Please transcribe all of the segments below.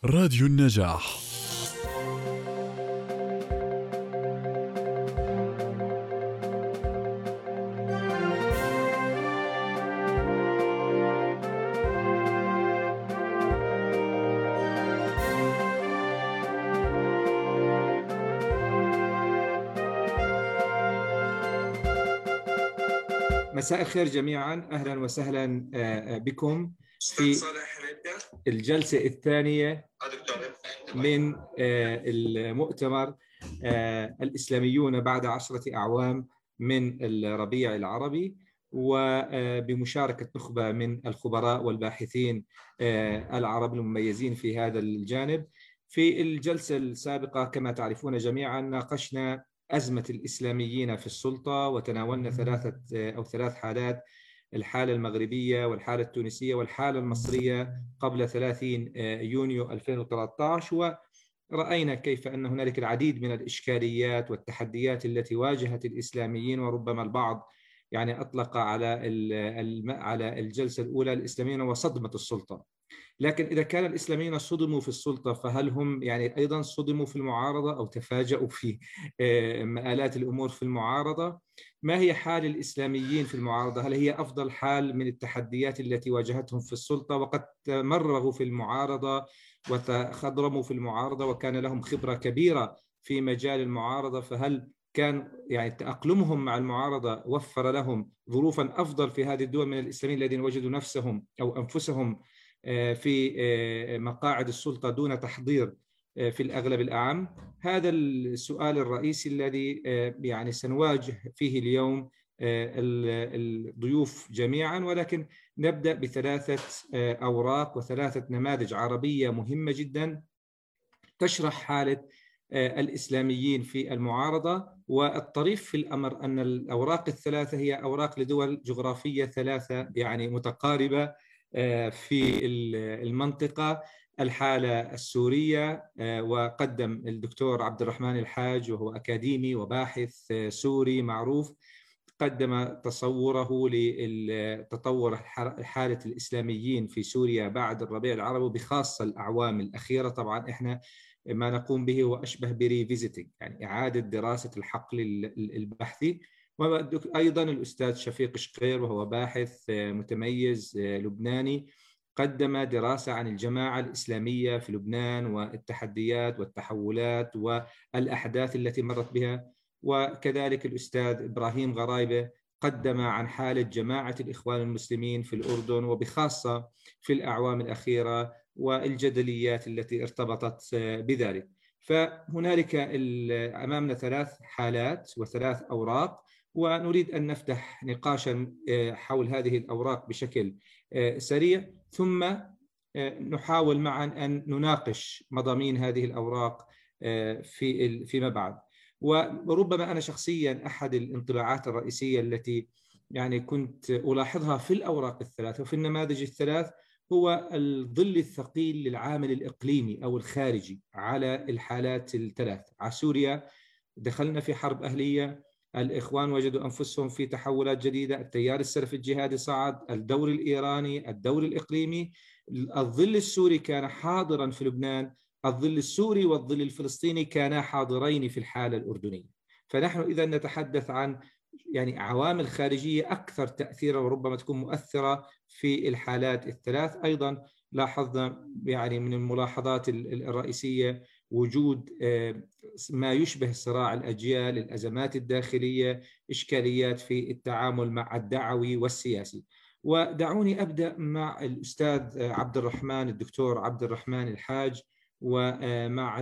راديو النجاح. مساء الخير جميعا، أهلا وسهلا بكم في الجلسة الثانية من المؤتمر الإسلاميون بعد 10 أعوام من الربيع العربي، وبمشاركة نخبة من الخبراء والباحثين العرب المميزين في هذا الجانب. في الجلسة السابقة كما تعرفون جميعا ناقشنا أزمة الإسلاميين في السلطة، وتناولنا ثلاث حالات: الحالة المغربية والحالة التونسية والحالة المصرية قبل 30 يونيو 2013، ورأينا كيف أن هنالك العديد من الإشكاليات والتحديات التي واجهت الإسلاميين، وربما البعض أطلق على الجلسة الأولى الإسلاميين وصدمة السلطة. لكن إذا كان الإسلاميين صدموا في السلطة، فهل هم أيضا صدموا في المعارضة أو تفاجؤوا في مآلات الأمور في المعارضة؟ ما هي حال الإسلاميين في المعارضة؟ هل هي أفضل حال من التحديات التي واجهتهم في السلطة؟ وقد مرغوا في المعارضة وتخضرموا في المعارضة وكان لهم خبرة كبيرة في مجال المعارضة، فهل كان تأقلمهم مع المعارضة وفر لهم ظروفا أفضل في هذه الدول من الإسلاميين الذين وجدوا نفسهم أو أنفسهم في مقاعد السلطة دون تحضير في الأغلب الأعم؟ هذا السؤال الرئيسي الذي سنواجه فيه اليوم الضيوف جميعا، ولكن نبدأ بثلاثة أوراق وثلاثة نماذج عربية مهمة جدا تشرح حالة الإسلاميين في المعارضة. والطريف في الأمر أن الأوراق الثلاثة هي أوراق لدول جغرافية ثلاثة متقاربة في المنطقة: الحالة السورية، وقدم الدكتور عبد الرحمن الحاج وهو أكاديمي وباحث سوري معروف، قدم تصوره لتطور حالة الإسلاميين في سوريا بعد الربيع العربي، وبخاصة الأعوام الأخيرة. طبعا إحنا ما نقوم به هو أشبه بريفيزيتنج، إعادة دراسة الحقل البحثي. وأيضا الأستاذ شفيق شقير وهو باحث متميز لبناني، قدم دراسة عن الجماعة الإسلامية في لبنان والتحديات والتحولات والأحداث التي مرت بها. وكذلك الأستاذ إبراهيم غرايبة قدم عن حالة جماعة الإخوان المسلمين في الأردن، وبخاصة في الأعوام الأخيرة والجدليات التي ارتبطت بذلك. فهنالك أمامنا ثلاث حالات وثلاث أوراق، ونريد أن نفتح نقاشا حول هذه الأوراق بشكل سريع، ثم نحاول معا أن نناقش مضامين هذه الأوراق فيما بعد. وربما أنا شخصيا أحد الانطباعات الرئيسية التي كنت ألاحظها في الأوراق الثلاث وفي النماذج الثلاث هو الظل الثقيل للعامل الإقليمي أو الخارجي على الحالات الثلاث. على سوريا دخلنا في حرب أهلية، الإخوان وجدوا أنفسهم في تحولات جديدة، التيار السلفي الجهادي صعد، الدور الإيراني، الدور الإقليمي. الظل السوري كان حاضرا في لبنان، الظل السوري والظل الفلسطيني كانا حاضرين في الحالة الأردنية. فنحن إذا نتحدث عن عوامل خارجية أكثر تأثيرا وربما تكون مؤثرة في الحالات الثلاث. أيضا لاحظنا من الملاحظات الرئيسية وجود ما يشبه صراع الأجيال، الأزمات الداخلية، إشكاليات في التعامل مع الدعوي والسياسي. ودعوني أبدأ مع الأستاذ عبد الرحمن، الدكتور عبد الرحمن الحاج، ومع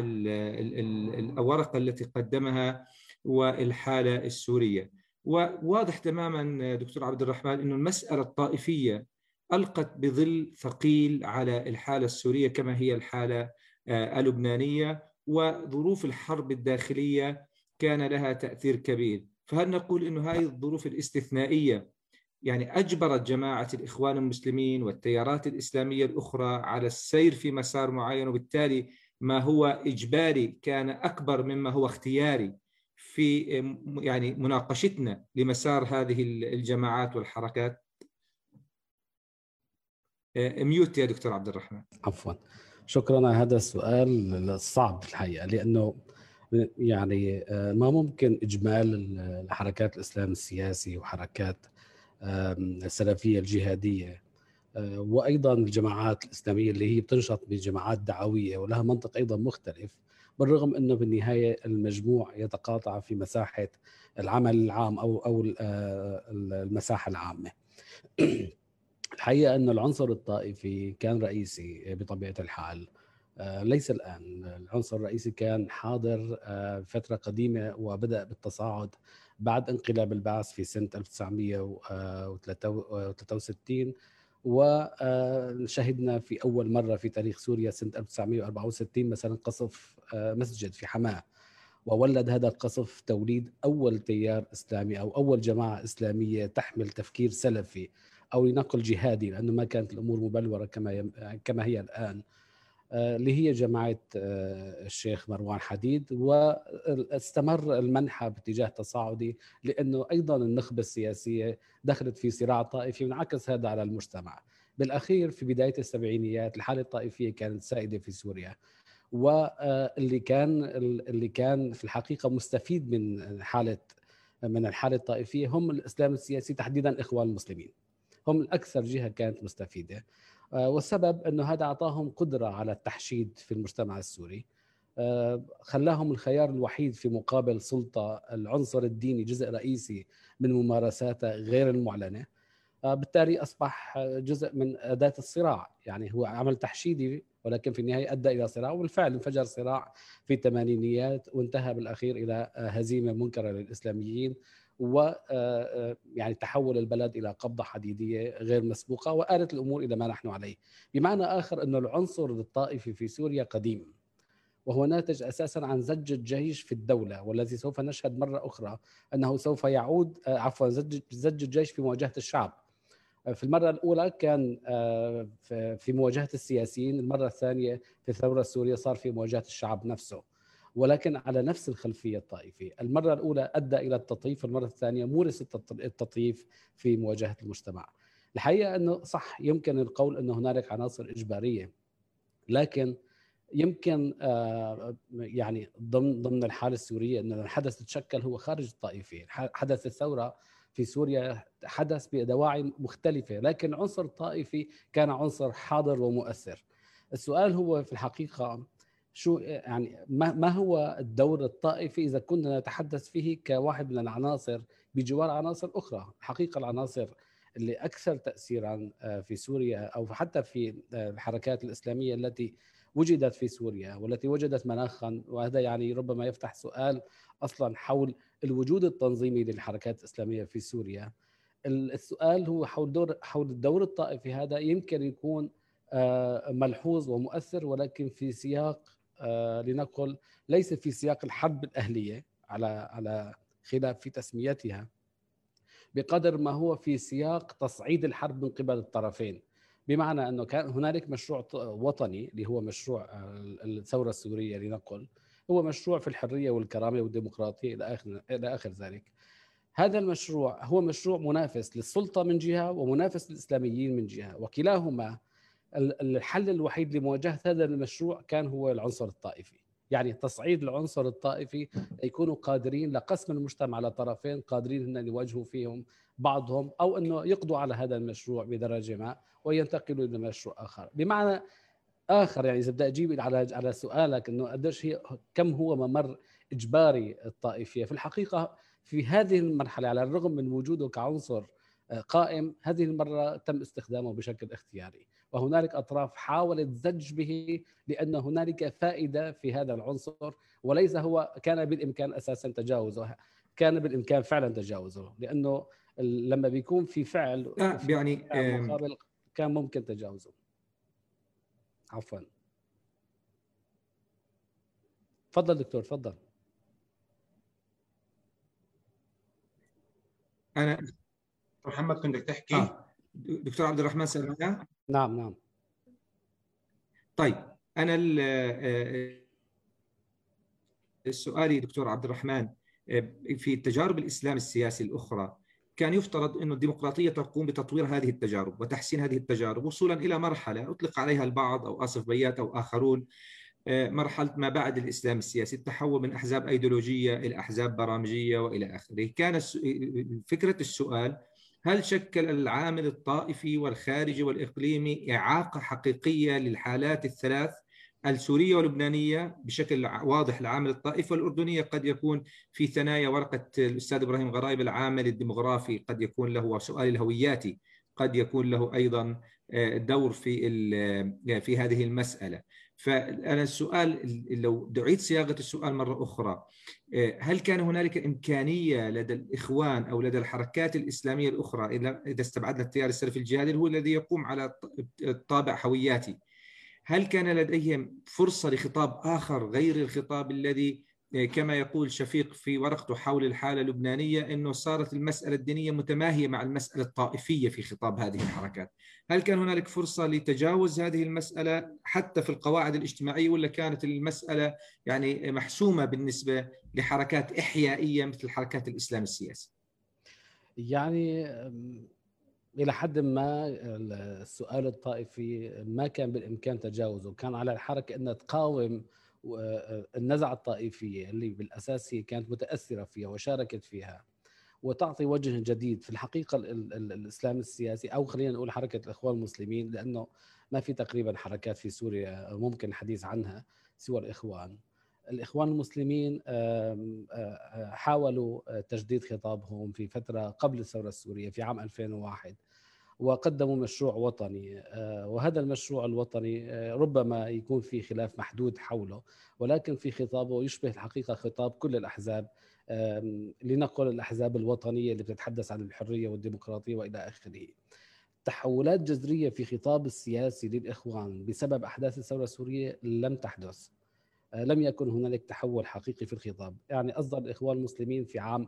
الورقة التي قدمها والحالة السورية. وواضح تماما دكتور عبد الرحمن أن المسألة الطائفية ألقت بظل ثقيل على الحالة السورية كما هي الحالة اللبنانية، وظروف الحرب الداخلية كان لها تأثير كبير. فهل نقول أن هذه الظروف الاستثنائية أجبرت جماعة الإخوان المسلمين والتيارات الإسلامية الأخرى على السير في مسار معين، وبالتالي ما هو إجباري كان أكبر مما هو اختياري في مناقشتنا لمسار هذه الجماعات والحركات؟ ميوت يا دكتور عبد الرحمن. عفوا. شكرا على هذا السؤال الصعب الحقيقة، لأنه يعني ما ممكن إجمال الحركات الإسلام السياسي وحركات السلفية الجهادية وأيضا الجماعات الإسلامية اللي هي بتنشط بجماعات دعوية ولها منطق أيضا مختلف، بالرغم أنه بالنهاية المجموع يتقاطع في مساحة العمل العام أو المساحة العامة. الحقيقة أن العنصر الطائفي كان رئيسي بطبيعة الحال، ليس الآن. العنصر الرئيسي كان حاضر فترة قديمة وبدأ بالتصاعد بعد انقلاب البعث في سنة 1963، وشهدنا في أول مرة في تاريخ سوريا سنة 1964 مثلا قصف مسجد في حماة، وولد هذا القصف توليد أول تيار إسلامي أو أول جماعة إسلامية تحمل تفكير سلفي أو لنقل جهادي، لأنه ما كانت الأمور مبلورة كما هي الآن، اللي هي جماعة الشيخ مروان حديد. واستمر المنحى باتجاه تصاعدي، لأنه أيضا النخبة السياسية دخلت في صراع طائفي وانعكس هذا على المجتمع. بالأخير في بداية السبعينيات الحالة الطائفية كانت سائدة في سوريا، واللي كان في الحقيقة مستفيد من الحالة الطائفية هم الإسلام السياسي، تحديدا إخوان المسلمين، هم الأكثر جهة كانت مستفيدة. والسبب أنه هذا أعطاهم قدرة على التحشيد في المجتمع السوري، خلاهم الخيار الوحيد في مقابل سلطة العنصر الديني جزء رئيسي من ممارساته غير المعلنة. بالتالي أصبح جزء من أداة الصراع، يعني هو عمل تحشيدي ولكن في النهاية أدى إلى صراع، وبالفعل انفجر صراع في الثمانينيات وانتهى بالأخير إلى هزيمة منكرة للإسلاميين، ويعني تحول البلد إلى قبضة حديدية غير مسبوقة وآلت الأمور إلى ما نحن عليه. بمعنى آخر أن العنصر الطائفي في سوريا قديم، وهو ناتج أساساً عن زج الجيش في الدولة، والذي سوف نشهد مرة أخرى أنه سوف يعود زج الجيش في مواجهة الشعب. في المرة الأولى كان في مواجهة السياسيين، المرة الثانية في الثورة السورية صار في مواجهة الشعب نفسه، ولكن على نفس الخلفية الطائفية. المرة الأولى أدى إلى التطييف، المرة الثانية مورس التطييف في مواجهة المجتمع. الحقيقة أنه صح، يمكن القول أن هنالك عناصر إجبارية، لكن يمكن يعني ضمن الحالة السورية أن الحدث تشكل هو خارج الطائفية. حدث الثورة في سوريا حدث بدواعي مختلفة، لكن عنصر طائفي كان عنصر حاضر ومؤثر. السؤال هو في الحقيقة شو يعني ما هو الدور الطائفي إذا كنا نتحدث فيه كواحد من العناصر بجوار عناصر أخرى. الحقيقة العناصر اللي أكثر تأثيرا في سوريا أو حتى في الحركات الإسلامية التي وجدت في سوريا والتي وجدت مناخا، وهذا يعني ربما يفتح سؤال أصلا حول الوجود التنظيمي للحركات الإسلامية في سوريا. السؤال هو حول الدور الطائفي. هذا يمكن يكون ملحوظ ومؤثر، ولكن في سياق لنقل ليس في سياق الحرب الأهلية على خلاف في تسميتها، بقدر ما هو في سياق تصعيد الحرب من قبل الطرفين. بمعنى أنه كان هنالك مشروع وطني اللي هو مشروع الثورة السورية لنقل، هو مشروع في الحرية والكرامة والديمقراطية إلى آخر ذلك. هذا المشروع هو مشروع منافس للسلطة من جهة ومنافس للإسلاميين من جهة، وكلاهما الحل الوحيد لمواجهة هذا المشروع كان هو العنصر الطائفي. يعني تصعيد العنصر الطائفي يكونوا قادرين لقسم المجتمع على طرفين، قادرين أن يواجهوا فيهم بعضهم أو أنه يقضوا على هذا المشروع بدرجة ما وينتقلوا إلى مشروع آخر. بمعنى آخر، يعني إذا بدي أجيب على سؤالك أنه قديش كم هو ممر إجباري الطائفية، في الحقيقة في هذه المرحلة على الرغم من وجوده كعنصر قائم، هذه المرة تم استخدامه بشكل اختياري، وهنالك أطراف حاولت زج به لأن هنالك فائدة في هذا العنصر، وليس هو كان بالإمكان أساسا تجاوزه. كان بالإمكان فعلا تجاوزه، لأنه لما بيكون في فعل يعني مقابل كان ممكن تجاوزه. عفوا، تفضل دكتور، تفضل. أنا محمد كنت تحكي؟ دكتور عبد الرحمن سامعنا؟ نعم. طيب، أنا السؤالي دكتور عبد الرحمن، في تجارب الإسلام السياسي الأخرى كان يفترض أن الديمقراطية تقوم بتطوير هذه التجارب وتحسين هذه التجارب وصولا إلى مرحلة أطلق عليها البعض أو آصف بيات أو آخرون مرحلة ما بعد الإسلام السياسي، التحول من أحزاب أيديولوجية إلى أحزاب برامجية وإلى آخره. كان فكرة السؤال: هل شكل العامل الطائفي والخارجي والإقليمي إعاقة حقيقية للحالات الثلاث، السورية واللبنانية بشكل واضح العامل الطائفي، والأردنية قد يكون في ثنايا ورقة الأستاذ إبراهيم غرايب العامل الديمغرافي، قد يكون له وسؤال الهوياتي قد يكون له أيضا دور في هذه المسألة. فأنا السؤال، لو دعيت صياغة السؤال مرة أخرى، هل كان هنالك إمكانية لدى الإخوان أو لدى الحركات الإسلامية الأخرى، إذا استبعدنا التيار السلفي الجهادي هو الذي يقوم على الطابع هوياتي، هل كان لديهم فرصة لخطاب آخر غير الخطاب الذي كما يقول شفيق في ورقته حول الحالة اللبنانية أنه صارت المسألة الدينية متماهية مع المسألة الطائفية في خطاب هذه الحركات؟ هل كان هنالك فرصة لتجاوز هذه المسألة حتى في القواعد الاجتماعية، ولا كانت المسألة يعني محسومة بالنسبة لحركات إحيائية مثل حركات الإسلام السياسي؟ يعني إلى حد ما السؤال الطائفي ما كان بالإمكان تجاوزه، كان على الحركة أنها تقاوم النزعة الطائفية اللي بالأساس هي كانت متأثرة فيها وشاركت فيها، وتعطي وجه جديد. في الحقيقة الإسلام السياسي، أو خلينا نقول حركة الإخوان المسلمين، لأنه ما في تقريبا حركات في سوريا ممكن الحديث عنها سوى الإخوان المسلمين حاولوا تجديد خطابهم في فترة قبل الثورة السورية في عام 2001، وقدموا مشروع وطني، وهذا المشروع الوطني ربما يكون في خلاف محدود حوله، ولكن في خطابه يشبه الحقيقة خطاب كل الأحزاب، لنقل الأحزاب الوطنية اللي بتتحدث عن الحرية والديمقراطية وإلى آخره. تحولات جذرية في خطاب السياسي للإخوان بسبب أحداث الثورة السورية لم تحدث، لم يكن هنالك تحول حقيقي في الخطاب. يعني أصدر الإخوان المسلمين في عام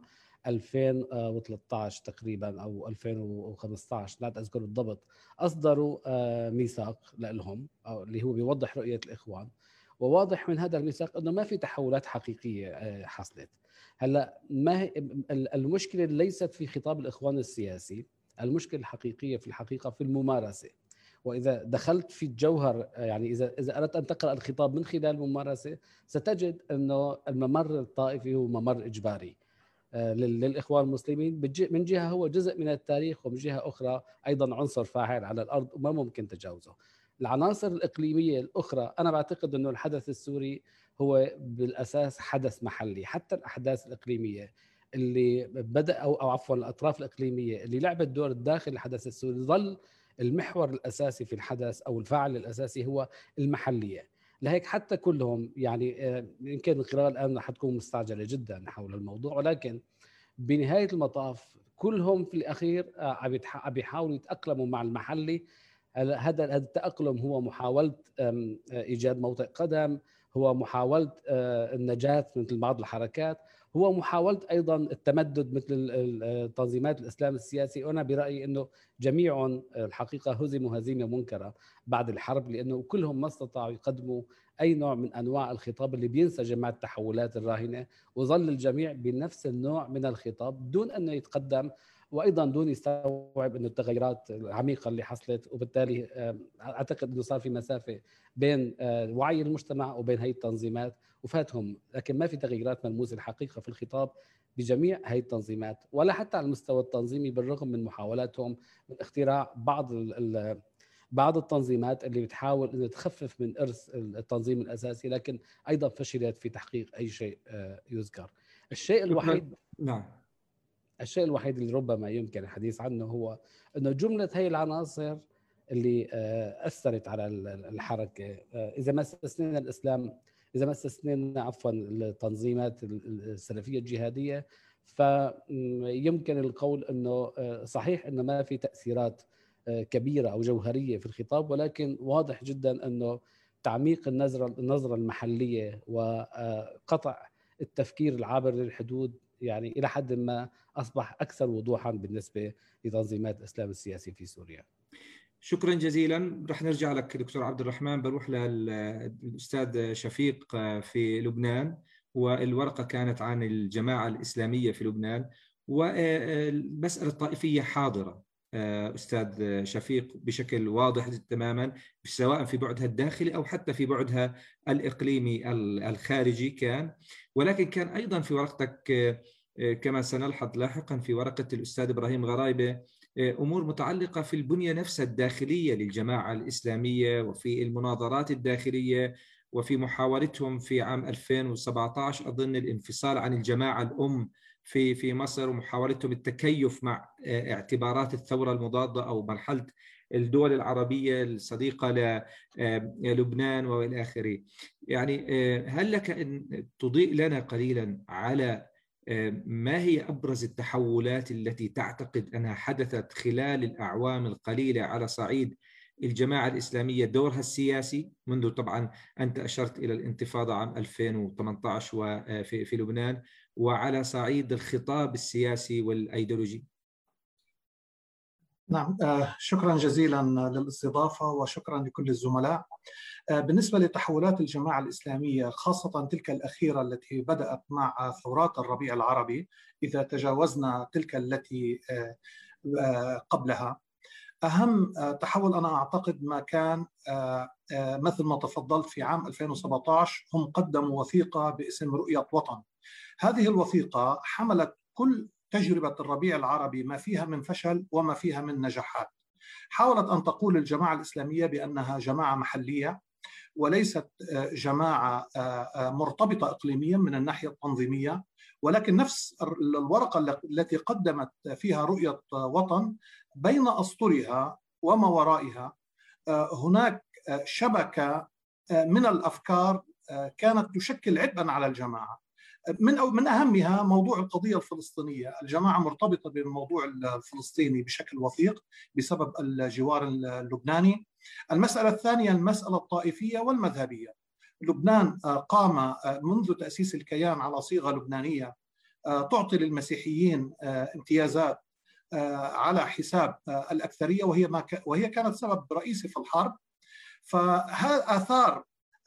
2013 تقريبا أو 2015 لا أذكر بالضبط، أصدروا ميثاق لهم اللي هو بيوضح رؤية الإخوان، وواضح من هذا الميثاق أنه ما في تحولات حقيقية حصلت. هلا ما المشكلة ليست في خطاب الإخوان السياسي، المشكلة الحقيقية في الحقيقة في الممارسة. وإذا دخلت في الجوهر، يعني إذا أردت أن تقرأ الخطاب من خلال الممارسة، ستجد أنه الممر الطائفي هو ممر إجباري للإخوان المسلمين. من جهة هو جزء من التاريخ، ومن جهة أخرى أيضا عنصر فاعل على الأرض وما ممكن تجاوزه. العناصر الإقليمية الأخرى، أنا بعتقد أنه الحدث السوري هو بالأساس حدث محلي. حتى الأحداث الإقليمية اللي بدأ أو عفوا الأطراف الإقليمية اللي لعبت دور داخل الحدث السوري، ظل المحور الأساسي في الحدث أو الفاعل الأساسي هو المحلية. لهيك حتى كلهم، يعني يمكن القراءة الآن حتكون مستعجلة جدا حول الموضوع، ولكن بنهاية المطاف كلهم في الأخير عم بيحاولوا يتأقلموا مع المحلي. هذا التأقلم هو محاولة إيجاد موطئ قدم، هو محاولة النجاة مثل بعض الحركات، هو محاولة أيضا التمدد مثل تنظيمات الإسلام السياسي. وأنا برأيي أنه جميعهم الحقيقة هزموا هزيمة منكرة بعد الحرب، لأنه كلهم ما استطاعوا يقدموا أي نوع من أنواع الخطاب اللي بينسجم مع التحولات الراهنة، وظل الجميع بنفس النوع من الخطاب دون أنه يتقدم، وأيضا دون يستوعب أن التغيرات العميقة اللي حصلت. وبالتالي أعتقد أنه صار في مسافة بين وعي المجتمع وبين هي التنظيمات وفاتهم، لكن ما في تغييرات ملموسة الحقيقة في الخطاب بجميع هي التنظيمات، ولا حتى على المستوى التنظيمي، بالرغم من محاولاتهم من اختراع بعض التنظيمات اللي بتحاول أن تخفف من إرث التنظيم الأساسي، لكن أيضا فشلت في تحقيق أي شيء يذكر. الشيء الوحيد اللي ربما يمكن الحديث عنه هو أنه جملة هي العناصر اللي أثرت على الحركة، إذا ما استثنينا الإسلام، إذا ما استثنينا عفوا التنظيمات السلفية الجهادية، فيمكن القول أنه صحيح أنه ما في تأثيرات كبيرة أو جوهرية في الخطاب، ولكن واضح جدا أنه تعميق النظرة المحلية وقطع التفكير العابر للحدود يعني إلى حد ما أصبح أكثر وضوحا بالنسبة لتنظيمات الإسلام السياسي في سوريا. شكرا جزيلا. رح نرجع لك دكتور عبد الرحمن، بروح للأستاذ شفيق في لبنان، والورقة كانت عن الجماعة الإسلامية في لبنان، والمسألة الطائفية حاضرة أستاذ شفيق بشكل واضح تماما، سواء في بعدها الداخلي أو حتى في بعدها الإقليمي الخارجي كان. ولكن كان أيضا في ورقتك كما سنلحظ لاحقا في ورقة الأستاذ إبراهيم غرايبة أمور متعلقة في البنية نفسها الداخلية للجماعة الإسلامية، وفي المناظرات الداخلية، وفي محاولتهم في عام 2017 أظن الانفصال عن الجماعة الأم في مصر، ومحاولتهم التكيف مع اعتبارات الثورة المضادة أو مرحلة الدول العربية الصديقة للبنان وإلى آخره. يعني هل لك أن تضيء لنا قليلا على ما هي أبرز التحولات التي تعتقد أنها حدثت خلال الأعوام القليلة على صعيد الجماعة الإسلامية، دورها السياسي منذ طبعا أنت أشرت إلى الانتفاضة عام 2018 في لبنان، وعلى صعيد الخطاب السياسي والأيديولوجي؟ نعم، شكرا جزيلا للاستضافة وشكرا لكل الزملاء. بالنسبة لتحولات الجماعة الإسلامية خاصة تلك الأخيرة التي بدأت مع ثورات الربيع العربي، إذا تجاوزنا تلك التي قبلها، أهم تحول أنا أعتقد ما كان مثل ما تفضلت في عام 2017 هم قدموا وثيقة باسم رؤية وطن. هذه الوثيقة حملت كل تجربة الربيع العربي، ما فيها من فشل وما فيها من نجاحات. حاولت أن تقول الجماعة الإسلامية بأنها جماعة محلية وليست جماعة مرتبطة إقليميا من الناحية التنظيمية، ولكن نفس الورقة التي قدمت فيها رؤية وطن بين أسطرها وما ورائها هناك شبكة من الأفكار كانت تشكل عبئا على الجماعة. من أهمها موضوع القضية الفلسطينية. الجماعة مرتبطة بالموضوع الفلسطيني بشكل وثيق بسبب الجوار اللبناني. المسألة الثانية المسألة الطائفية والمذهبية. لبنان قام منذ تأسيس الكيان على صيغة لبنانية تعطي للمسيحيين امتيازات على حساب الأكثرية، وهي كانت سبب رئيسي في الحرب. فآثار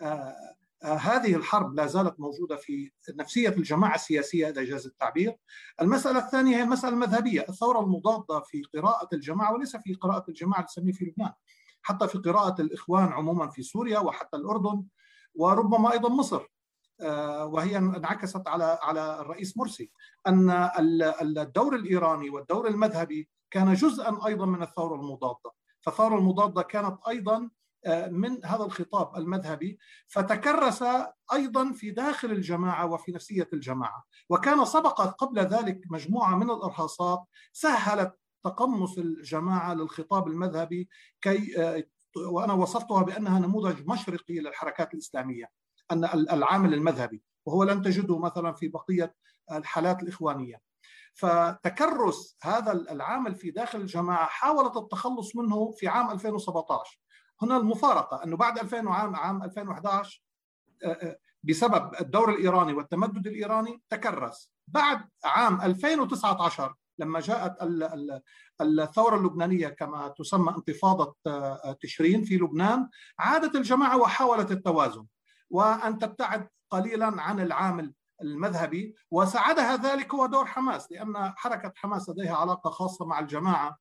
هذه الحرب لا زالت موجودة في نفسية الجماعة السياسية إذا جاز التعبير. المسألة الثانية هي المسألة المذهبية. الثورة المضادة في قراءة الجماعة، وليس في قراءة الجماعة الإسلامية في لبنان، حتى في قراءة الإخوان عموما في سوريا وحتى الأردن وربما أيضا مصر، وهي انعكست على الرئيس مرسي، أن الدور الإيراني والدور المذهبي كان جزءا أيضا من الثورة المضادة. فالثورة المضادة كانت أيضا من هذا الخطاب المذهبي، فتكرس أيضا في داخل الجماعة وفي نفسية الجماعة. وكان سبقت قبل ذلك مجموعة من الإرهاصات سهلت تقمص الجماعة للخطاب المذهبي، وأنا وصفتها بأنها نموذج مشرقي للحركات الإسلامية، أن العامل المذهبي، وهو لن تجده مثلا في بقية الحالات الإخوانية. فتكرس هذا العامل في داخل الجماعة حاولت التخلص منه في عام 2017. هنا المفارقة أنه بعد عام 2011 بسبب الدور الإيراني والتمدد الإيراني تكرس. بعد عام 2019 لما جاءت الثورة اللبنانية كما تسمى انتفاضة تشرين في لبنان، عادت الجماعة وحاولت التوازن وأن تبتعد قليلا عن العامل المذهبي، وساعدها ذلك هو دور حماس، لأن حركة حماس لديها علاقة خاصة مع الجماعة،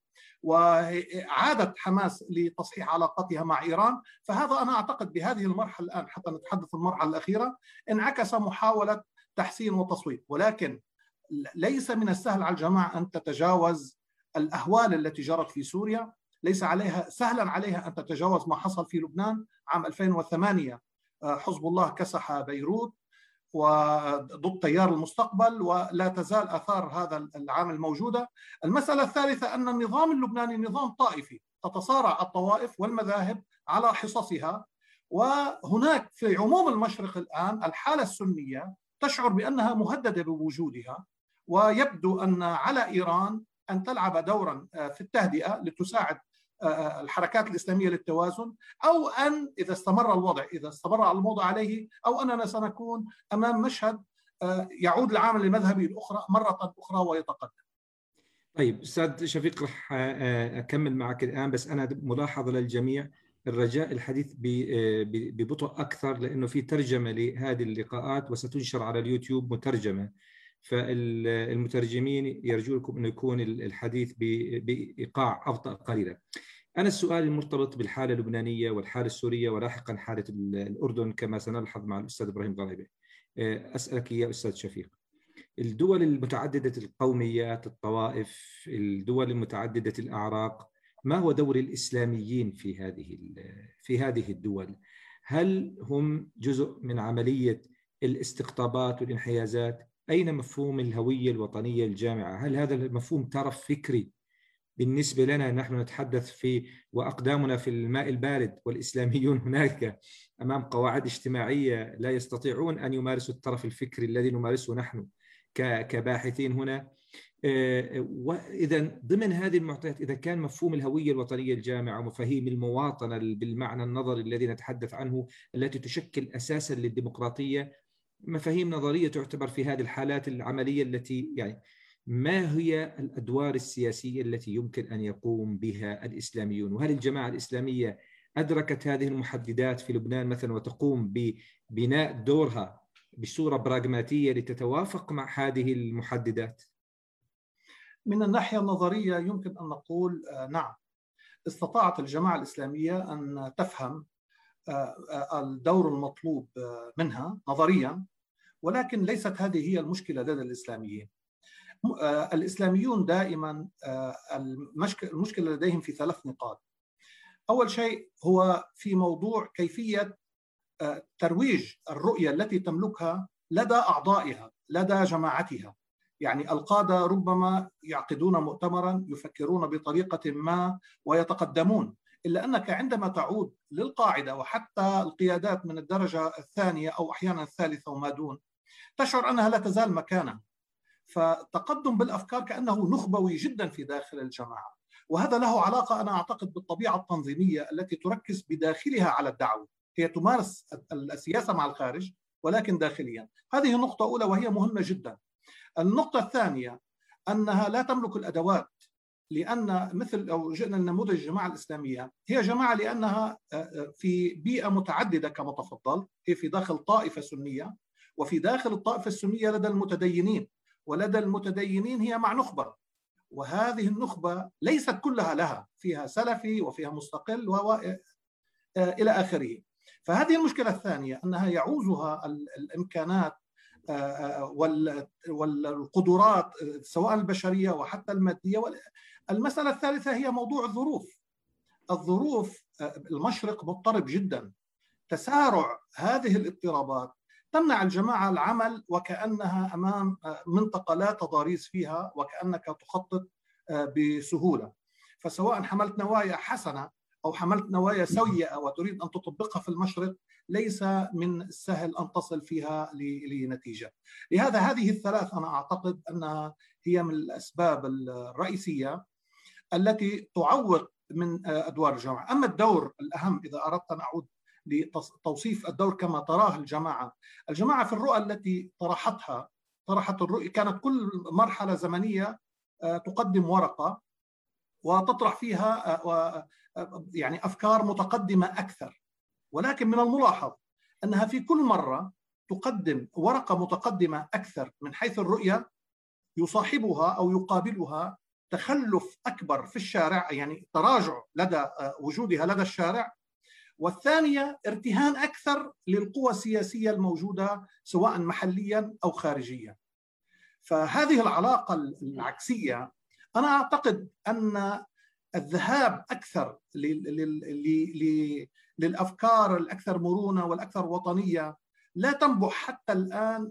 وعادت حماس لتصحيح علاقتها مع إيران. فهذا أنا أعتقد بهذه المرحلة الآن، حتى نتحدث المرحلة الأخيرة، انعكس محاولة تحسين وتصويب. ولكن ليس من السهل على الجماعة أن تتجاوز الأهوال التي جرت في سوريا، ليس سهلا عليها أن تتجاوز ما حصل في لبنان عام 2008. حزب الله كسح بيروت وضد تيار المستقبل، ولا تزال آثار هذا العامل موجودة. المسألة الثالثة أن النظام اللبناني نظام طائفي، تتصارع الطوائف والمذاهب على حصصها، وهناك في عموم المشرق الآن الحالة السنية تشعر بأنها مهددة بوجودها، ويبدو أن على إيران أن تلعب دورا في التهدئة لتساعد الحركات الإسلامية للتوازن، أو أن إذا استمر الموضوع عليه، أو أننا سنكون أمام مشهد يعود العامل المذهبي الأخرى مرة أخرى ويتقدم. طيب أستاذ شفيق، رح أكمل معك الآن، بس أنا ملاحظة للجميع، الرجاء الحديث ببطء أكثر، لأنه في ترجمة لهذه اللقاءات وستنشر على اليوتيوب مترجمة، فالمترجمين يرجو لكم أن يكون الحديث بإيقاع أبطأ قليلا. أنا السؤال المرتبط بالحالة اللبنانية والحالة السورية ولاحقا حالة الأردن كما سنلحظ مع الأستاذ إبراهيم ضريبة. أسألك يا أستاذ شفيق، الدول المتعددة القوميات، الطوائف، الدول المتعددة الأعراق، ما هو دور الإسلاميين في هذه الدول؟ هل هم جزء من عملية الاستقطابات والانحيازات؟ أين مفهوم الهوية الوطنية الجامعة؟ هل هذا المفهوم طرف فكري بالنسبة لنا نحن نتحدث وأقدامنا في الماء البارد، والإسلاميون هناك أمام قواعد اجتماعية لا يستطيعون أن يمارسوا الطرف الفكري الذي نمارسه نحن كباحثين هنا؟ وإذا ضمن هذه المعطيات، إذا كان مفهوم الهوية الوطنية الجامعة ومفاهيم المواطنة بالمعنى النظري الذي نتحدث عنه التي تشكل أساسا للديمقراطية، مفاهيم نظرية تعتبر في هذه الحالات العملية التي يعني ما هي الأدوار السياسية التي يمكن أن يقوم بها الإسلاميون؟ وهل الجماعة الإسلامية أدركت هذه المحددات في لبنان مثلا وتقوم ببناء دورها بصورة براغماتية لتتوافق مع هذه المحددات؟ من الناحية النظرية يمكن أن نقول نعم، استطاعت الجماعة الإسلامية أن تفهم الدور المطلوب منها نظريا، ولكن ليست هذه هي المشكلة لدى الإسلاميين. الإسلاميون دائما المشكلة لديهم في 3 نقاط. أول شيء هو في موضوع كيفية ترويج الرؤية التي تملكها لدى أعضائها، لدى جماعتها. يعني القادة ربما يعقدون مؤتمرا يفكرون بطريقة ما ويتقدمون، إلا أنك عندما تعود للقاعدة وحتى القيادات من الدرجة الثانية أو أحيانا الثالثة وما دون، تشعر أنها لا تزال مكانها. فتقدم بالأفكار كأنه نخبوي جدا في داخل الجماعة، وهذا له علاقة أنا أعتقد بالطبيعة التنظيمية التي تركز بداخلها على الدعوة. هي تمارس السياسة مع الخارج ولكن داخليا. هذه النقطة أولى وهي مهمة جدا. النقطة الثانية أنها لا تملك الأدوات، لأن مثل لو جئنا لنموذج الجماعة الإسلامية، هي جماعة لأنها في بيئة متعددة كما تفضل، هي في داخل طائفة سنية، وفي داخل الطائفة السنية لدى المتدينين، ولدى المتدينين هي مع نخبة، وهذه النخبة ليست كلها لها، فيها سلفي وفيها مستقل إلى آخره. فهذه المشكلة الثانية أنها يعوزها الإمكانات والقدرات سواء البشرية وحتى المادية. المسألة الثالثة هي موضوع الظروف. المشرق مضطرب جدا، تسارع هذه الاضطرابات تمنع الجماعة العمل وكأنها أمام منطقة لا تضاريس فيها، وكأنك تخطط بسهولة. فسواء حملت نوايا حسنة أو حملت نوايا سيئة وتريد أن تطبقها في المشرق، ليس من السهل أن تصل فيها لنتيجة. لهذا هذه الثلاث أنا أعتقد أنها هي من الأسباب الرئيسية التي تعوق من أدوار الجماعة. أما الدور الأهم، إذا أردت أن أعود لتوصيف الدور كما تراه الجماعة في الرؤى التي طرحت الرؤية، كانت كل مرحلة زمنية تقدم ورقة وتطرح فيها يعني أفكار متقدمة أكثر، ولكن من الملاحظ أنها في كل مرة تقدم ورقة متقدمة أكثر من حيث الرؤية، يصاحبها أو يقابلها تخلف أكبر في الشارع، يعني تراجع لدى وجودها لدى الشارع، والثانية ارتهان أكثر للقوى السياسية الموجودة سواء محليا أو خارجيا. فهذه العلاقة العكسية أنا أعتقد أن الذهاب أكثر للأفكار الأكثر مرونة والأكثر وطنية لا تنبع حتى الآن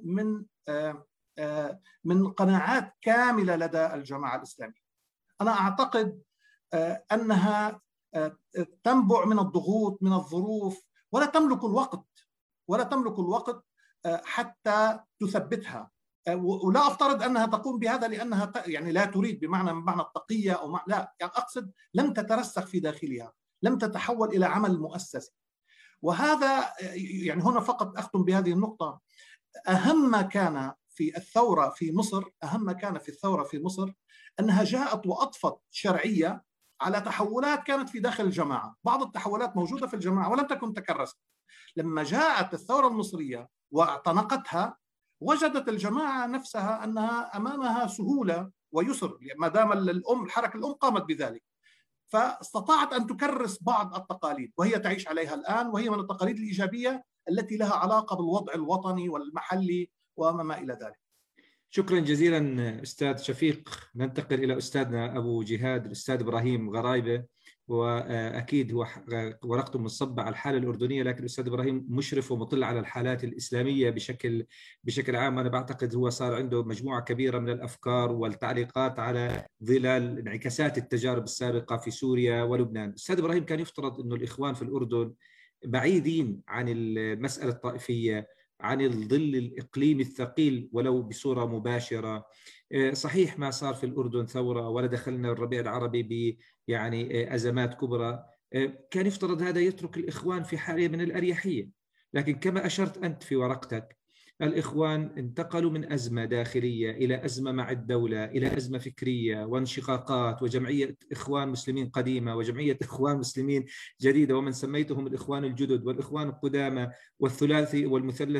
من قناعات كاملة لدى الجماعة الإسلامية. أنا أعتقد أنها تنبع من الضغوط، من الظروف، ولا تملك الوقت حتى تثبتها. ولا أفترض أنها تقوم بهذا لأنها يعني لا تريد بمعنى التقية أو لا، يعني أقصد لم تترسخ في داخلها، لم تتحول إلى عمل مؤسسي. وهذا يعني هنا فقط أختم بهذه النقطة. أهم ما كان في الثورة في مصر أنها جاءت وأضفت شرعية على تحولات كانت في داخل الجماعة. بعض التحولات موجودة في الجماعة ولم تكن تكرست. لما جاءت الثورة المصرية واعتنقتها وجدت الجماعة نفسها أنها أمامها سهولة ويسر ما دام الحركة الأم قامت بذلك، فاستطاعت أن تكرس بعض التقاليد وهي تعيش عليها الآن، وهي من التقاليد الإيجابية التي لها علاقة بالوضع الوطني والمحلي وما إلى ذلك. شكرا جزيلا أستاذ شفيق. ننتقل إلى أستاذنا أبو جهاد الأستاذ إبراهيم غرايبة، وأكيد هو ورقته مصبة على الحالة الأردنية، لكن الأستاذ إبراهيم مشرف ومطلع على الحالات الإسلامية بشكل عام. أنا بعتقد هو صار عنده مجموعة كبيرة من الأفكار والتعليقات على ظلال انعكاسات التجارب السابقة في سوريا ولبنان. أستاذ إبراهيم، كان يفترض أنه الإخوان في الأردن بعيدين عن المسألة الطائفية، عن الظل الإقليمي الثقيل ولو بصورة مباشرة. صحيح ما صار في الأردن ثورة ولا دخلنا الربيع العربي يعني أزمات كبرى، كان يفترض هذا يترك الإخوان في حالة من الأريحية، لكن كما أشرت أنت في ورقتك الإخوان انتقلوا من أزمة داخلية إلى أزمة مع الدولة، إلى أزمة فكرية وانشقاقات، وجمعية إخوان مسلمين قديمة وجمعية إخوان مسلمين جديدة، ومن سميتهم الإخوان الجدد والإخوان القدامى والثلاثي والمثلث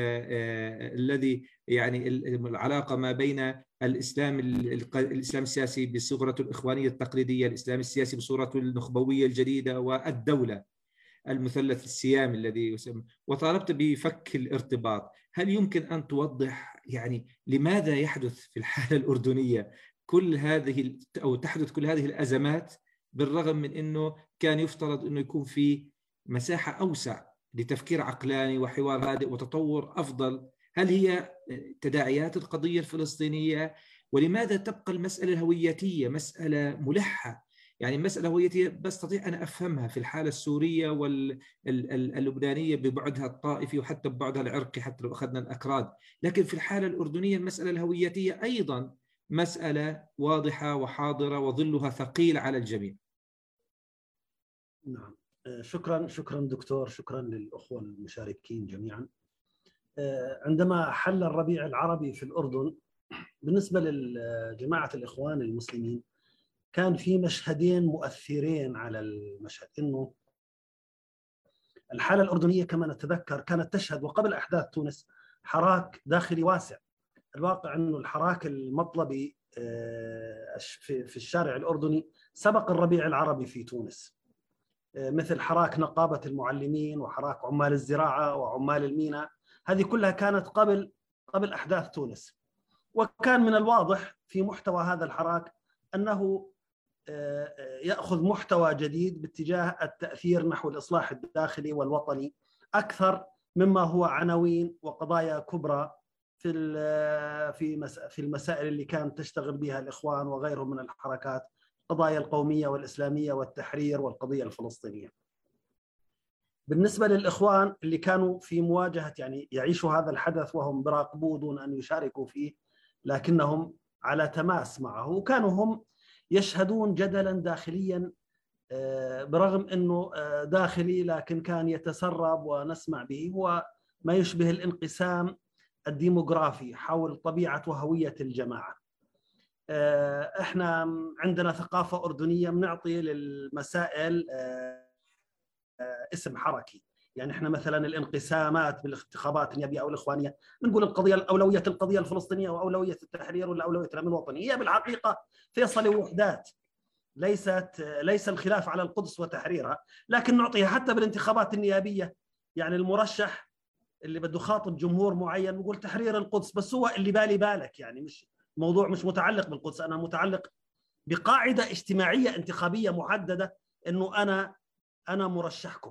الذي يعني العلاقة ما بين الإسلام السياسي بصورته الإخوانية التقليدية، الإسلام السياسي بصورته النخبوية الجديدة، والدولة المثلث السيامي الذي يسمى. وطالبت بفك الارتباط. هل يمكن أن توضح يعني لماذا يحدث في الحالة الأردنية كل هذه أو تحدث كل هذه الأزمات، بالرغم من أنه كان يفترض أنه يكون في مساحة أوسع لتفكير عقلاني وحوار هادئ وتطور أفضل؟ هل هي تداعيات القضية الفلسطينية؟ ولماذا تبقى المسألة الهويتية مسألة ملحة؟ يعني المسألة هويتية بستطيع أن أفهمها في الحالة السورية واللبنانية ببعدها الطائفي وحتى ببعدها العرقي حتى لو أخذنا الأكراد، لكن في الحالة الأردنية المسألة الهويتية أيضا مسألة واضحة وحاضرة وظلها ثقيل على الجميع. نعم، شكرا دكتور، شكرا للأخوة المشاركين جميعا. عندما حل الربيع العربي في الأردن بالنسبة لجماعة الإخوان المسلمين كان في مشهدين مؤثرين على المشهد، إنه الحالة الأردنية كما نتذكر كانت تشهد وقبل أحداث تونس حراك داخلي واسع. الواقع أنه الحراك المطلبي في الشارع الأردني سبق الربيع العربي في تونس، مثل حراك نقابة المعلمين وحراك عمال الزراعة وعمال الميناء، هذه كلها كانت قبل أحداث تونس. وكان من الواضح في محتوى هذا الحراك أنه يأخذ محتوى جديد باتجاه التأثير نحو الإصلاح الداخلي والوطني أكثر مما هو عناوين وقضايا كبرى في المسائل اللي كانت تشتغل بها الإخوان وغيرهم من الحركات، القضايا القومية والإسلامية والتحرير والقضية الفلسطينية. بالنسبة للإخوان اللي كانوا في مواجهة يعني يعيشوا هذا الحدث وهم براقبوه دون أن يشاركوا فيه، لكنهم على تماس معه، وكانوا هم يشهدون جدلا داخليا برغم أنه داخلي لكن كان يتسرب ونسمع به، هو ما يشبه الانقسام الديموغرافي حول طبيعة وهوية الجماعة. احنا عندنا ثقافة أردنية بنعطي للمسائل اسم حركي، يعني احنا مثلا الانقسامات بالانتخابات النيابية أو الإخوانية بنقول أولوية القضية الفلسطينية وأولوية التحرير ولا أولوية الأمن الوطني. هي بالحقيقة فيصل وحدات، ليس الخلاف على القدس وتحريرها، لكن نعطيها حتى بالانتخابات النيابية. يعني المرشح اللي بده يخاطب جمهور معين بيقول تحرير القدس، بس هو اللي بالك يعني مش موضوع مش متعلق بالقدس، أنا متعلق بقاعدة اجتماعية انتخابية محددة إنه أنا مرشحكم.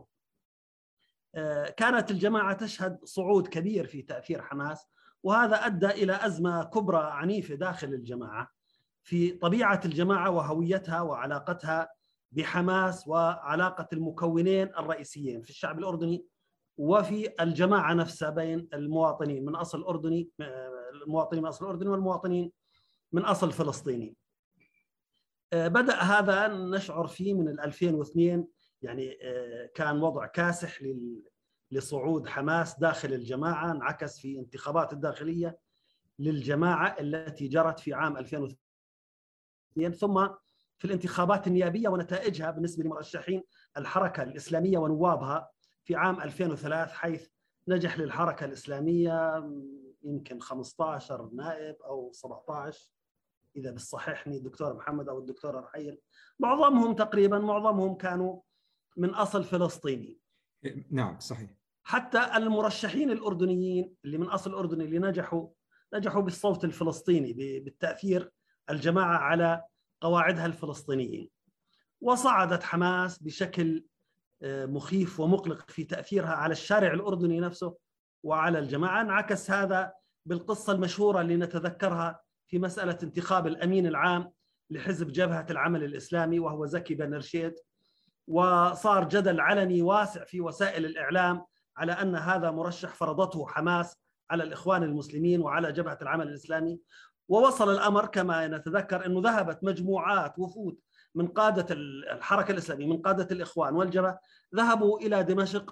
كانت الجماعة تشهد صعود كبير في تأثير حماس، وهذا أدى إلى أزمة كبرى عنيفة داخل الجماعة في طبيعة الجماعة وهويتها وعلاقتها بحماس وعلاقة المكونين الرئيسيين في الشعب الأردني وفي الجماعة نفسها بين المواطنين من أصل أردني، المواطنين من أصل أردني والمواطنين من أصل فلسطيني. بدأ هذا نشعر فيه من 2002، يعني كان وضع كاسح لصعود حماس داخل الجماعة، انعكس في انتخابات الداخلية للجماعة التي جرت في عام 2002، ثم في الانتخابات النيابية ونتائجها بالنسبة لمرشحين الحركة الإسلامية ونوابها في عام 2003، حيث نجح للحركة الإسلامية يمكن 15 نائب أو 17 إذا بتصححني الدكتور محمد أو الدكتور رحيل، معظمهم كانوا من أصل فلسطيني. نعم صحيح. حتى المرشحين الأردنيين اللي من أصل أردني اللي نجحوا بالصوت الفلسطيني، بالتأثير الجماعة على قواعدها الفلسطينيين. وصعدت حماس بشكل مخيف ومقلق في تأثيرها على الشارع الأردني نفسه وعلى الجماعة. انعكس هذا بالقصة المشهورة اللي نتذكرها في مسألة انتخاب الأمين العام لحزب جبهة العمل الإسلامي وهو زكي بن رشيد، وصار جدل علني واسع في وسائل الإعلام على أن هذا مرشح فرضته حماس على الإخوان المسلمين وعلى جبهة العمل الإسلامي. ووصل الأمر كما نتذكر أنه ذهبت مجموعات وفود من قادة الحركة الإسلامية، من قادة الإخوان والجبهة، ذهبوا إلى دمشق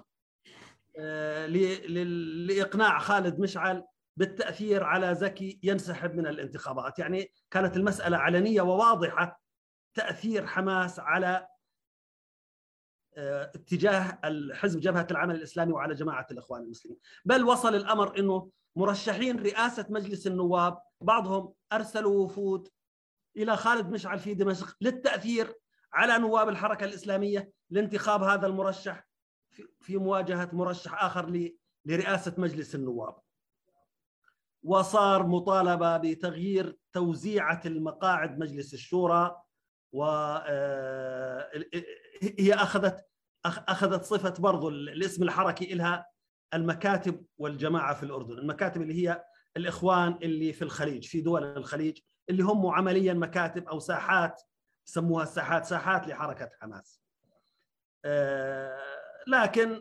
لإقناع خالد مشعل بالتأثير على زكي ينسحب من الانتخابات. يعني كانت المسألة علنية وواضحة، تأثير حماس على اتجاه الحزب جبهة العمل الإسلامي وعلى جماعة الإخوان المسلمين. بل وصل الأمر أنه مرشحين رئاسة مجلس النواب بعضهم أرسلوا وفود إلى خالد مشعل في دمشق للتأثير على نواب الحركة الإسلامية لانتخاب هذا المرشح في مواجهة مرشح آخر لرئاسة مجلس النواب. وصار مطالبة بتغيير توزيعة المقاعد مجلس الشورى، وهي أخذت صفة برضو الاسم الحركي إلها المكاتب والجماعة في الأردن. المكاتب اللي هي الإخوان اللي في الخليج، في دول الخليج، اللي هم عمليا مكاتب أو ساحات، يسموها ساحات لحركة حماس. لكن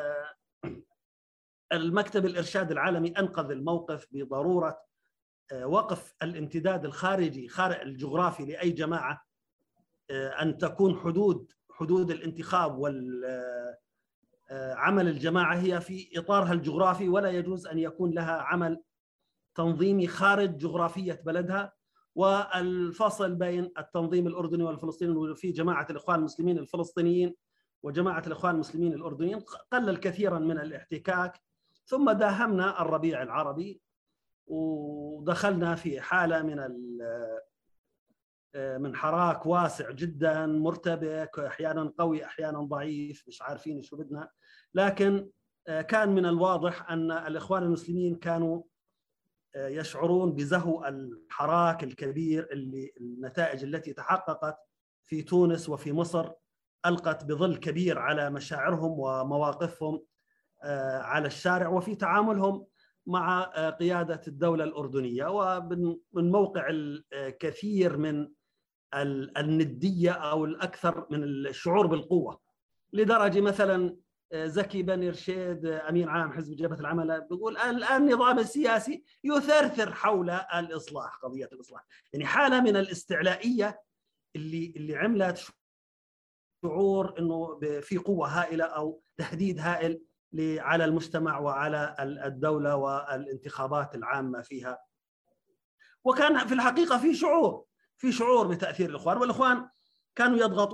المكتب الإرشاد العالمي أنقذ الموقف بضرورة وقف الامتداد الخارجي الجغرافي لأي جماعة، أن تكون حدود الانتخاب والعمل الجماعة هي في إطارها الجغرافي، ولا يجوز أن يكون لها عمل تنظيمي خارج جغرافية بلدها. والفصل بين التنظيم الأردني والفلسطيني في جماعة الإخوان المسلمين الفلسطينيين وجماعة الإخوان المسلمين الأردنيين قلل كثيرا من الاحتكاك. ثم داهمنا الربيع العربي ودخلنا في حالة من حراك واسع جدا مرتبك، أحيانا قوي أحيانا ضعيف، مش عارفين شو بدنا. لكن كان من الواضح أن الإخوان المسلمين كانوا يشعرون بزهو الحراك الكبير اللي النتائج التي تحققت في تونس وفي مصر ألقت بظل كبير على مشاعرهم ومواقفهم على الشارع وفي تعاملهم مع قيادة الدولة الأردنية، ومن موقع الكثير من الندية أو الأكثر من الشعور بالقوة، لدرجة مثلا زكي بن رشيد أمين عام حزب جبهة العمل بيقول الآن النظام السياسي يثرثر حول الإصلاح، قضية الإصلاح. يعني حالة من الاستعلائية اللي عملت شعور أنه في قوة هائلة أو تهديد هائل على المجتمع وعلى الدولة والانتخابات العامة فيها. وكان في الحقيقة في شعور بتأثير الإخوان، والإخوان كانوا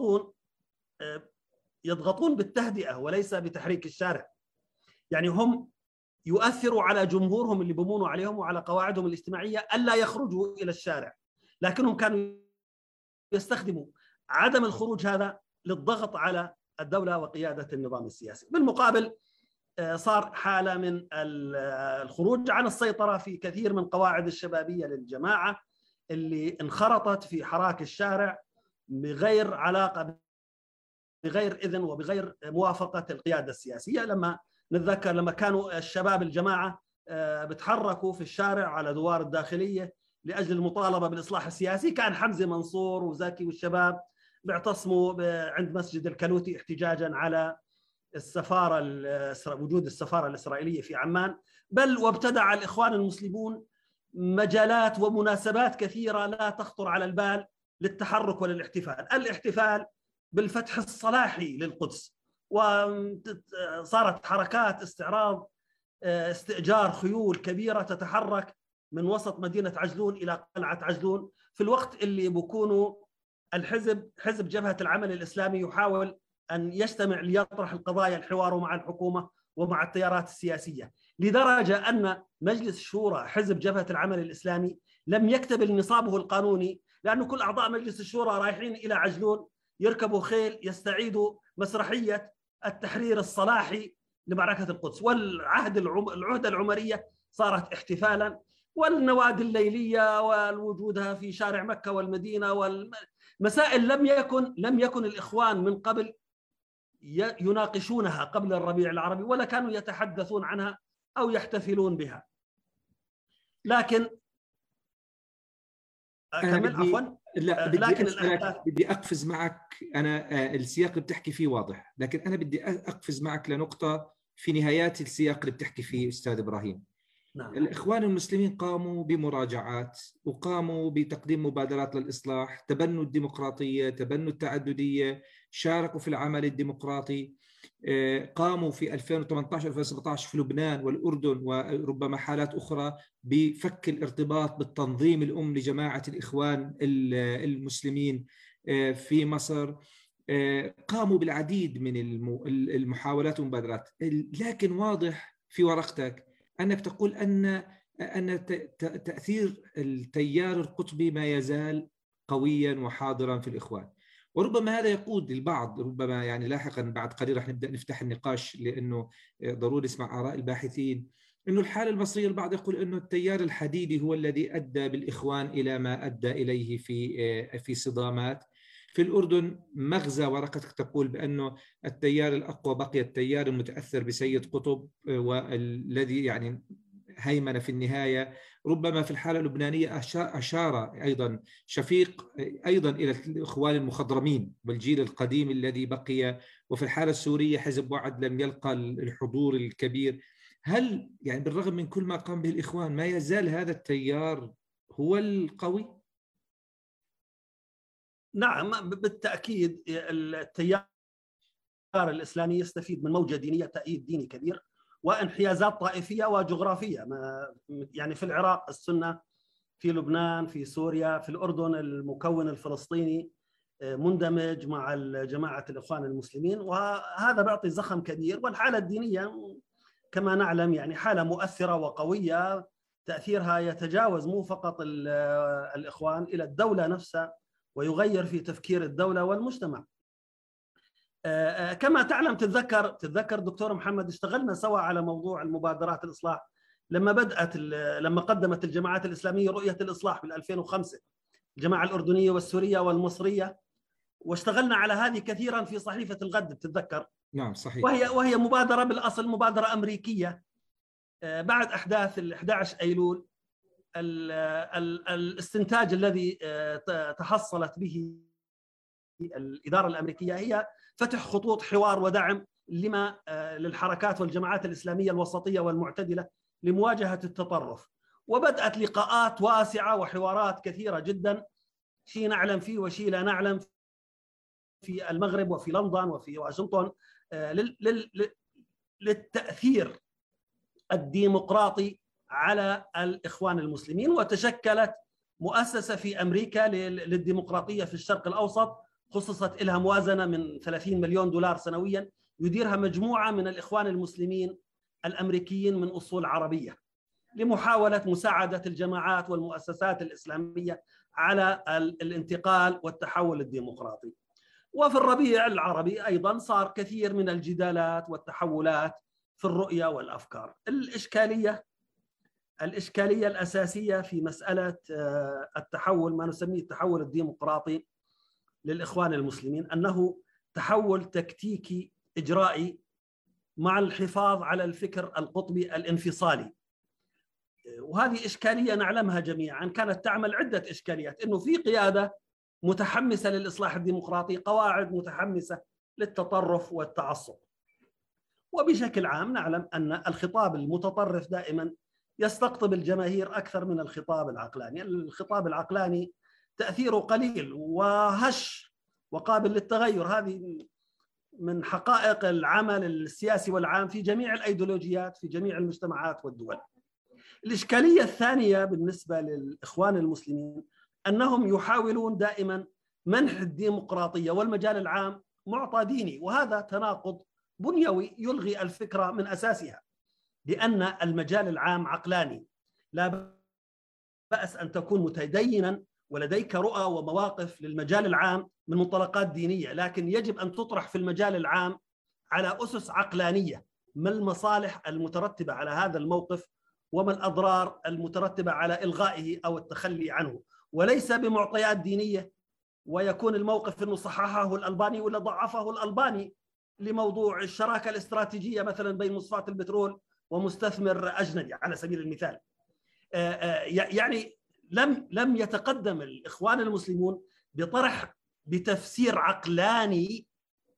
يضغطون بالتهدئة وليس بتحريك الشارع. يعني هم يؤثروا على جمهورهم اللي بمونوا عليهم وعلى قواعدهم الاجتماعية ألا يخرجوا إلى الشارع، لكنهم كانوا يستخدموا عدم الخروج هذا للضغط على الدولة وقيادة النظام السياسي. بالمقابل صار حالة من الخروج عن السيطرة في كثير من قواعد الشبابية للجماعة اللي انخرطت في حراك الشارع بغير علاقة، بغير إذن وبغير موافقة القيادة السياسية. لما نتذكر لما كانوا الشباب الجماعة بتحركوا في الشارع على دوار الداخلية لأجل المطالبة بالإصلاح السياسي، كان حمزة منصور وزكي والشباب بيعتصموا عند مسجد الكلوتي احتجاجا على وجود السفارة الإسرائيلية في عمان. بل وابتدع الإخوان المسلمون مجالات ومناسبات كثيرة لا تخطر على البال للتحرك وللاحتفال. الاحتفال بالفتح الصلاحي للقدس، وصارت حركات استئجار خيول كبيرة تتحرك من وسط مدينة عجلون إلى قلعة عجلون في الوقت اللي بيكونوا حزب جبهة العمل الإسلامي يحاول أن يجتمع ليطرح القضايا الحوار مع الحكومة، ومع التيارات السياسية، لدرجة أن مجلس الشورى حزب جبهة العمل الإسلامي لم يكتمل نصابه القانوني، لأنه كل أعضاء مجلس الشورى رايحين إلى عجلون يركبوا خيل يستعيدوا مسرحية التحرير الصلاحي لمعركة القدس، العهدة العمرية صارت احتفالا، والنوادي الليلية ووجودها في شارع مكة والمدينة والمسائل لم يكن الإخوان من قبل يناقشونها قبل الربيع العربي، ولا كانوا يتحدثون عنها أو يحتفلون بها. لكن أكمل عفوا. لا بدي أقفز معك. أنا السياق اللي بتحكي فيه واضح، لكن أنا بدي أقفز معك لنقطة في نهايات السياق اللي بتحكي فيه أستاذ إبراهيم. نعم. الإخوان المسلمين قاموا بمراجعات وقاموا بتقديم مبادرات للإصلاح، تبنوا الديمقراطية، تبنوا التعددية، شاركوا في العمل الديمقراطي، قاموا في 2018-2017 في لبنان والأردن وربما حالات أخرى بفك الارتباط بالتنظيم الأم لجماعة الإخوان المسلمين في مصر، قاموا بالعديد من المحاولات والمبادرات. لكن واضح في ورقتك أنك تقول أن تأثير التيار القطبي ما يزال قويا وحاضرا في الإخوان، وربما هذا يقود البعض، ربما يعني لاحقا بعد قليل رح نبدأ نفتح النقاش لأنه ضروري نسمع آراء الباحثين، أنه الحالة المصرية البعض يقول أنه التيار الحديدي هو الذي أدى بالإخوان إلى ما أدى إليه في صدامات. في الأردن مغزى ورقتك تقول بأنه التيار الأقوى بقي التيار المتأثر بسيد قطب والذي يعني هيمن في النهاية. ربما في الحالة اللبنانية أشار أيضا شفيق أيضا إلى الإخوان المخضرمين والجيل القديم الذي بقي. وفي الحالة السورية حزب وعد لم يلقى الحضور الكبير. هل يعني بالرغم من كل ما قام به الإخوان ما يزال هذا التيار هو القوي؟ نعم بالتأكيد التيار الإسلامي يستفيد من موجة دينية، تأييد ديني كبير وانحيازات طائفية وجغرافية، يعني في العراق السنة، في لبنان، في سوريا، في الأردن المكون الفلسطيني مندمج مع جماعة الإخوان المسلمين، وهذا بيعطي زخم كبير. والحالة الدينية كما نعلم يعني حالة مؤثرة وقوية، تأثيرها يتجاوز مو فقط الإخوان إلى الدولة نفسها ويغير في تفكير الدولة والمجتمع. كما تعلم، تتذكر دكتور محمد اشتغلنا سوا على موضوع المبادرات الإصلاح لما قدمت الجماعات الإسلامية رؤية الإصلاح في 2005، الجماعة الأردنية والسورية والمصرية، واشتغلنا على هذه كثيرا في صحيفة الغد بتتذكر. نعم صحيح. وهي مبادرة بالأصل مبادرة أمريكية بعد أحداث 11 أيلول. الاستنتاج الذي تحصلت به الإدارة الأمريكية هي فتح خطوط حوار ودعم للحركات والجماعات الإسلامية الوسطية والمعتدلة لمواجهة التطرف، وبدأت لقاءات واسعة وحوارات كثيرة جدا، شيء نعلم فيه وشيء لا نعلم، في المغرب وفي لندن وفي واشنطن، للتأثير الديمقراطي على الإخوان المسلمين. وتشكلت مؤسسة في أمريكا للديمقراطية في الشرق الأوسط، خصصت لها موازنة من 30 مليون دولار سنويا، يديرها مجموعة من الإخوان المسلمين الأمريكيين من أصول عربية، لمحاولة مساعدة الجماعات والمؤسسات الإسلامية على الانتقال والتحول الديمقراطي. وفي الربيع العربي أيضا صار كثير من الجدالات والتحولات في الرؤية والأفكار. الإشكالية الأساسية في مسألة التحول، ما نسميه التحول الديمقراطي للإخوان المسلمين، أنه تحول تكتيكي إجرائي مع الحفاظ على الفكر القطبي الانفصالي. وهذه إشكالية نعلمها جميعا، كانت تعمل عدة إشكاليات، أنه في قيادة متحمسة للإصلاح الديمقراطي، قواعد متحمسة للتطرف والتعصب. وبشكل عام نعلم أن الخطاب المتطرف دائما يستقطب الجماهير أكثر من الخطاب العقلاني. الخطاب العقلاني تأثيره قليل وهش وقابل للتغير، هذه من حقائق العمل السياسي والعام في جميع الأيديولوجيات في جميع المجتمعات والدول. الإشكالية الثانية بالنسبة للإخوان المسلمين أنهم يحاولون دائما منح الديمقراطية والمجال العام معطى ديني، وهذا تناقض بنيوي يلغي الفكرة من أساسها، لأن المجال العام عقلاني، لا بأس أن تكون متدينا ولديك رؤى ومواقف للمجال العام من منطلقات دينية، لكن يجب أن تطرح في المجال العام على أسس عقلانية. ما المصالح المترتبة على هذا الموقف وما الأضرار المترتبة على إلغائه أو التخلي عنه، وليس بمعطيات دينية ويكون الموقف أنه صححه الألباني ولا ضعفه الألباني لموضوع الشراكة الاستراتيجية مثلا بين مصفاة البترول ومستثمر أجنبي على سبيل المثال. يعني لم يتقدم الإخوان المسلمون بتفسير عقلاني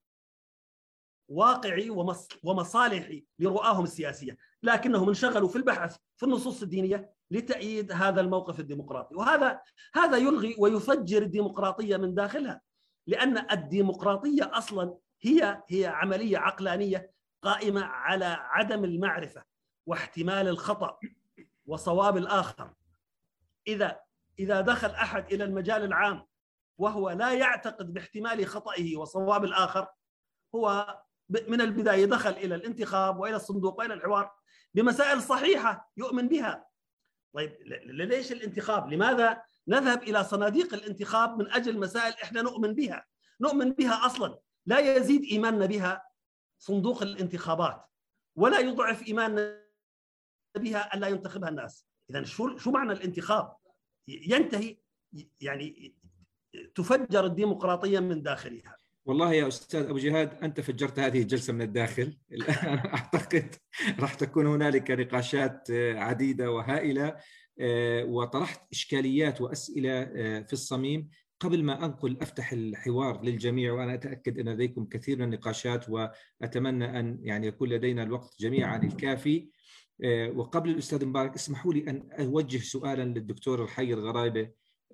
واقعي ومصالحي لرؤاهم السياسية، لكنهم انشغلوا في البحث في النصوص الدينية لتأييد هذا الموقف الديمقراطي، وهذا يلغي ويفجر الديمقراطية من داخلها، لأن الديمقراطية أصلا هي عملية عقلانية قائمة على عدم المعرفة واحتمال الخطأ وصواب الآخر. إذا دخل أحد إلى المجال العام وهو لا يعتقد باحتمال خطئه وصواب الآخر، هو من البداية دخل إلى الانتخاب وإلى الصندوق وإلى الحوار بمسائل صحيحة يؤمن بها. طيب ليش الانتخاب؟ لماذا نذهب إلى صناديق الانتخاب من أجل مسائل إحنا نؤمن بها أصلا؟ لا يزيد إيماننا بها صندوق الانتخابات ولا يضعف إيماننا بها ألا ينتخبها الناس. إذن شو معنى الانتخاب؟ ينتهي يعني تفجر الديمقراطية من داخلها. والله يا أستاذ أبو جهاد أنت فجرت هذه الجلسة من الداخل. الآن أعتقد راح تكون هنالك نقاشات عديدة وهائلة، وطرحت إشكاليات وأسئلة في الصميم. قبل ما أفتح الحوار للجميع، وأنا أتأكد أن لديكم كثير من النقاشات وأتمنى أن يعني يكون لدينا الوقت جميعا الكافي، وقبل الأستاذ مبارك اسمحوا لي أن أوجه سؤالا للدكتور الحي الغرايبة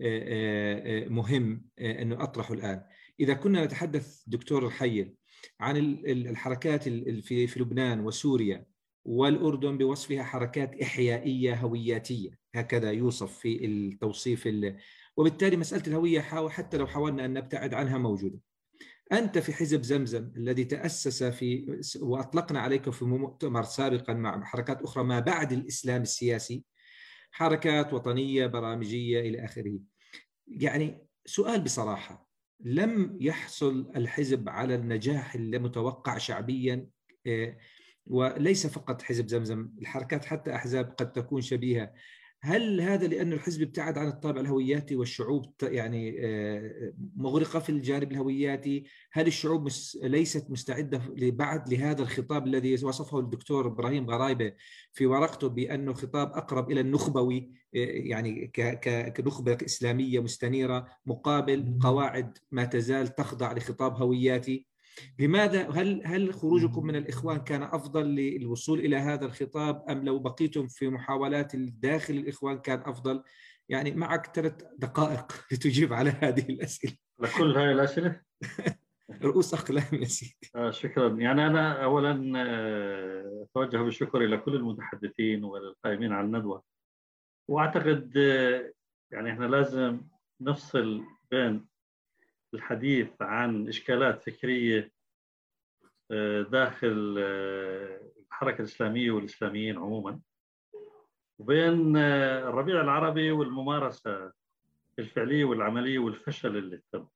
مهم أنه أطرحه الآن. إذا كنا نتحدث دكتور الحي عن الحركات في لبنان وسوريا والأردن بوصفها حركات إحيائية هوياتية، هكذا يوصف في التوصيف، وبالتالي مسألة الهوية حتى لو حاولنا أن نبتعد عنها موجودة. أنت في حزب زمزم الذي تأسس وأطلقنا عليك في مؤتمر سابقا مع حركات أخرى ما بعد الإسلام السياسي، حركات وطنية برامجية إلى آخره، يعني سؤال بصراحة، لم يحصل الحزب على النجاح المتوقع شعبيا، وليس فقط حزب زمزم، الحركات حتى أحزاب قد تكون شبيهة. هل هذا لأن الحزب ابتعد عن الطابع الهوياتي والشعوب يعني مغرقة في الجانب الهوياتي؟ هل الشعوب ليست مستعدة بعد لهذا الخطاب الذي وصفه الدكتور إبراهيم غرايبة في ورقته بأنه خطاب أقرب إلى النخبوي، يعني كنخبة إسلامية مستنيرة مقابل قواعد ما تزال تخضع لخطاب هوياتي؟ لماذا هل خروجكم من الإخوان كان أفضل للوصول إلى هذا الخطاب، أم لو بقيتم في محاولات داخل الإخوان كان أفضل؟ يعني معك 3 دقائق لتجيب على هذه الأسئلة. لكل هذه الأسئلة رؤوس أقلام يا سيدي. شكرا. يعني أنا أولا أتوجه بالشكر إلى كل المتحدثين والقائمين على الندوة، وأعتقد يعني إحنا لازم نفصل بين الحديث عن إشكالات فكرية داخل الحركة الإسلامية والإسلاميين عموما، وبين الربيع العربي والممارسة الفعلية والعملية والفشل اللي تم.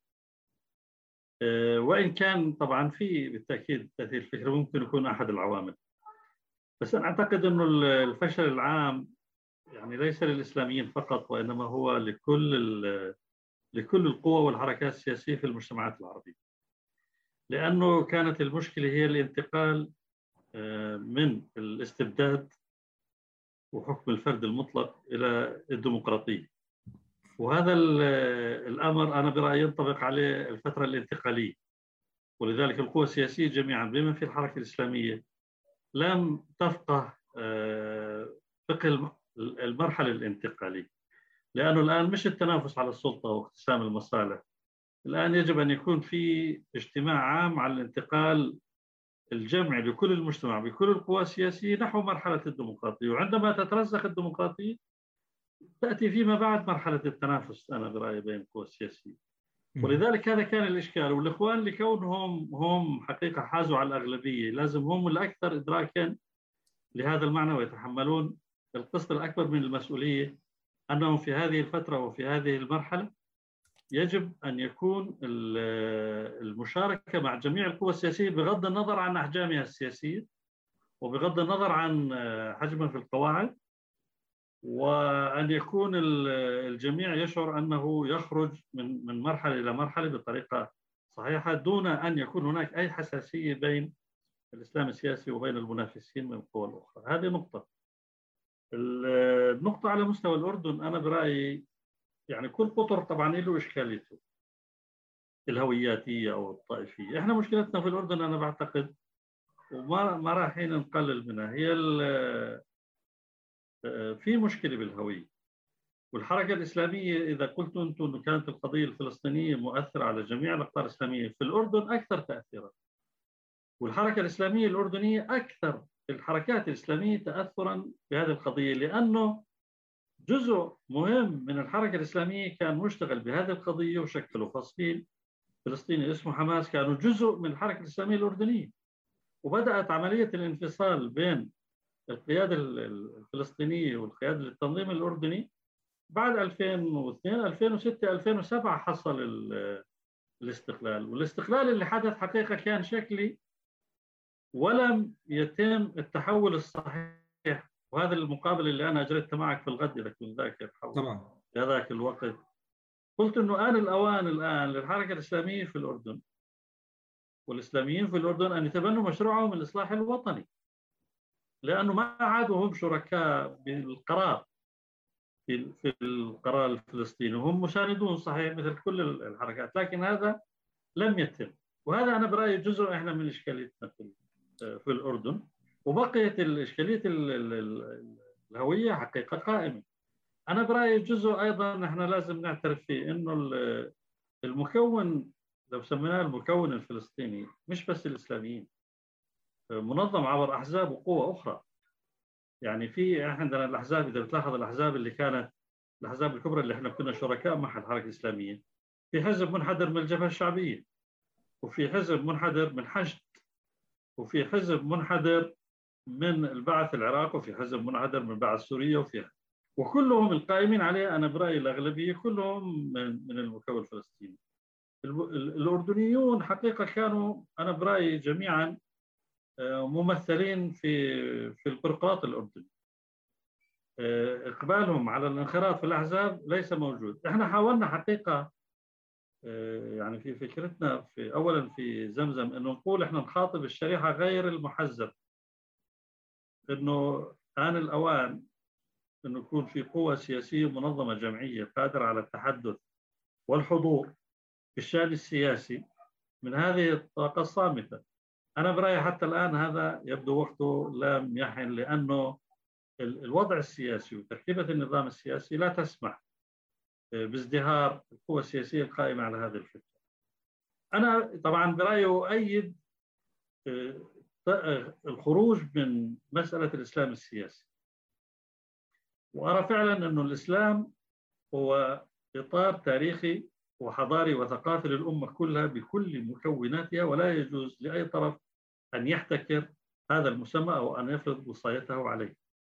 وإن كان طبعا في بالتأكيد تأثير الفكري ممكن يكون أحد العوامل، بس أنا أعتقد أنه الفشل العام يعني ليس للإسلاميين فقط، وإنما هو لكل القوى والحركات السياسية في المجتمعات العربية، لأنه كانت المشكلة هي الانتقال من الاستبداد وحكم الفرد المطلق إلى الديمقراطية، وهذا الأمر أنا برأيي ينطبق عليه الفترة الانتقالية، ولذلك القوى السياسية جميعا بما في الحركة الإسلامية لم تفقه فقه المرحلة الانتقالية، لأنه الآن مش التنافس على السلطة واقتسام المصالح، الآن يجب أن يكون في اجتماع عام على الانتقال الجمعي لكل المجتمع بكل القوى السياسية نحو مرحلة الديمقراطية، وعندما تترسخ الديمقراطية تأتي فيما بعد مرحلة التنافس أنا برأيي بين القوى السياسية. ولذلك هذا كان الإشكال. والإخوان لكونهم هم حقيقة حازوا على الأغلبية لازم هم الأكثر إدراكا لهذا المعنى ويتحملون القسط الأكبر من المسؤولية، أنهم في هذه الفترة وفي هذه المرحلة يجب أن يكون المشاركة مع جميع القوى السياسية بغض النظر عن أحجامها السياسية وبغض النظر عن حجمها في القواعد، وأن يكون الجميع يشعر أنه يخرج من مرحلة إلى مرحلة بطريقة صحيحة دون أن يكون هناك أي حساسية بين الإسلام السياسي وبين المنافسين من القوى الأخرى. هذه نقطة. النقطة على مستوى الأردن، أنا برأيي يعني كل قطر طبعا له إشكاليته الهوياتية أو الطائفية. إحنا مشكلتنا في الأردن أنا بعتقد وما رايحين نقلل منها، هي في مشكلة بالهوية. والحركة الإسلامية إذا قلت أنتم أنه كانت القضية الفلسطينية مؤثرة على جميع الأقطار الإسلامية، في الأردن أكثر تأثيرا. والحركة الإسلامية الأردنية أكثر الحركات الإسلامية تأثرا بهذه القضية، لأنه جزء مهم من الحركة الإسلامية كان مشتغل بهذه القضية وشكلوا فصيل فلسطيني اسمه حماس، كانوا جزء من الحركة الإسلامية الأردنية. وبدأت عملية الانفصال بين القيادة الفلسطينية والقيادة للتنظيم الأردني بعد 2002 2006 2007 حصل الاستقلال. والاستقلال اللي حدث حقيقة كان شكلي ولم يتم التحول الصحيح. وهذا المقابلة اللي أنا أجريتها معك في الغد إذا كنت ذاكر طبعا في هذاك الوقت، قلت إنه آن الأوان الآن للحركة الإسلامية في الأردن والإسلاميين في الأردن أن يتبنوا مشروعهم الإصلاح الوطني، لأنه ما عادوا هم شركاء بالقرار في القرار الفلسطيني، هم مساندون صحيح مثل كل الحركات، لكن هذا لم يتم. وهذا أنا برأيي جزء إحنا من إشكاليتنا في الأردن. وبقيت الإشكالية الهوية حقيقة قائمة. أنا برأيي جزء أيضا إحنا لازم نعترف فيه، إنه المكون لو سميناه المكون الفلسطيني مش بس الإسلاميين، منظم عبر أحزاب وقوى أخرى. يعني في عندنا الأحزاب، إذا بتلاحظ الأحزاب اللي كانت الأحزاب الكبرى اللي إحنا كنا شركاء مع الحركة الإسلامية، في حزب منحدر من الجبهة الشعبية، وفي حزب منحدر من حشد، وفي حزب منحدر من البعث العراقي، وفي حزب منحدر من بعث سوريا، وكلهم القائمين عليه أنا برأيي الأغلبية كلهم من المكون الفلسطيني. الأردنيون حقيقة كانوا أنا برأيي جميعا ممثلين في البيروقراط الأردني. إقبالهم على الانخراط في الأحزاب ليس موجود. إحنا حاولنا حقيقة يعني في فكرتنا أولا في زمزم أنه نقول إحنا نخاطب الشريحة غير المحزب، أنه آن الأوان أنه يكون في قوة سياسية منظمة جمعية قادرة على التحدث والحضور في الشأن السياسي من هذه الطاقة الصامتة. أنا برأيي حتى الآن هذا يبدو وقته لم يحن، لأنه الوضع السياسي وتركيبة النظام السياسي لا تسمح بازدهار القوى السياسية القائمة على هذه الفكرة. أنا طبعا برأيي أؤيد الخروج من مسألة الإسلام السياسي، وأرى فعلا أن الإسلام هو إطار تاريخي وحضاري وثقافي للأمة كلها بكل مكوناتها، ولا يجوز لأي طرف أن يحتكر هذا المسمى أو أن يفرض وصايته عليه.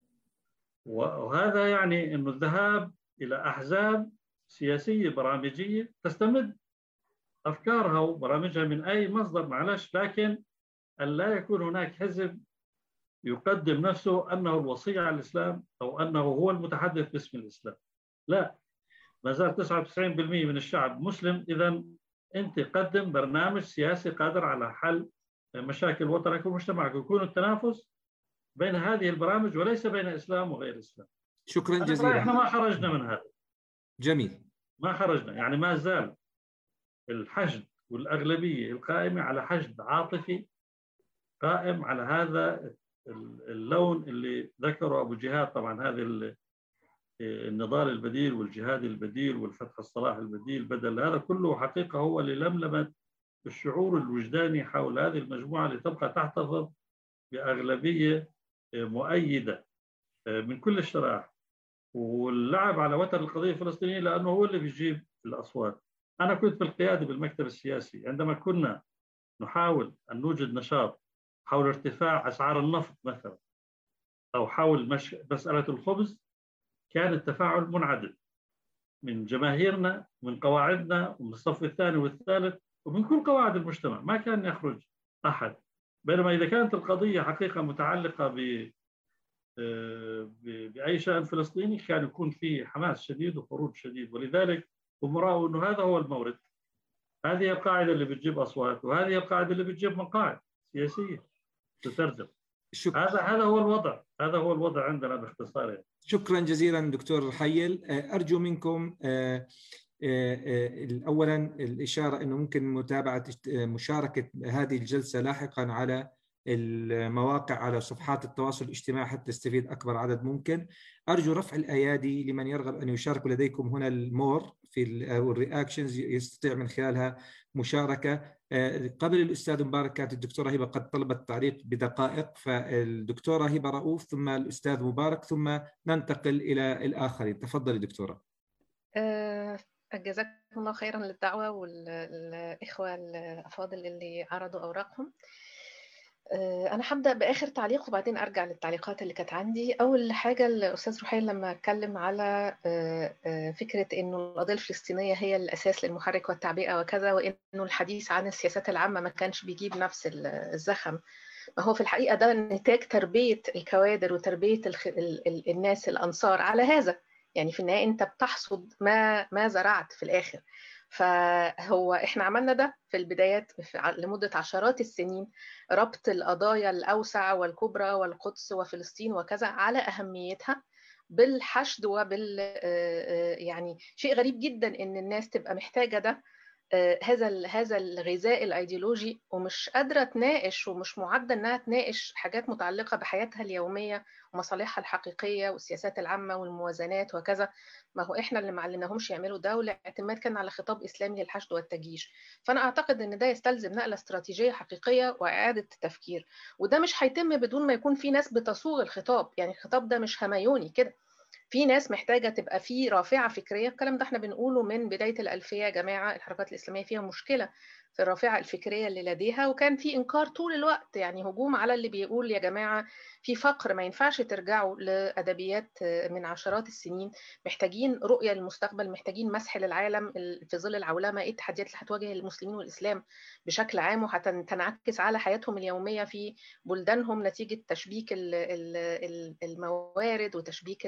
وهذا يعني أن الذهاب إلى أحزاب سياسية برامجية تستمد أفكارها وبرامجها من أي مصدر معلش، لكن أن لا يكون هناك حزب يقدم نفسه أنه الوصي على الإسلام أو أنه هو المتحدث باسم الإسلام. لا، ما زال 99% من الشعب مسلم. إذا أنت قدم برنامج سياسي قادر على حل مشاكل وطنك ومجتمعك، ويكون التنافس بين هذه البرامج وليس بين إسلام وغير إسلام. شكرا جزيلا. إحنا ما خرجنا من هذا. جميل. ما خرجنا، يعني ما زال الحشد والأغلبية القائمة على حشد عاطفي قائم على هذا اللون اللي ذكره أبو جهاد. طبعا هذا النضال البديل والجهاد البديل والفتح الصلاح البديل بدل، هذا كله حقيقة هو للملمة الشعور الوجداني حول هذه المجموعة لتبقى تحتفظ بأغلبية مؤيدة من كل الشرائح، واللعب على وتر القضية الفلسطينية لأنه هو اللي بيجيب الأصوات. أنا كنت في القيادة بالمكتب السياسي عندما كنا نحاول أن نوجد نشاط حول ارتفاع أسعار النفط مثلا أو حول مسألة الخبز، كان التفاعل منعدم من جماهيرنا، من قواعدنا، ومن الصف الثاني والثالث، ومن كل قواعد المجتمع، ما كان يخرج أحد. بينما إذا كانت القضية حقيقة متعلقة بأي شأن فلسطيني كان يكون فيه حماس شديد وخروج شديد. ولذلك هم رأوا أنه هذا هو المورد، هذه القاعدة اللي بتجيب أصوات، وهذه القاعدة اللي بتجيب مقاعد سياسية تترجم. هذا هو الوضع، هذا هو الوضع عندنا باختصار يعني. شكرا جزيلا دكتور حيل. أرجو منكم أولا الإشارة أنه ممكن متابعة مشاركة هذه الجلسة لاحقا على المواقع، على صفحات التواصل الاجتماعي حتى يستفيد أكبر عدد ممكن. أرجو رفع الأيادي لمن يرغب أن يشارك. لديكم هنا المور في الرياكشنز يستطيع من خلالها مشاركة. قبل الأستاذ مبارك كانت الدكتورة هبة قد طلبت التعليق بدقائق، فالدكتورة هبة رؤوف ثم الأستاذ مبارك ثم ننتقل إلى الآخرين. تفضلي دكتورة. جزاكم الله خيرا للدعوة والإخوة الأفاضل اللي عرضوا أوراقهم. أنا هبدأ بآخر تعليق وبعدين أرجع للتعليقات اللي كانت عندي. أول حاجة الأستاذ رحيل لما اتكلم على فكرة إنه القضية الفلسطينية هي الأساس للمحرك والتعبئة وكذا، وإنه الحديث عن السياسات العامة ما كانش بيجيب نفس الزخم. ما هو في الحقيقة ده نتاج تربية الكوادر وتربية الناس الأنصار على هذا. يعني في النهاية أنت بتحصد ما زرعت في الآخر. فهو إحنا عملنا ده في البدايات لمدة عشرات السنين، ربط القضايا الأوسع والكبرى والقدس وفلسطين وكذا على أهميتها بالحشد يعني شيء غريب جدا إن الناس تبقى محتاجة ده، هذا الغذاء الايديولوجي، ومش قادره تناقش ومش معده انها تناقش حاجات متعلقه بحياتها اليوميه ومصالحها الحقيقيه والسياسات العامه والموازنات وكذا. ما هو احنا اللي ما علمناهمش يعملوا ده، والاعتماد كان على خطاب اسلامي للحشد والتجيش. فانا اعتقد ان ده يستلزم نقله استراتيجيه حقيقيه واعاده تفكير، وده مش هيتم بدون ما يكون في ناس بتصوغ الخطاب. يعني الخطاب ده مش هميوني كده، في ناس محتاجة تبقى في رافعة فكرية. الكلام ده احنا بنقوله من بداية الألفية يا جماعة، الحركات الإسلامية فيها مشكلة في الرافعة الفكرية اللي لديها، وكان في إنكار طول الوقت، يعني هجوم على اللي بيقول يا جماعة في فقر، ما ينفعش ترجعوا لأدبيات من عشرات السنين، محتاجين رؤية للمستقبل، محتاجين مسح للعالم في ظل العولمة، ايه التحديات اللي هتواجه المسلمين والإسلام بشكل عام وهتنعكس على حياتهم اليومية في بلدانهم نتيجة تشبيك الموارد وتشبيك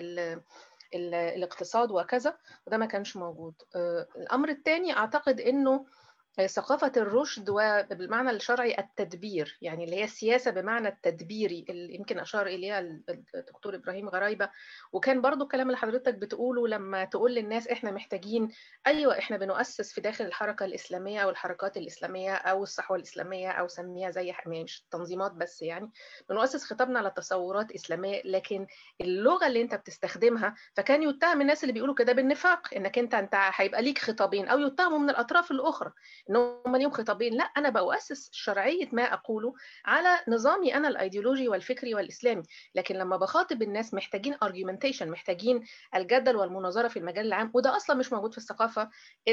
الاقتصاد وكذا، وده ما كانش موجود. الأمر الثاني أعتقد أنه ثقافة الرشد وبالمعنى الشرعي التدبير، يعني اللي هي السياسة بمعنى التدبيري اللي يمكن أشار إليها الدكتور إبراهيم غرايبة. وكان برضو الكلام اللي حضرتك بتقوله لما تقول للناس إحنا محتاجين، أيوة إحنا بنؤسس في داخل الحركة الإسلامية أو الحركات الإسلامية أو الصحوة الإسلامية أو سميها زي مش تنظيمات بس، يعني بنؤسس خطابنا على تصورات إسلامية، لكن اللغة اللي أنت بتستخدمها، فكان يتهم الناس اللي بيقولوا كده بالنفاق، إنك أنت هيبقى ليك خطابين، أو يتهموا من الأطراف الأخرى إنهم ليهم خطابين. لا، أنا بأسس شرعية ما أقوله على نظامي أنا الأيديولوجي والفكري والإسلامي. لكن لما بخاطب الناس محتاجين argumentation، محتاجين الجدل والمناظرة في المجال العام، وده أصلا مش موجود في الثقافة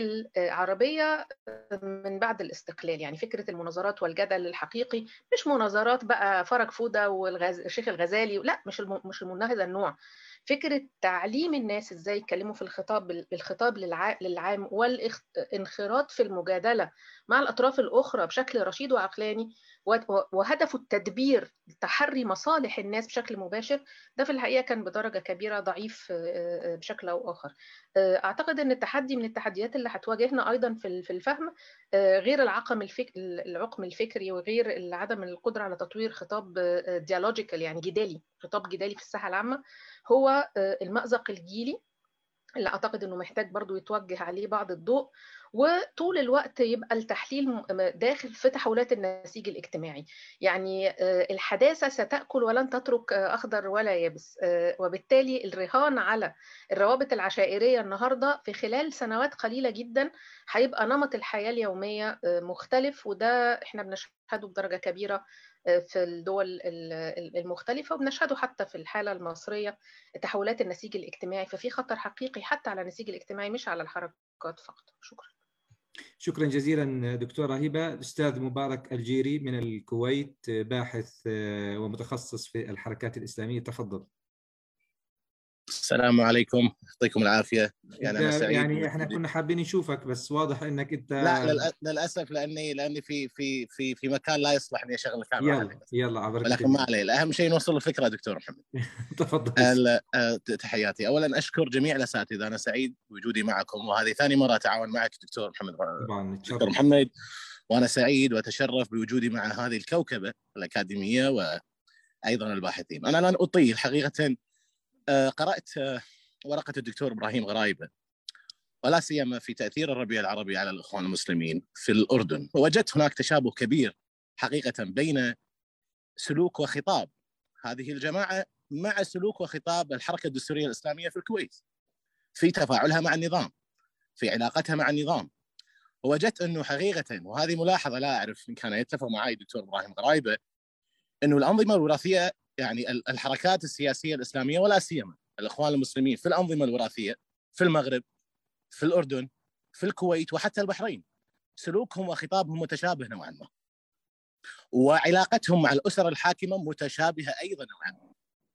العربية من بعد الاستقلال. يعني فكرة المناظرات والجدل الحقيقي مش مناظرات بقى فرج فودة والشيخ الغزالي، لا، مش من هذا النوع. فكرة تعليم الناس ازاي يتكلموا في بالخطاب للعام، والانخراط في المجادلة مع الأطراف الأخرى بشكل رشيد وعقلاني، وهدفه التدبير، تحري مصالح الناس بشكل مباشر، ده في الحقيقة كان بدرجة كبيرة ضعيف بشكل أو آخر. أعتقد أن التحدي من التحديات اللي هتواجهنا أيضا في الفهم، غير العقم الفكري، وغير عدم القدرة على تطوير خطاب ديالوجيكال، يعني جدالي، خطاب جدالي في الساحة العامة، هو المأزق الجيلي اللي أعتقد أنه محتاج برضو يتوجه عليه بعض الضوء، وطول الوقت يبقى التحليل داخل في تحولات النسيج الاجتماعي. يعني الحداثة ستأكل ولن تترك أخضر ولا يابس، وبالتالي الرهان على الروابط العشائرية النهاردة في خلال سنوات قليلة جدا هيبقى نمط الحياة اليومية مختلف، وده احنا بنشهده بدرجة كبيرة في الدول المختلفة، وبنشهده حتى في الحالة المصرية، تحولات النسيج الاجتماعي. ففي خطر حقيقي حتى على النسيج الاجتماعي مش على الحركات فقط. شكرا. شكرا جزيلا دكتورة هبة. الأستاذ مبارك الجيري من الكويت، باحث ومتخصص في الحركات الإسلامية، تفضل. السلام عليكم، يعطيكم العافية. يعني أنا سعيد، يعني احنا كنا حابين نشوفك بس واضح انك انت لا للاسف لاني في مكان لا يصلح اني اشغل الكاميرا. يلا عبرك، ولكن ما عليه، اهم شيء نوصل الفكرة دكتور محمد. تفضل. تحياتي. اولا اشكر جميع الاساتذة، انا سعيد بوجودي معكم، وهذه ثاني مرة اتعاون معك دكتور محمد. طبعا دكتور محمد، وانا سعيد واتشرف بوجودي مع هذه الكوكبة الأكاديمية وايضا الباحثين. انا لن اطيل حقيقة. قرأت ورقة الدكتور إبراهيم غرايبة، ولا سيما في تأثير الربيع العربي على الإخوان المسلمين في الأردن، ووجدت هناك تشابه كبير حقيقة بين سلوك وخطاب هذه الجماعة مع سلوك وخطاب الحركة الدستورية الإسلامية في الكويت، في تفاعلها مع النظام، في علاقتها مع النظام. ووجدت أنه حقيقة، وهذه ملاحظة لا أعرف إن كان يتفق معي الدكتور إبراهيم غرايبة، أنه الأنظمة الوراثية، يعني الحركات السياسية الإسلامية ولا سيما الإخوان المسلمين في الأنظمة الوراثية في المغرب، في الأردن، في الكويت، وحتى البحرين، سلوكهم وخطابهم متشابه نوعا ما، وعلاقتهم مع الأسر الحاكمة متشابهة أيضا نوعا ما،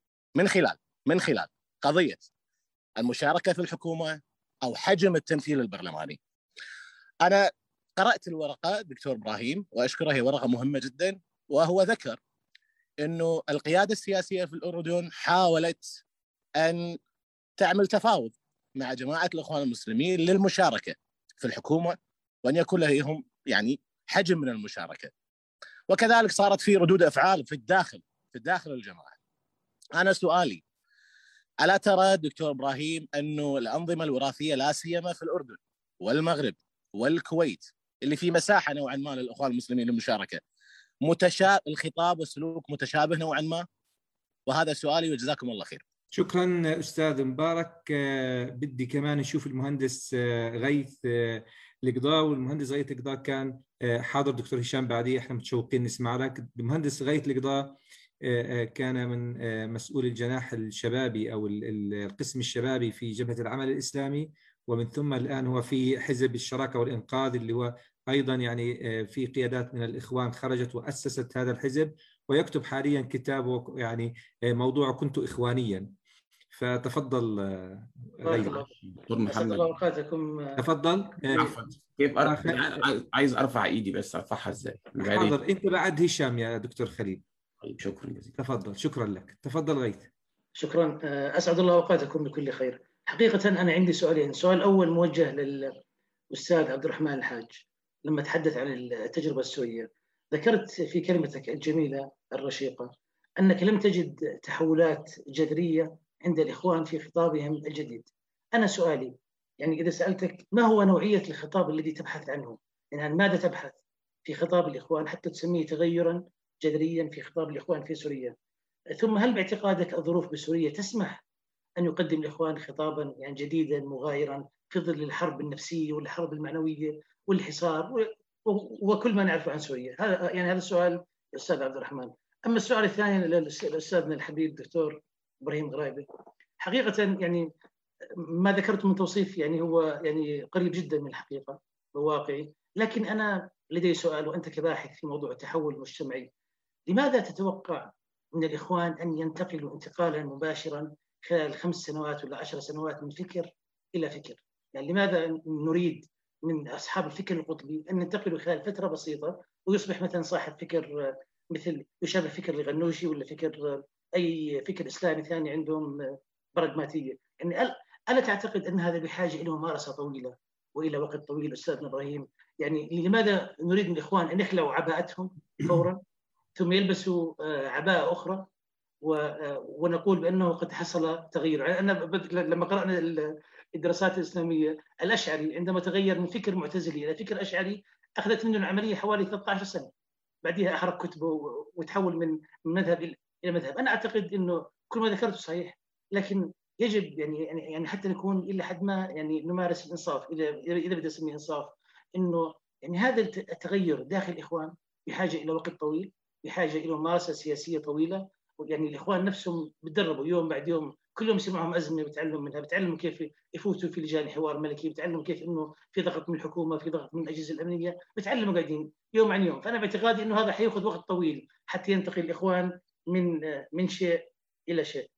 من خلال قضية المشاركة في الحكومة أو حجم التمثيل البرلماني. أنا قرأت الورقة دكتور إبراهيم وأشكره، هي ورقة مهمة جدا، وهو ذكر أنه القيادة السياسية في الأردن حاولت أن تعمل تفاوض مع جماعة الإخوان المسلمين للمشاركة في الحكومة، وأن يكون لهم يعني حجم من المشاركة، وكذلك صارت في ردود أفعال في الداخل الجماعة. أنا سؤالي، ألا ترى دكتور إبراهيم أنه الأنظمة الوراثية لا سيما في الأردن والمغرب والكويت اللي في مساحة نوعا ما للإخوان المسلمين للمشاركة، الخطاب والسلوك متشابه نوعا ما؟ وهذا سؤالي وجزاكم الله خير. شكرا أستاذ مبارك. بدي كمان نشوف المهندس غيث القضاء، والمهندس غيث القضاء كان حاضر دكتور هشام بعديه، احنا متشوقين نسمع لك. المهندس غيث القضاء كان من مسؤول الجناح الشبابي أو القسم الشبابي في جبهة العمل الإسلامي، ومن ثم الآن هو في حزب الشراكة والإنقاذ، اللي هو أيضا يعني في قيادات من الإخوان خرجت وأسست هذا الحزب، ويكتب حاليا كتابه يعني موضوع كنت إخوانيا. فتفضل غيث. دكتور محمد، الله اوقاتكم. تفضل. كيف عايز ارفع ايدي، بس ارفعها ازاي؟ حاضر، انت بعد هشام يا دكتور خليل. طيب شكرا جزيلا. تفضل. شكرا لك. تفضل غيث. شكرا. اسعد الله اوقاتكم بكل خير. حقيقة انا عندي سؤالين. السؤال الاول موجه للاستاذ عبد الرحمن الحاج. لما تحدث عن التجربة السورية ذكرت في كلمتك الجميلة الرشيقة انك لم تجد تحولات جذرية عند الإخوان في خطابهم الجديد. أنا سؤالي، يعني إذا سألتك ما هو نوعية الخطاب الذي تبحث عنه؟ يعني ماذا تبحث في خطاب الإخوان حتى تسميه تغيرا جذريا في خطاب الإخوان في سوريا؟ ثم هل باعتقادك الظروف بسوريا تسمح أن يقدم الإخوان خطابا يعني جديدا مغايرا في ظل الحرب النفسية والحرب المعنوية والحصار وكل ما نعرفه عن سوريا؟ هذا السؤال أستاذ عبد الرحمن. أما السؤال الثاني لأستاذنا الحبيب دكتور إبراهيم غرايبة، حقيقة يعني ما ذكرت من توصيف يعني هو يعني قريب جدا من الحقيقة وواقعي، لكن أنا لدي سؤال، وأنت كباحث في موضوع التحول المجتمعي، لماذا تتوقع من الإخوان أن ينتقلوا انتقالا مباشرا خلال 5 سنوات ولا 10 سنوات من فكر إلى فكر؟ يعني لماذا نريد من أصحاب الفكر القطبي أن ينتقلوا خلال فترة بسيطة ويصبح مثلا صاحب فكر مثل يشابه فكر الغنوشي ولا فكر أي فكر إسلامي ثاني عندهم براغماتية؟ يعني ألا تعتقد أن هذا بحاجة إلى ممارسة طويلة وإلى وقت طويل أستاذنا إبراهيم؟ يعني لماذا نريد من الإخوان أن يخلعوا عباءتهم فورا ثم يلبسوا عباءة أخرى ونقول بأنه قد حصل تغيير؟ يعني أنا لما قرأنا الدراسات الإسلامية، الأشعري عندما تغير من فكر معتزلي إلى فكر أشعري أخذت منه العملية حوالي 13 سنة، بعدها أحرق كتبه وتحول من مذهب إلى مذهب. أنا أعتقد أنه كل ما ذكرته صحيح، لكن يجب يعني حتى نكون إلى حد ما يعني نمارس الإنصاف، إذا بدي أسميه إنصاف، إنه يعني هذا التغير داخل الإخوان بحاجة إلى وقت طويل، بحاجة إلى ممارسة سياسية طويلة. يعني الاخوان نفسهم بتدربوا يوم بعد يوم، كل يوم يصير معهم ازمه بتعلموا منها، بتعلموا كيف يفوتوا في لجان حوار ملكي، بتعلموا كيف انه في ضغط من الحكومه، في ضغط من الاجهزه الامنيه، بتعلموا قاعدين يوم عن يوم. فانا باعتقادي انه هذا حياخذ وقت طويل حتى ينتقل الاخوان من شيء الى شيء.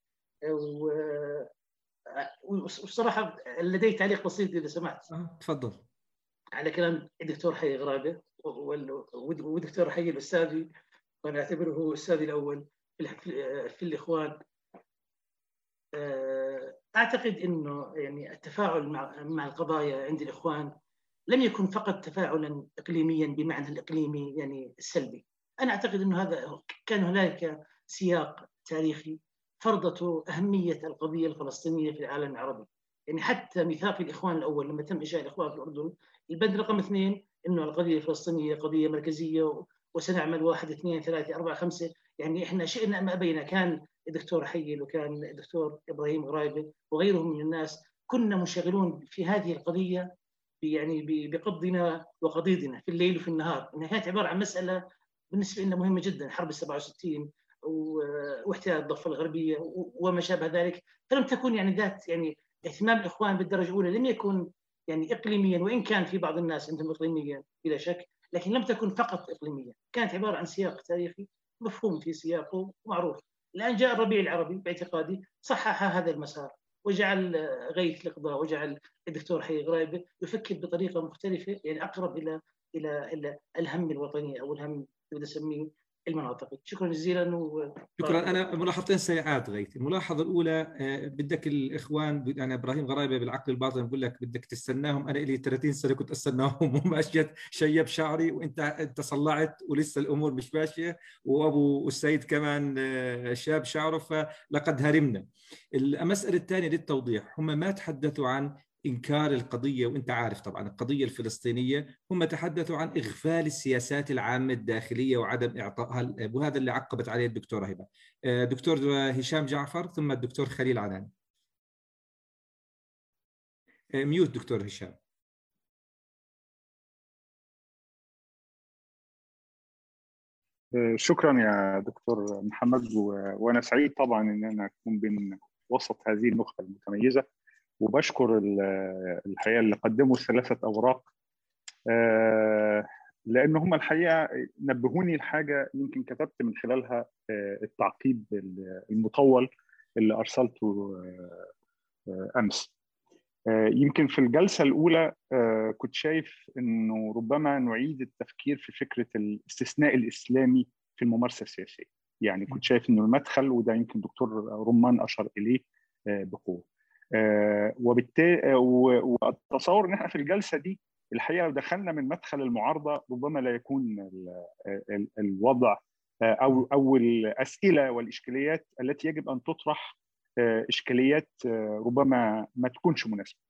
والصراحه لدي تعليق بسيط اذا سمحت. تفضل. على كلام الدكتور حي غرابه والدكتور حي الاستاذي، وانا اعتبره هو استاذي الاول في الاخوان. اعتقد انه يعني التفاعل مع القضايا عند الاخوان لم يكن فقط تفاعلا اقليميا بمعنى الاقليمي يعني السلبي. انا اعتقد انه هذا كان هناك سياق تاريخي فرضته اهميه القضيه الفلسطينيه في العالم العربي. يعني حتى ميثاق الاخوان الاول لما تم انشاء الاخوان في الاردن، البند رقم 2 انه القضيه الفلسطينيه قضيه مركزيه وسنعمل 1 2 3 4 5. يعني احنا شئنا ام ابينا، كان الدكتور حيل وكان الدكتور ابراهيم غرايبه وغيرهم من الناس كنا منشغلون في هذه القضيه يعني بقضنا وقضيضنا في الليل وفي النهار. انها كانت عباره عن مساله بالنسبه لنا مهمه جدا، حرب 67 واحتلال الضفه الغربيه وما شابه ذلك. فلم تكن يعني ذات يعني اهتمام الاخوان بالدرجه الاولى لم يكن يعني اقليميا، وان كان في بعض الناس عندهم اقليميا بلا شك، لكن لم تكن فقط اقليميه، كانت عباره عن سياق تاريخي مفهوم في سياقه ومعروف. الان جاء الربيع العربي باعتقادي صحح هذا المسار وجعل غيث القضاء وجعل الدكتور حي غرايبه يفكر بطريقه مختلفه، يعني اقرب الى الهم الوطني او الهم اللي نسميه المناطقي. شكرا جزيلا. شكرا. انا ملاحظتين سريعات غيث. الملاحظه الاولى، بدك الاخوان، انا ابراهيم غرايبه بالعقل الباطن بقول لك بدك تستناهم. انا لي 30 سنه كنت استناهم وماشيت شيب شعري، وانت صلعت ولسه الامور مش ماشيه، وابو السيد كمان شاب شعره، فلقد هرمنا. المساله الثانيه للتوضيح، هم ما تحدثوا عن إنكار القضية، وإنت عارف طبعا القضية الفلسطينية، هم تحدثوا عن إغفال السياسات العامة الداخلية وعدم إعطائها، وهذا اللي عقبت عليه الدكتورة هبة. دكتور هشام جعفر ثم الدكتور خليل عنان. ميوت دكتور هشام. شكرا يا دكتور محمد، وأنا سعيد طبعا أن أنا أكون بين وسط هذه النخبة المتميزة، وبشكر الحقيقة اللي قدموا ال3 أوراق، لأن هم الحقيقة نبهوني لحاجة يمكن كتبت من خلالها التعقيب المطول اللي أرسلته أمس. يمكن في الجلسة الأولى كنت شايف أنه ربما نعيد التفكير في فكرة الاستثناء الإسلامي في الممارسة السياسية. يعني كنت شايف أنه المدخل، وده يمكن دكتور رمان أشار إليه بقوة، وبالتالي والتصور ان احنا في الجلسه دي الحقيقه لو دخلنا من مدخل المعارضه ربما لا يكون الوضع او الاسئله والاشكاليات التي يجب ان تطرح اشكاليات ربما ما تكونش مناسبه.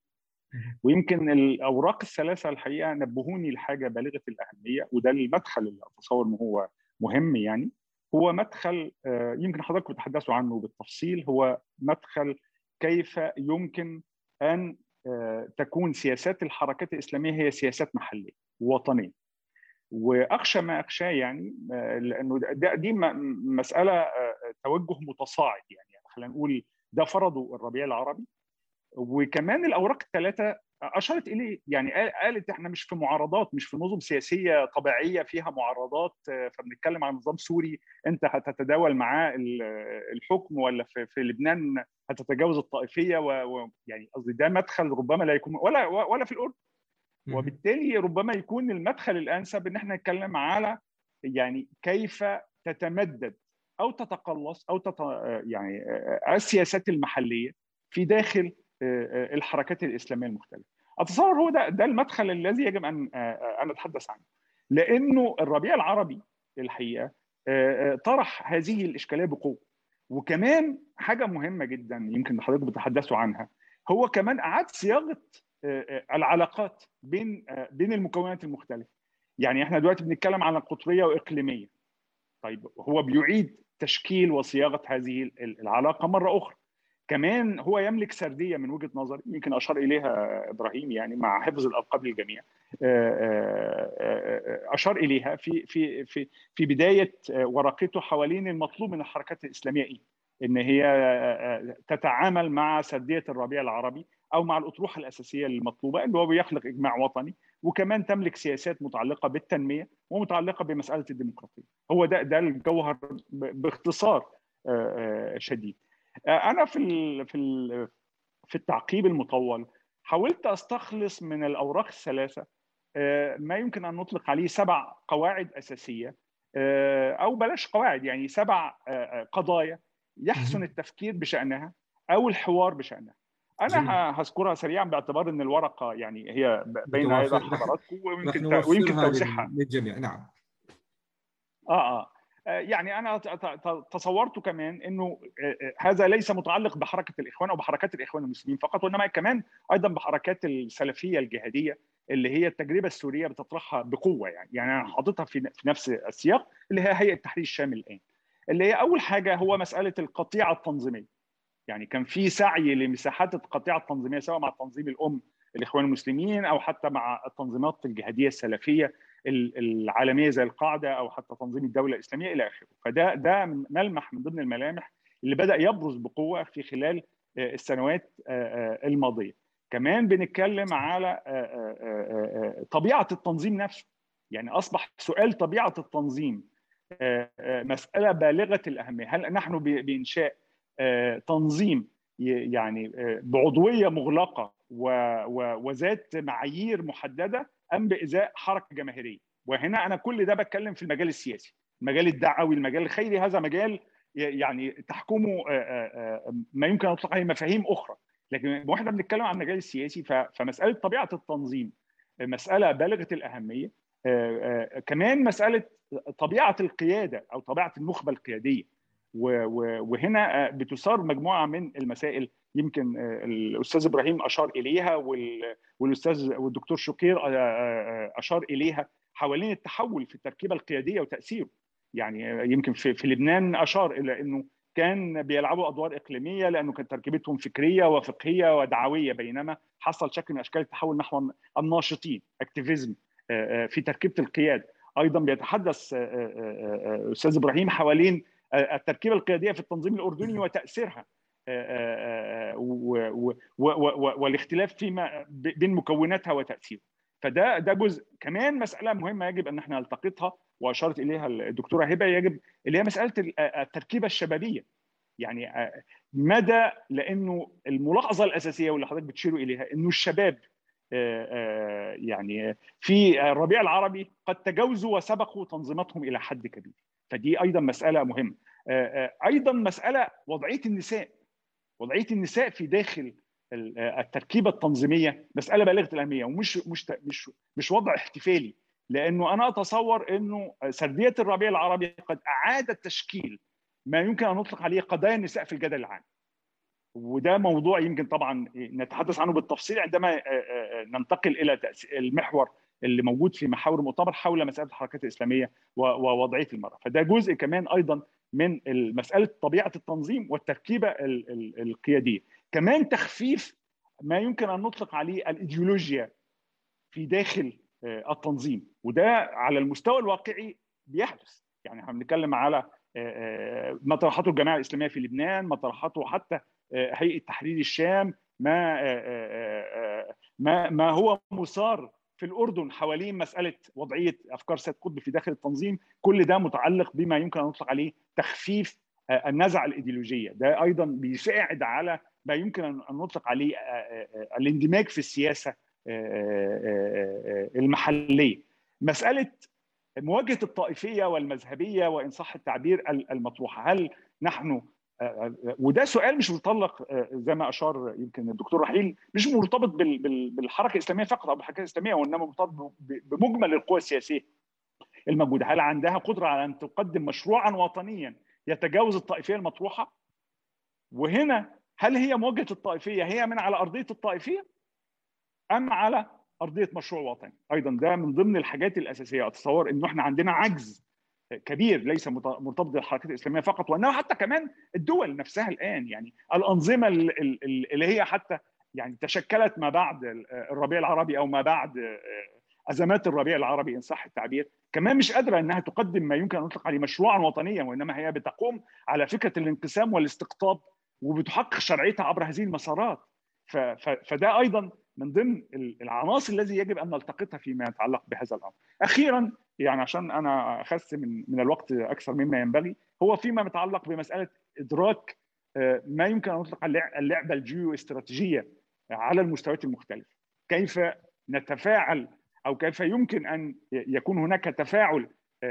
ويمكن الاوراق ال3 الحقيقه نبهوني لحاجه بالغه الاهميه، وده المدخل اللي اتصور انه هو مهم. يعني هو مدخل يمكن حضراتكم تحدثوا عنه بالتفصيل، هو مدخل كيف يمكن أن تكون سياسات الحركات الإسلامية هي سياسات محلية ووطنية. وأخشى ما أخشاه يعني لأنه دي مسألة توجه متصاعد، يعني خلينا نقول ده فرضه الربيع العربي، وكمان الأوراق ال3 أشارت إليه. يعني قالت إحنا مش في معارضات، مش في نظم سياسية طبيعية فيها معارضات، فبنتكلم عن نظام سوري أنت هتتداول معاه الحكم، ولا في لبنان هتتجاوز الطائفية، ويعني قصدي ده مدخل ربما لا يكون ولا في الأردن. وبالتالي ربما يكون المدخل الأنسب إن إحنا نتكلم على يعني كيف تتمدد أو تتقلص أو يعني السياسات المحلية في داخل الحركات الإسلامية المختلفة. أتصور هو ده المدخل الذي يجب أن أتحدث عنه، لأنه الربيع العربي الحقيقة طرح هذه الإشكالية بقوة. وكمان حاجة مهمة جدا يمكن حضرتك بتحدثوا عنها، هو كمان أعاد صياغة العلاقات بين المكونات المختلفة. يعني احنا دلوقتي بنتكلم عن قطرية وإقليمية، طيب هو بيعيد تشكيل وصياغة هذه العلاقة مرة أخرى. كمان هو يملك سردية من وجهة نظري يمكن أشار إليها إبراهيم، يعني مع حفظ الألقاب للجميع، اشار اليها في بدايه ورقته حوالين المطلوب من الحركات الاسلاميه ايه؟ ان هي تتعامل مع سرديه الربيع العربي او مع الاطروحه الاساسيه المطلوبه اللي هو بيخلق اجماع وطني، وكمان تملك سياسات متعلقه بالتنميه ومتعلقه بمساله الديمقراطيه. هو ده الجوهر باختصار شديد. انا في التعقيب المطول حاولت استخلص من الاوراق الثلاثه ما يمكن ان نطلق عليه 7 قواعد اساسيه، او بلاش قواعد، يعني 7 قضايا يحسن التفكير بشانها او الحوار بشانها. انا هذكرها سريعا باعتبار ان الورقه يعني هي بين ايدي حضراتكم ويمكن توسيعها للجميع. نعم. يعني انا تصورت كمان انه هذا ليس متعلق بحركه الاخوان او بحركات الاخوان المسلمين فقط، وانما كمان ايضا بحركات السلفيه الجهاديه اللي هي التجربه السوريه بتطرحها بقوه. يعني انا حاططها في نفس السياق اللي هي هيئه التحرير الشامل الان، اللي هي اول حاجه هو مساله القطيعه التنظيميه. يعني كان في سعي لمساحات القطيعه التنظيميه سواء مع تنظيم الام الاخوان المسلمين او حتى مع التنظيمات الجهاديه السلفيه العالميه زي القاعده او حتى تنظيم الدوله الاسلاميه الى اخره. فده ملمح من ضمن الملامح اللي بدا يبرز بقوه في خلال السنوات الماضيه. كمان بنتكلم على طبيعه التنظيم نفسه. يعني اصبح سؤال طبيعه التنظيم مساله بالغه الاهميه. هل نحن بانشاء تنظيم يعني بعضويه مغلقه وذات معايير محدده ام بازاء حركه جماهيريه؟ وهنا انا كل ده بتكلم في المجال السياسي، المجال الدعوي، المجال الخيري. هذا مجال يعني تحكمه ما يمكن ان نطلق عليه مفاهيم اخرى، لكن واحنا بنتكلم عن المجال السياسي فمساله طبيعه التنظيم مساله بالغه الاهميه. كمان مساله طبيعه القياده او طبيعه النخبه القياديه، وهنا بتثار مجموعه من المسائل يمكن الاستاذ ابراهيم اشار اليها والاستاذ والدكتور شقير اشار اليها حوالين التحول في التركيبه القياديه وتاثيره. يعني يمكن في لبنان اشار الى انه كان بيلعبوا ادوار اقليميه لانه كانت تركيبتهم فكريه وفقهيه ودعويه، بينما حصل شكل من اشكال التحول نحو الناشطين اكتيفيزم في تركيبه القياده. ايضا بيتحدث استاذ ابراهيم حوالين التركيبه القياديه في التنظيم الاردني وتاثيرها والاختلاف فيما بين مكوناتها وتاثيرها. فده جزء. كمان مساله مهمه يجب ان احنا نلتقطها واشارت اليها الدكتوره هبه، يجب اللي هي مساله التركيبه الشبابيه. يعني مدى، لانه الملاحظه الاساسيه واللي حضرتك بتشيروا اليها انه الشباب يعني في الربيع العربي قد تجاوزوا وسبقوا تنظيماتهم الى حد كبير. فدي ايضا مساله مهمه. ايضا مساله وضعيه النساء في داخل التركيبه التنظيميه مساله بالغه الاهميه، ومش وضع احتفالي، لانه انا اتصور انه سرديه الربيع العربي قد اعادت تشكيل ما يمكن ان نطلق عليه قضايا النساء في الجدل العام. وده موضوع يمكن طبعا نتحدث عنه بالتفصيل عندما ننتقل الى المحور اللي موجود في محاور المؤتمر حول مساله الحركات الاسلاميه ووضعيه المراه. فده جزء كمان ايضا من مساله طبيعه التنظيم والتركيبه القياديه. كمان تخفيف ما يمكن ان نطلق عليه الايديولوجيا في داخل التنظيم، وده على المستوى الواقعي بيحدث. يعني احنا بنتكلم على ما طرحته الجماعه الاسلاميه في لبنان، ما طرحته حتى هيئه تحرير الشام، ما هو مثار في الاردن حوالين مساله وضعيه افكار سيد قطب في داخل التنظيم. كل ده متعلق بما يمكن ان نطلق عليه تخفيف النزعه الايديولوجيه. ده ايضا بيساعد على ما يمكن ان نطلق عليه الاندماج في السياسه المحليه. مساله مواجهه الطائفيه والمذهبيه وان صح التعبير المطروحه، هل نحن وده سؤال مش متطلق زي ما اشار يمكن الدكتور رحيل، مش مرتبط بالحركه الاسلاميه فقط او بالحركه الاسلاميه، وانما مرتبط بمجمل القوى السياسيه الموجوده. هل عندها قدره على ان تقدم مشروعا وطنيا يتجاوز الطائفيه المطروحه؟ وهنا هل هي مواجهه الطائفيه هي من على ارضيه الطائفيه ام على ارضيه مشروع وطني؟ ايضا ده من ضمن الحاجات الاساسيه. اتصور انه احنا عندنا عجز كبير ليس مرتبط بالحركات الاسلاميه فقط، وانما حتى كمان الدول نفسها الان، يعني الانظمه اللي هي حتى يعني تشكلت ما بعد الربيع العربي او ما بعد ازمات الربيع العربي ان صح التعبير، كمان مش قادره انها تقدم ما يمكن ان نطلق عليه مشروعا وطنيا، وانما هي بتقوم على فكره الانقسام والاستقطاب وبتحقق شرعيتها عبر هذه المسارات. فده ايضا من ضمن العناصر التي يجب ان نلتقطها فيما يتعلق بهذا الامر. اخيرا يعني عشان انا اخذت من الوقت اكثر مما ينبغي، هو فيما يتعلق بمساله ادراك ما يمكن ان نطلق اللعبه الجيو استراتيجيه على المستويات المختلفه. كيف نتفاعل او كيف يمكن ان يكون هناك تفاعل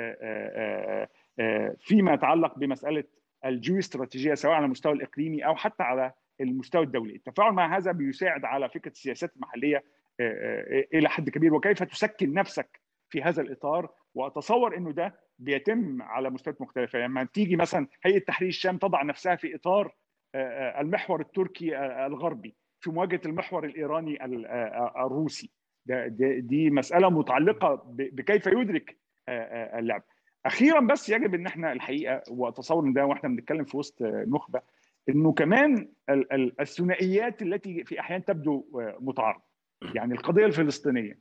فيما يتعلق بمساله الجيو استراتيجيه سواء على المستوى الاقليمي او حتى على المستوى الدولي. التفاعل مع هذا بيساعد على فكره السياسات المحليه الى حد كبير، وكيف تسكن نفسك في هذا الاطار. واتصور انه ده بيتم على مستويات مختلفه. لما يعني تيجي مثلا هيئه تحرير الشام تضع نفسها في اطار المحور التركي الغربي في مواجهه المحور الايراني الروسي، دي مساله متعلقه بكيف يدرك اللعب. اخيرا بس يجب ان احنا الحقيقه، واتصور ان ده واحنا بنتكلم في وسط نخبه، انه كمان الثنائيات التي في احيان تبدو متعارضه، يعني القضيه الفلسطينيه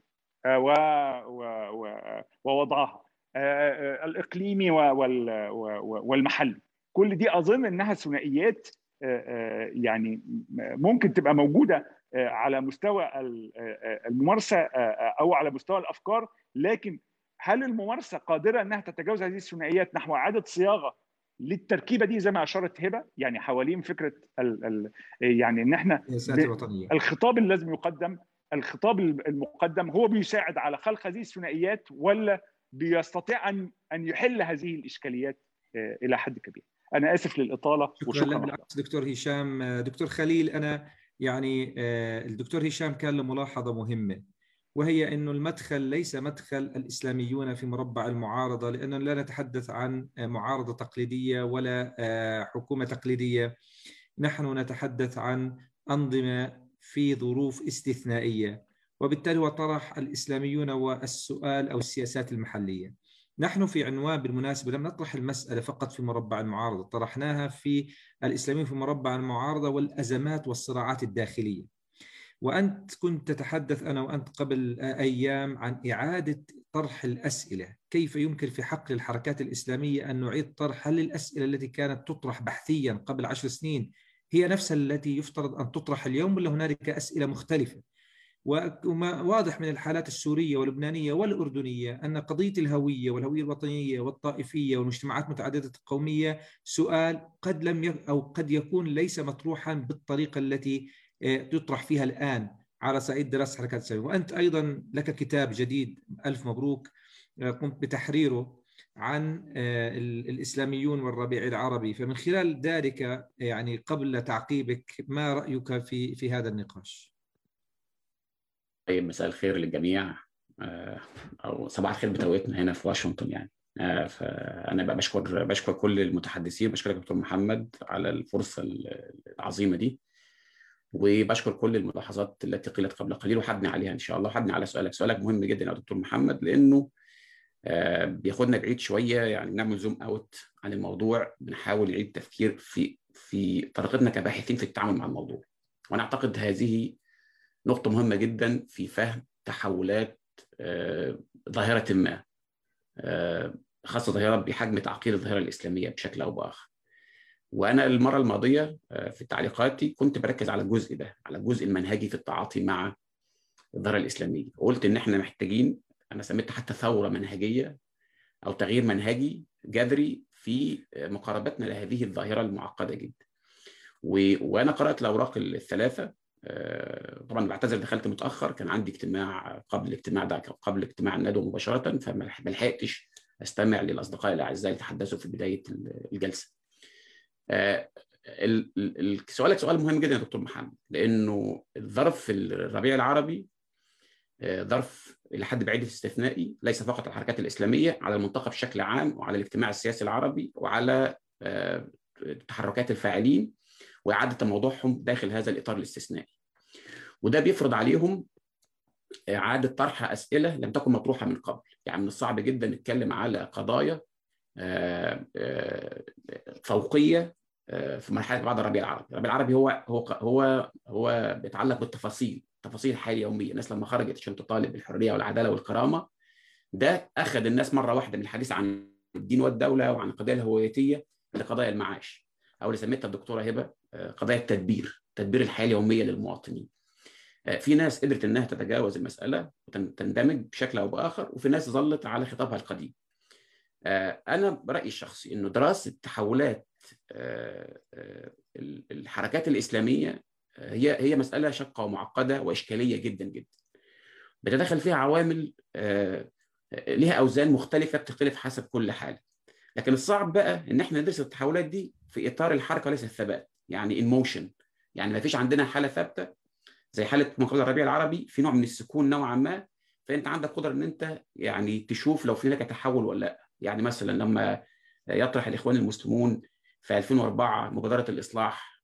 ووضعها الاقليمي والمحلي، كل دي اظن انها ثنائيات يعني ممكن تبقى موجوده على مستوى الممارسه او على مستوى الافكار، لكن هل الممارسه قادره انها تتجاوز هذه الثنائيات نحو اعاده صياغه للتركيبه دي زي ما اشارت هبه، يعني حوالين فكره يعني ان احنا الخطاب اللي لازم يقدم، الخطاب المقدم هو بيساعد على خلق هذه الثنائيات، ولا بيستطيع ان يحل هذه الاشكاليات الى حد كبير؟ انا اسف للاطاله. شكرا. بالعكس دكتور هشام. دكتور خليل، انا يعني الدكتور هشام كان له ملاحظه مهمه، وهي انه المدخل ليس مدخل الاسلاميون في مربع المعارضه، لاننا لا نتحدث عن معارضه تقليديه ولا حكومه تقليديه، نحن نتحدث عن انظمه في ظروف استثنائيه، وبالتالي هو طرح الاسلاميون والسؤال او السياسات المحليه. نحن في عنوان بالمناسبة لم نطرح المسألة فقط في مربع المعارضة، طرحناها في الإسلاميين في مربع المعارضة والأزمات والصراعات الداخلية. وأنت كنت تتحدث أنا وأنت قبل أيام عن إعادة طرح الأسئلة، كيف يمكن في حقل الحركات الإسلامية أن نعيد طرح هل الأسئلة التي كانت تطرح بحثيا قبل 10 سنين هي نفسها التي يفترض أن تطرح اليوم، ولا هنالك أسئلة مختلفة؟ وما واضح من الحالات السورية واللبنانية والأردنية أن قضية الهوية والهوية الوطنية والطائفية والمجتمعات متعددة القومية سؤال قد يكون ليس مطروحا بالطريقة التي تطرح فيها الآن على صعيد دراسة حركات الإسلامية. وأنت أيضا لك كتاب جديد، ألف مبروك، قمت بتحريره عن الإسلاميون والربيع العربي، فمن خلال ذلك يعني قبل تعقيبك ما رأيك في هذا النقاش؟ طيب، مساء الخير للجميع، او صباح الخير بتوقيتنا هنا في واشنطن يعني. فانا بقى بشكر كل المتحدثين، بشكرك دكتور محمد على الفرصه العظيمه دي، وبشكر كل الملاحظات التي قيلت قبل قليل وحدني عليها ان شاء الله، وحدني على سؤالك مهم جدا يا دكتور محمد، لانه بياخدنا بعيد شويه، يعني نعمل زوم اوت عن الموضوع، بنحاول نعيد تفكير في طريقتنا كباحثين في التعامل مع الموضوع. وانا اعتقد هذه نقطة مهمة جدا في فهم تحولات ظاهرة ما، خاصة ظاهرة بحجم تعقيد الظاهرة الإسلامية بشكل أو بآخر. وأنا المرة الماضية في تعليقاتي كنت بركز على الجزء ده، على الجزء المنهجي في التعاطي مع الظاهرة الإسلامية، وقلت إن إحنا محتاجين، أنا سميتها حتى ثورة منهجية أو تغيير منهجي جذري في مقاربتنا لهذه الظاهرة المعقدة جدا. وأنا قرأت الأوراق الثلاثة، طبعا بعتذر دخلت متاخر، كان عندي اجتماع قبل اجتماع الندوه مباشره، فما لحقتش استمع للاصدقاء الاعزاء اللي تحدثوا في بدايه الجلسه. سؤالك سؤال مهم جدا يا دكتور محمد، لانه الظرف في الربيع العربي ظرف الى حد بعيد استثنائي، ليس فقط الحركات الاسلاميه، على المنطقه بشكل عام، وعلى الاجتماع السياسي العربي، وعلى تحركات الفاعلين وإعادة موضوعهم داخل هذا الإطار الاستثنائي. وده بيفرض عليهم إعادة طرح أسئلة لم تكن مطروحة من قبل. يعني من الصعب جدا نتكلم على قضايا فوقية في مرحلة بعد الربيع العربي. الربيع العربي هو بيتعلق بالتفاصيل، تفاصيل الحياه اليوميه. الناس لما خرجت عشان تطالب بالحريه والعداله والكرامه، ده اخذ الناس مره واحده من الحديث عن الدين والدوله وعن القضايا الهويتيه لقضايا المعاش، او اللي سميتها الدكتوره هبه قضايا تدبير الحياه اليوميه للمواطنين. في ناس قدرت انها تتجاوز المساله وتندمج بشكل او باخر، وفي ناس ظلت على خطابها القديم. انا برايي الشخصي انه دراسه تحولات الحركات الاسلاميه هي مساله شاقه ومعقده واشكاليه جدا جدا، بتدخل فيها عوامل لها اوزان مختلفه بتختلف حسب كل حاله. لكن الصعب بقى ان احنا ندرس التحولات دي في اطار الحركه وليس الثبات، يعني ان موشن، يعني ما فيش عندنا حاله ثابته زي حاله ما قبل الربيع العربي، في نوع من السكون نوعا ما، فانت عندك قدره ان انت يعني تشوف لو في هناك تحول ولا لا. يعني مثلا لما يطرح الاخوان المسلمون في 2004 مبادره الاصلاح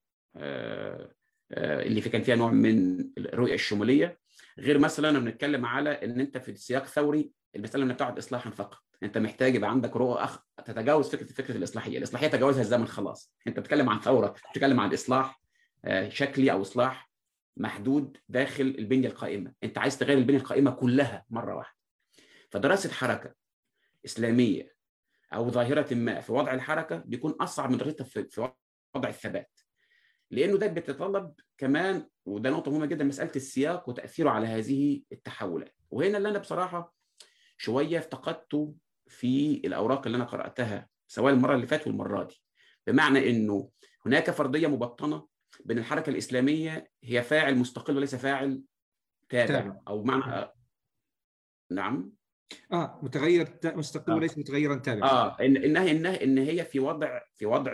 اللي كان فيها نوع من الرؤيه الشموليه، غير مثلا بنتكلم على ان انت في سياق ثوري المساله انك تقعد اصلاحا فقط، انت محتاج يبقى عندك رؤى تتجاوز فكره الاصلاحيه تجاوزها الزمن خلاص. انت بتتكلم عن ثوره، بتتكلم عن اصلاح شكلي او اصلاح محدود داخل البنيه القائمه، انت عايز تغير البنيه القائمه كلها مره واحده. فدراسه حركه اسلاميه او ظاهره ما في وضع الحركه بيكون اصعب من دراستها في وضع الثبات، لانه ده بيتطلب كمان، وده نقطه مهمه جدا، مساله السياق وتاثيره على هذه التحولات. وهنا اللي انا بصراحه شويه افتقدته في الاوراق اللي انا قراتها سواء المره اللي فاتت والمره دي، بمعنى انه هناك فرضيه مبطنه بين الحركه الاسلاميه هي فاعل مستقل وليس فاعل تابع، او معنى نعم متغير مستقل وليس متغيرا تابعا. ان هي في وضع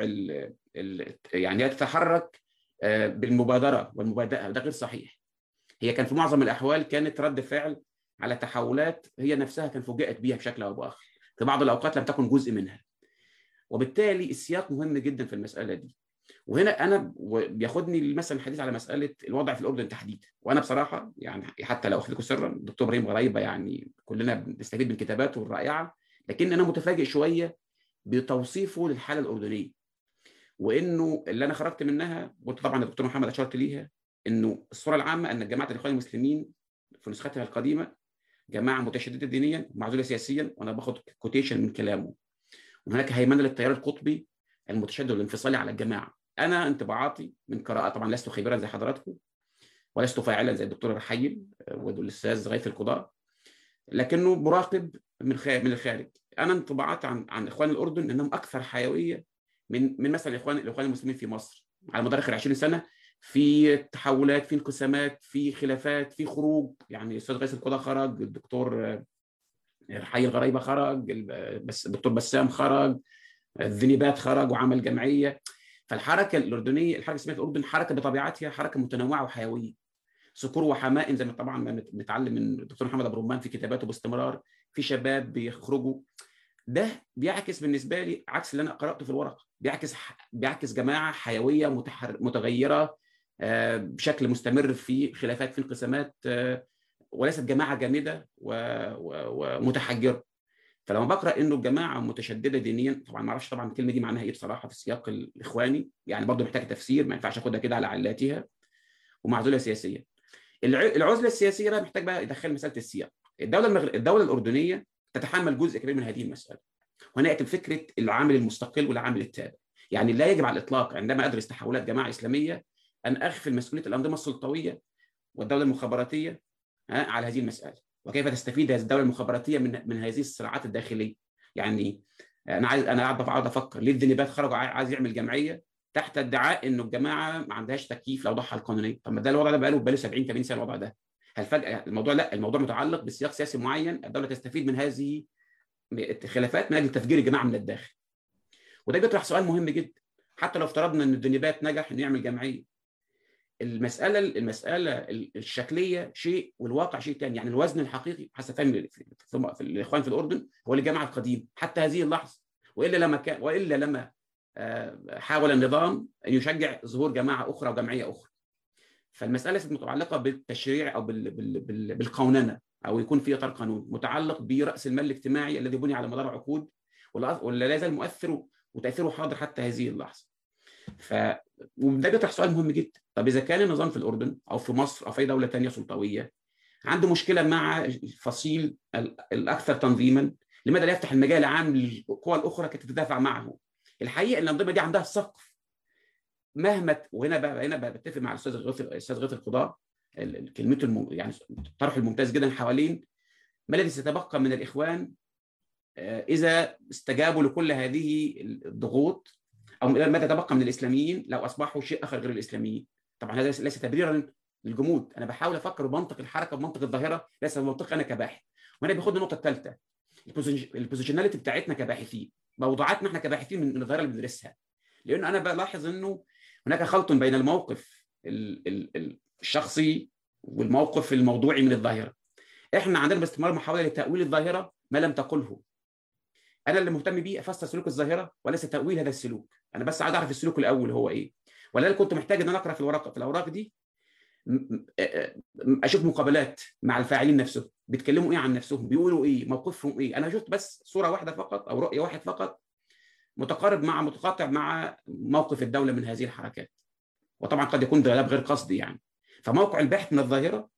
يعني هي تتحرك بالمبادره والمبادئه، ده غير صحيح. هي كان في معظم الاحوال كانت رد فعل على تحولات هي نفسها كان فوجئت بيها بشكل او باخر، في بعض الاوقات لم تكن جزء منها. وبالتالي السياق مهم جدا في المساله دي. وهنا انا بياخدني مثلا الحديث على مساله الوضع في الاردن تحديدا، وانا بصراحه يعني حتى لو اخذكم سرا الدكتور ابراهيم غريبه يعني كلنا بنستفيد من كتاباته الرائعه، لكن انا متفاجئ شويه بتوصيفه للحاله الاردنيه، وانه اللي انا خرجت منها وانت طبعا الدكتور محمد اشرت ليها، انه الصوره العامه ان جماعه الاخوان المسلمين في نسختها القديمه جماعه متشدده دينيا معزوله سياسيا، وانا باخد كوتيشن من كلامه، وهناك هيمنه للتيار القطبي المتشدد والانفصالي على الجماعه. انا انطباعاتي من قراءه، طبعا لست خبيرا زي حضراتكم ولست فاعلا زي الدكتور رحيل والاستاذ غيث القضاء، لكنه مراقب من الخارج. انا انطباعات عن اخوان الاردن انهم اكثر حيويه من مثلا الاخوان المسلمين في مصر على مدار اخر 20 سنه، في تحولات، في انقسامات، في خلافات، في خروج. يعني الاستاذ غيث القضاء خرج، الدكتور رحيل غريبه خرج، بس الدكتور بسام خرج، الذنيبات خرج وعمل جمعيه. فالحركه الاردنيه، الحركه الاسلاميه في الاردن حركه بطبيعتها حركه متنوعه وحيويه، سكور وحمائم زي ما طبعا ما بنتعلم من الدكتور محمد ابو رمان في كتاباته باستمرار، في شباب بيخرجوا. ده بيعكس بالنسبه لي عكس اللي انا قراته في الورقه، بيعكس جماعه حيويه متغيره بشكل مستمر، في خلافات، في انقسامات، وليست جماعه جامده ومتحجره. فلما بقرا انه الجماعه متشدده دينيا، طبعا ما اعرفش طبعا الكلمه دي معناها ايه بصراحه في السياق الاخواني، يعني برضه محتاج تفسير، ما ينفعش اخدها كده على علاتها، ومعزوله سياسيا. العزله السياسيه بقى محتاج بقى يدخل مساله السياق. الدوله الاردنيه تتحمل جزء كبير من هذه المساله. وهنا ياتي فكره العامل المستقل والعامل التابع. يعني لا يجب على الاطلاق عندما ادرس تحولات جماعه اسلاميه ان اغفل مسؤوليه الانظمه السلطويه والدوله المخابراتيه على هذه المساله، وكيف تستفيد هذه الدوله المخابراتيه من هذه الصراعات الداخليه. يعني انا قاعد افكر ليه الذنيبات خرج عايز يعمل جمعيه تحت ادعاء انه الجماعه ما عندهاش تكييف لو ضحى القانونيه. طب ما ده الوضع ده بقاله 70 80 سنه الوضع ده. هل فجاه الموضوع؟ لا، الموضوع متعلق بسياق سياسي معين، الدوله تستفيد من هذه الخلافات من اجل تفجير الجماعه من الداخل. وده بيطرح سؤال مهم جدا، حتى لو افترضنا ان الذنيبات نجح انه يعمل جمعيه، المساله الشكليه شيء والواقع شيء ثاني. يعني الوزن الحقيقي حسب فهم في الاخوان في الاردن هو الجماعه القديم حتى هذه اللحظه، والا لما حاول النظام ان يشجع ظهور جماعه اخرى وجمعيه اخرى. فالمساله ليست متعلقه بالتشريع او بالقوننه، او يكون في اطار قانون، متعلق براس المال الاجتماعي الذي بني على مدار عقود ولا لا يزال مؤثر وتاثيره حاضر حتى هذه اللحظه. وده بيطرح سؤال مهم جدا. طب اذا كان النظام في الاردن او في مصر او في اي دوله ثانيه سلطويه عنده مشكله مع الفصيل الاكثر تنظيما، لماذا لا يفتح المجال العام للقوى الاخرى كي تتدافع معه؟ الحقيقه ان الانظمه دي عندها السقف مهما، هنا بقى بتفق مع الاستاذ غيث الخضار كلمته يعني طرح الممتاز جدا حوالين ما الذي سيتبقى من الاخوان اذا استجابوا لكل هذه الضغوط، او ماذا تبقى من الاسلاميين لو اصبحوا شيء اخر غير الاسلاميين. طبعا هذا ليس تبريرا للجمود، انا بحاول افكر بمنطق الحركه بمنطق الظاهره، ليس بمنطق انا كباحث. وهنا بياخدنا النقطه الثالثه، البوزيشناليتي بتاعتنا كباحثين، موضوعاتنا احنا كباحثين من الظاهره اللي بندرسها. لان انا بلاحظ انه هناك خلط بين الموقف الشخصي والموقف الموضوعي من الظاهره. احنا عندنا باستمرار محاوله لتاويل الظاهره ما لم تقله. انا اللي مهتم بيه افسر سلوك الظاهره وليس تاويل هذا السلوك، انا بس عايز اعرف السلوك الاول هو ايه. ولذلك كنت محتاج ان انا اقرا في الاوراق دي، اشوف مقابلات مع الفاعلين نفسهم، بيتكلموا ايه عن نفسهم، بيقولوا ايه، موقفهم ايه. انا شفت بس صوره واحده فقط او رؤيه واحد فقط متقاطع مع موقف الدوله من هذه الحركات، وطبعا قد يكون ده غير قصدي يعني. فموقع البحث من الظاهره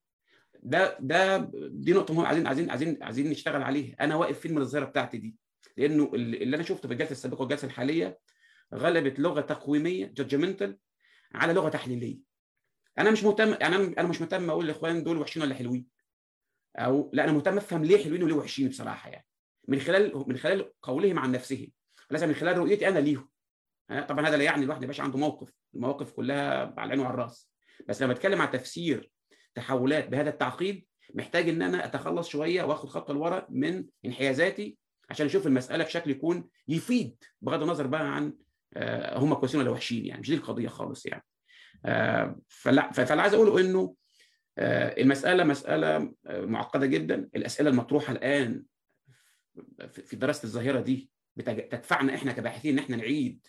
دي نقطه مهمه، عايزين نشتغل عليها. انا واقف فين من الظاهره بتاعتي دي؟ لانه اللي انا شفته في الجلسه السابقه والجلسه الحاليه غلبت لغه تقويميه جادجمنتال على لغه تحليليه. انا مش مهتم، يعني انا مش مهتم اقول الاخوان دول وحشين ولا حلوين، او لا، انا مهتم افهم ليه حلوين وليه وحشين بصراحه، يعني من خلال قولهم عن نفسهم، وليس من خلال رؤيتي انا ليهم. طبعا هذا لا يعني الواحد ما يبقاش عنده موقف، المواقف كلها على العين وعلى الراس، بس لما اتكلم عن تفسير تحولات بهذا التعقيد محتاج ان انا اتخلص شويه واخد خطوه لورا من انحيازاتي عشان اشوف المساله بشكل يكون يفيد، بغض النظر بقى عن هم كويسين ولا وحشين، يعني مش دي القضيه خالص يعني. فاللي عايز اقوله انه المساله مساله معقده جدا. الاسئله المطروحه الان في دراسه الظاهره دي تدفعنا احنا كباحثين ان احنا نعيد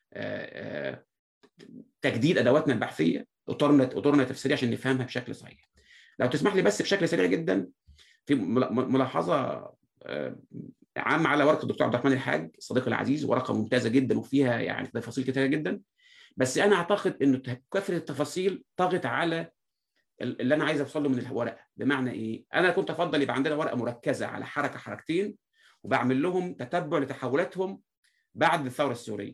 تجديد ادواتنا البحثيه، اطرنا التفسيريه عشان نفهمها بشكل صحيح. لو تسمح لي بس بشكل سريع جدا في ملاحظه عامه على ورقه الدكتور عبد الرحمن الحاج صديقي العزيز، ورقه ممتازه جدا وفيها يعني تفاصيل كثيره جدا، بس انا اعتقد انه كثره التفاصيل طغت على اللي انا عايز اوصل له من الورقه. بمعنى ايه؟ انا كنت افضل يبقى عندنا ورقه مركزه على حركتين وبعمل لهم تتبع لتحولاتهم بعد الثوره السوريه.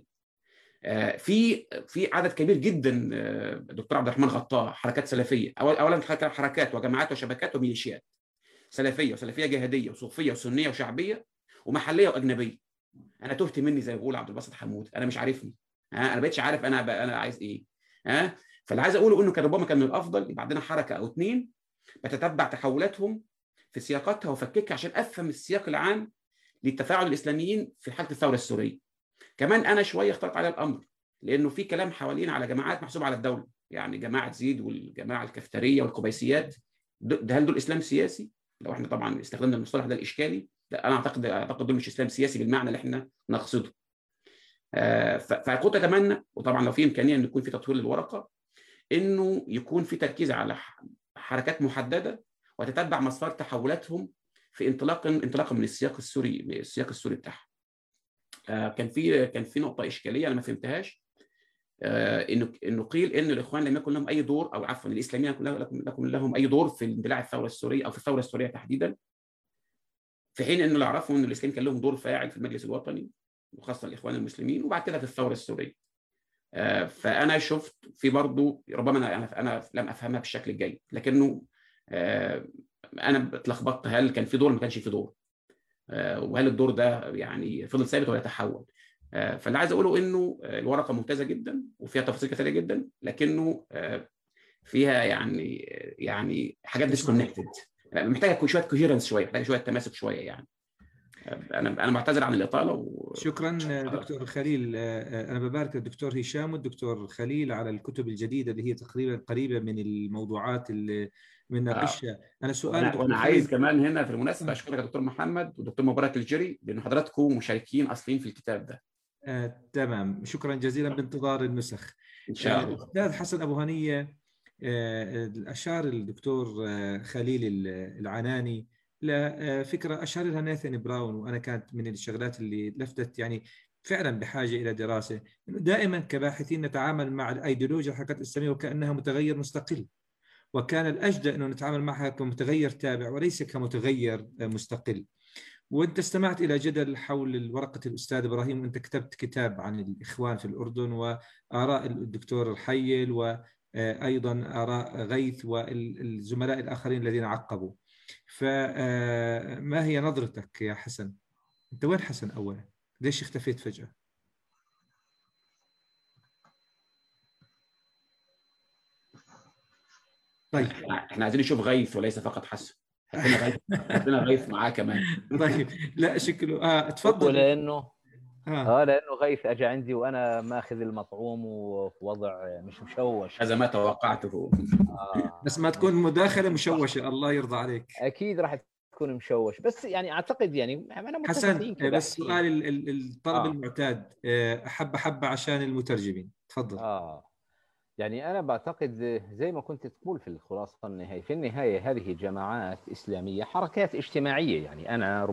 في عدد كبير جدا الدكتور عبد الرحمن غطاه، حركات سلفيه، اولا حركات وجماعات وشبكات وميليشيات سلفيه وسلفيه جهاديه وصوفيه وسنيه وشعبيه ومحليه واجنبيه. انا تهت مني زي ما بيقول عبد الباسط حمود، انا مش عارفني، انا ما بقتش عارف انا عايز ايه. فاللي عايز اقوله انه كان ربما كان من الافضل يبقى عندنا حركه او اثنين بتتبع تحولاتهم في سياقاتها وفككها عشان افهم السياق العام للتفاعل الاسلاميين في حاله الثوره السوريه. كمان انا شويه اختلط على الامر لانه في كلام حوالين على جماعات محسوبه على الدوله، يعني جماعه زيد والجماعه الكفتريه والقبيسيات، هل دول اسلام سياسي؟ لو احنا طبعا استخدمنا المصطلح ده الاشكالي، انا اعتقد دول مش اسلام سياسي بالمعنى اللي احنا نقصده. فكنت اتمنى، وطبعا لو في امكانيه ان يكون في تطوير للورقه، انه يكون في تركيز على حركات محدده وتتبع مسار تحولاتهم في انطلاقا من السياق السوري بتاعها. كان في نقطه اشكاليه انا ما فهمتهاش، انه قيل ان الاخوان لم يكن لهم اي دور، او عفوا الاسلاميين لم يكن لهم اي دور في اندلاع الثوره السوريه او في الثوره السوريه تحديدا، في حين انه اللي اعرفه ان الاسلاميين كان لهم دور فاعل في المجلس الوطني وخاصه الاخوان المسلمين وبعد كده في الثوره السوريه. فانا شفت في برضه ربما انا لم افهمها بالشكل الجيد، لكنه انا اتلخبطت، هل كان في دور ما كانش في دور، وهل الدور ده يعني فضل ثابت ولا تحول. فاللي عايز اقوله انه الورقه ممتازه جدا وفيها تفاصيل كثيره جدا، لكنه فيها يعني حاجات ديسكونكتد، محتاجه شويه كوهيرنس، محتاجه شويه تماسك شويه يعني. انا معتذر عن الاطاله شكرا دكتور خليل. انا ببارك الدكتور هشام والدكتور خليل على الكتب الجديده اللي هي تقريبا قريبه من الموضوعات اللي بنناقشها. انا سؤال وانا عايز كمان هنا في المناسبه اشكرك يا دكتور محمد ودكتور مبارك الجري لان حضراتكم مشاركين اصليين في الكتاب ده. تمام، شكرا جزيلا، بانتظار النسخ ان شاء الله. الاستاذ حسن ابو هنيه، اشار الدكتور خليل العناني لفكره اشار لها ناثان براون، وانا كانت من الشغلات اللي لفتت يعني فعلا بحاجة إلى دراسة. دائما كباحثين نتعامل مع الأيديولوجيا الحركات الإسلامية وكأنها متغير مستقل، وكان الأجدى أنه نتعامل معها كمتغير تابع وليس كمتغير مستقل. وأنت استمعت إلى جدل حول ورقة الأستاذ إبراهيم، وأنت كتبت كتاب عن الإخوان في الأردن وآراء الدكتور الحيل وأيضا آراء غيث والزملاء الآخرين الذين عقبوا. فما هي نظرتك يا حسن؟ أنت وين حسن أولا؟ ليش اختفيت فجأة؟ طيب احنا عايزين نشوف غيث وليس فقط حسن. عندنا غيث معاه كمان. طيب لا شكله اتفضل. لانه لانه غيث اجى عندي وانا ماخذ المطعوم وفي وضع مش مشوش. هذا ما توقعته. بس ما تكون مداخله مشوشه، الله يرضى عليك. اكيد راح تكون مشوش، بس يعني اعتقد يعني انا حسن بس سؤال الطلب المعتاد، حبه عشان المترجمين، تفضل. يعني أنا بعتقد زي ما كنت تقول في الخلاصة النهائية، في النهاية هذه جماعات إسلامية حركات اجتماعية. يعني أنا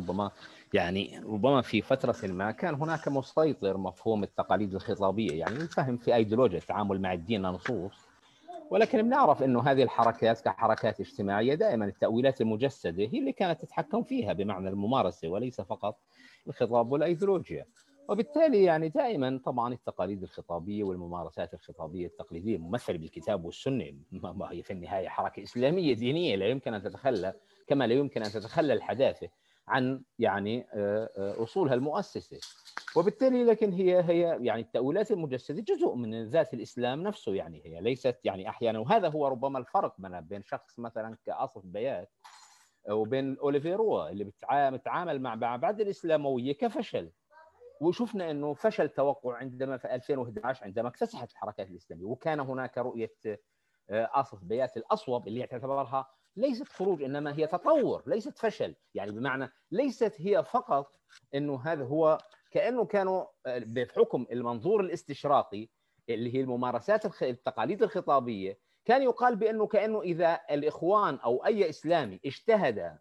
ربما في فترة ما كان هناك مسيطر مفهوم التقاليد الخطابية، يعني الفهم في أيديولوجيا التعامل مع الدين نصوص، ولكن بنعرف أنه هذه الحركات كحركات اجتماعية دائما التأويلات المجسدة هي اللي كانت تتحكم فيها بمعنى الممارسة وليس فقط الخطاب والأيديولوجيا. وبالتالي يعني دائما طبعا التقاليد الخطابيه والممارسات الخطابيه التقليديه ممثله بالكتاب والسنه، ما هي في النهايه حركه اسلاميه دينيه لا يمكن ان تتخلى، كما لا يمكن ان تتخلى الحداثه عن يعني اصولها المؤسسه. وبالتالي لكن هي يعني التأويلات المجسده جزء من ذات الاسلام نفسه، يعني هي ليست يعني احيانا، وهذا هو ربما الفرق بين شخص مثلا كآصف بيات وبين أوليفيروا اللي بتعامل مع بعد الاسلامويه كفشل. وشفنا انه فشل توقع عندما في 2011 عندما اكتسحت الحركات الاسلاميه، وكان هناك رؤيه آصف بيات الاصوب اللي تعتبرها ليست خروج انما هي تطور، ليست فشل، يعني بمعنى ليست هي فقط انه هذا هو، كانه كانوا بحكم المنظور الاستشراقي اللي هي الممارسات التقاليد الخطابيه، كان يقال بانه كانه اذا الاخوان او اي اسلامي اجتهد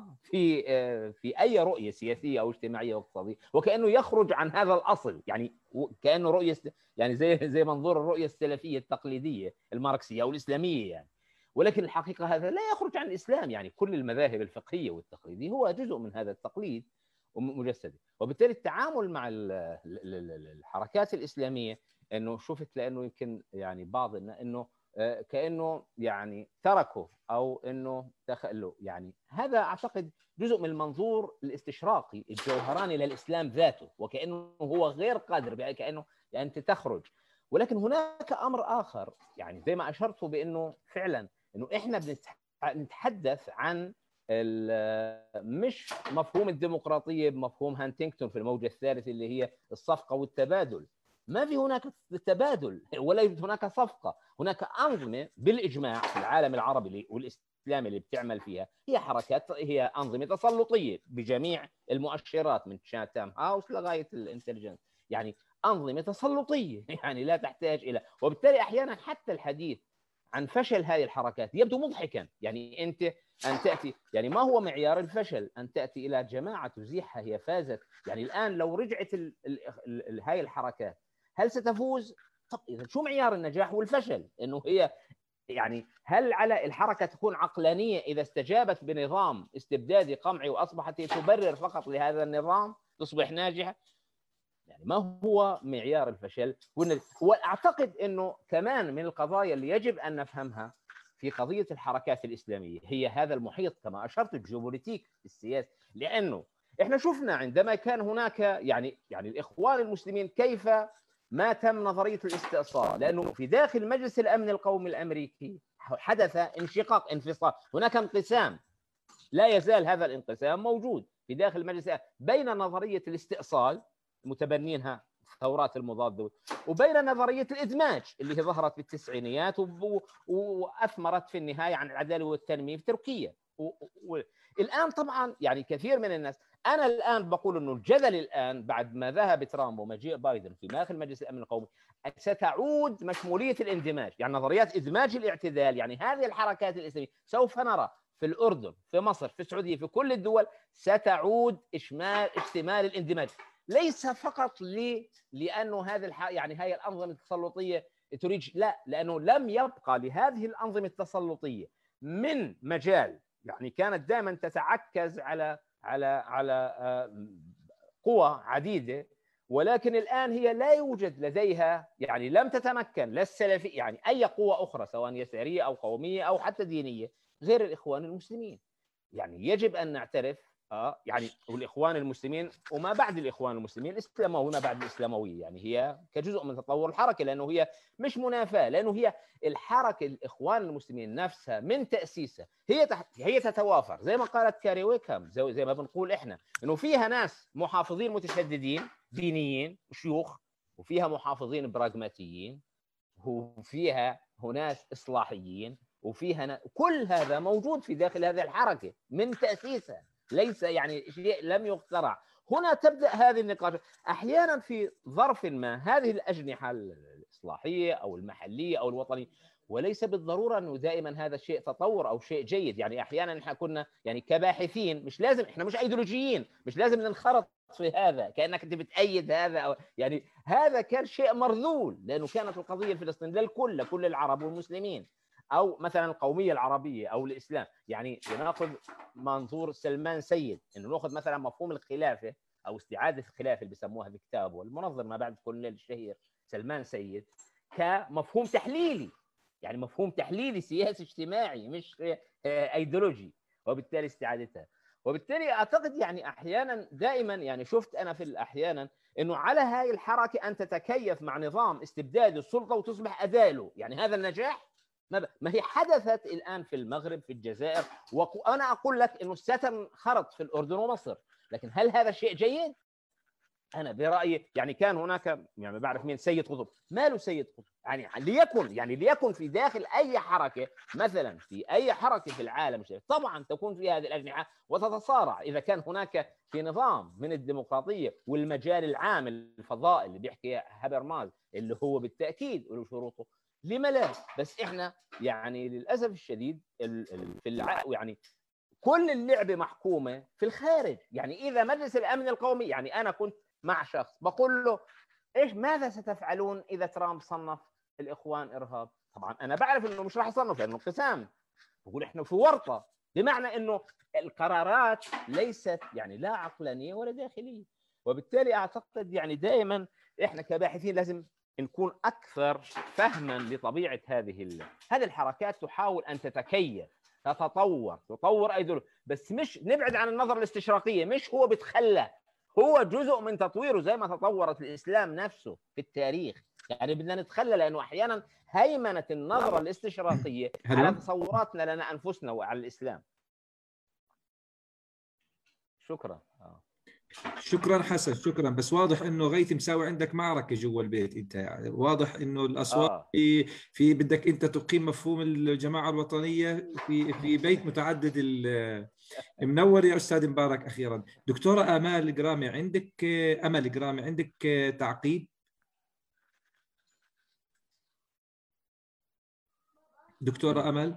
في اي رؤيه سياسيه او اجتماعيه واقتصاديه وكانه يخرج عن هذا الاصل، يعني كانه رؤيه يعني زي منظور الرؤيه السلفيه التقليديه الماركسيه او الاسلاميه يعني. ولكن الحقيقه هذا لا يخرج عن الاسلام، يعني كل المذاهب الفقهيه والتقليديه هو جزء من هذا التقليد مجسد. وبالتالي التعامل مع الحركات الاسلاميه انه شفت، لانه يمكن يعني بعض انه كأنه يعني تركوا أو أنه تخلوا، يعني هذا أعتقد جزء من المنظور الاستشراقي الجوهراني للإسلام ذاته، وكأنه هو غير قادر كأنه يعني أنت تخرج. ولكن هناك أمر آخر، يعني زي ما أشرت بأنه فعلا أنه إحنا بنتحدث عن مش مفهوم الديمقراطية بمفهوم هانتينغتون في الموجة الثالثة اللي هي الصفقة والتبادل. ما في هناك تبادل ولا يوجد هناك صفقة، هناك أنظمة بالإجماع في العالم العربي والإسلامي اللي بتعمل فيها هي حركات، هي أنظمة تسلطية بجميع المؤشرات من شاتام هاوس لغاية الانتليجنس، يعني أنظمة تسلطية يعني لا تحتاج إلى. وبالتالي أحيانا حتى الحديث عن فشل هذه الحركات يبدو مضحكا، يعني أنت أن تأتي، يعني ما هو معيار الفشل؟ أن تأتي إلى جماعة تزيحها هي فازت. يعني الآن لو رجعت هاي الحركات هل ستفوز؟ طب إذا شو معيار النجاح والفشل؟ إنه هي يعني هل على الحركة تكون عقلانية إذا استجابت بنظام استبدادي قمعي وأصبحت تبرر فقط لهذا النظام تصبح ناجحة؟ يعني ما هو معيار الفشل؟ وأعتقد إنه كمان من القضايا اللي يجب أن نفهمها في قضية الحركات الإسلامية هي هذا المحيط كما أشرت الجيوبوليتيك السياسي، لأنه إحنا شفنا عندما كان هناك يعني الإخوان المسلمين كيف ما تم نظرية الاستئصال، لأنه في داخل مجلس الأمن القومي الأمريكي حدث انشقاق، انفصال، هناك انقسام، لا يزال هذا الانقسام موجود في داخل مجلس بين نظرية الاستئصال متبنينها الثورات المضادة وبين نظرية الإدماج اللي هي ظهرت في التسعينيات وأثمرت في النهاية عن العدالة والتنمية في تركيا. الآن طبعا يعني كثير من الناس، أنا الآن بقول أنه الجدل الآن بعد ما ذهب ترامب ومجيء بايدن في داخل مجلس الأمن القومي ستعود مشمولية الإندماج، يعني نظريات إدماج الاعتدال، يعني هذه الحركات الإسلامية سوف نرى في الأردن، في مصر، في السعودية، في كل الدول ستعود اشتمال الاندماج. ليس فقط لانه هذه يعني هي الانظمه التسلطيه تريد، لا، لانه لم يبقى لهذه الانظمه التسلطيه من مجال، يعني كانت دائما تتعكز على قوى عديده، ولكن الان هي لا يوجد لديها، يعني لم تتمكن لا السلفي، يعني اي قوه اخرى سواء يساريه او قوميه او حتى دينيه غير الاخوان المسلمين. يعني يجب ان نعترف يعني والاخوان المسلمين وما بعد الاخوان المسلمين الاسلاموي وما بعد الاسلامويه، يعني هي كجزء من تطور الحركه، لانه هي مش منافاه، لانه هي الحركه الاخوان المسلمين نفسها من تاسيسها هي تتوافر، زي ما قالت كاري ويكهام، زي ما بنقول احنا، انه فيها ناس محافظين متشددين دينيين شيوخ، وفيها محافظين براغماتيين، وفيها ناس اصلاحيين، وفيها كل هذا موجود في داخل هذه الحركه من تاسيسها، ليس يعني شيء لم يخترع. هنا تبدا هذه النقاشات. احيانا في ظرف ما هذه الاجنحه الاصلاحيه او المحليه او الوطنيه، وليس بالضروره انه دائما هذا الشيء تطور او شيء جيد. يعني احيانا احنا كنا يعني كباحثين، مش لازم، احنا مش ايديولوجيين، مش لازم ننخرط في هذا كانك انت بتأيد هذا أو يعني هذا كان شيء مرذول، لانه كانت القضيه الفلسطينيه للكل، لكل العرب والمسلمين، او مثلا القوميه العربيه او الاسلام. يعني ناخذ منظور سلمان سيد، انه ناخذ مثلا مفهوم الخلافه او استعاده الخلافه اللي بيسموها في كتابه المنظر ما بعد كل ليل الشهير سلمان سيد، كمفهوم تحليلي، يعني مفهوم تحليلي سياسي اجتماعي مش ايديولوجي، وبالتالي استعادتها. وبالتالي اعتقد يعني احيانا دائما يعني شفت انا في احيانا انه على هاي الحركه ان تتكيف مع نظام استبدادي السلطه وتصبح اداه له. يعني هذا النجاح ما هي حدثت الان في المغرب في الجزائر، وانا اقول لك انه ستنخرط في الاردن ومصر، لكن هل هذا شيء جيد؟ انا برايي يعني كان هناك، يعني ما بعرف مين سيد قطب، ما له سيد قطب، يعني ليكن في داخل اي حركه، مثلا في اي حركه في العالم طبعا تكون فيها هذه الاجنحه وتتصارع. اذا كان هناك في نظام من الديمقراطيه والمجال العام الفضائي اللي بيحكي هابرماز اللي هو بالتاكيد له شروطه، لما لا؟ بس احنا يعني للاسف الشديد يعني كل اللعبه محكومه في الخارج. يعني اذا مجلس الامن القومي، يعني انا كنت مع شخص بقول له ماذا ستفعلون اذا ترامب صنف الاخوان ارهاب؟ طبعا انا بعرف انه مش راح يصنف لانه انقسام، بقول احنا في ورطه، بمعنى انه القرارات ليست يعني لا عقلانيه ولا داخليه. وبالتالي اعتقد يعني دائما احنا كباحثين لازم نكون اكثر فهما لطبيعه هذه الحركات، تحاول ان تتكيف، تطور ايديولوجيا، بس مش نبعد عن النظره الاستشراقيه، مش هو بتخلى، هو جزء من تطويره زي ما تطورت الاسلام نفسه في التاريخ. يعني بدنا نتخلى، لانه احيانا هيمنه النظره الاستشراقيه على تصوراتنا لنا انفسنا وعلى الاسلام. شكرا. شكرا حسن، شكرا. بس واضح انه غيث مساوي عندك معركه جوا البيت انت، يعني واضح انه الاصوات في بدك انت تقيم مفهوم الجماعه الوطنيه في بيت متعدد منور يا استاذ مبارك. اخيرا دكتوره امال قرامي، عندك تعقيب؟ دكتوره امل.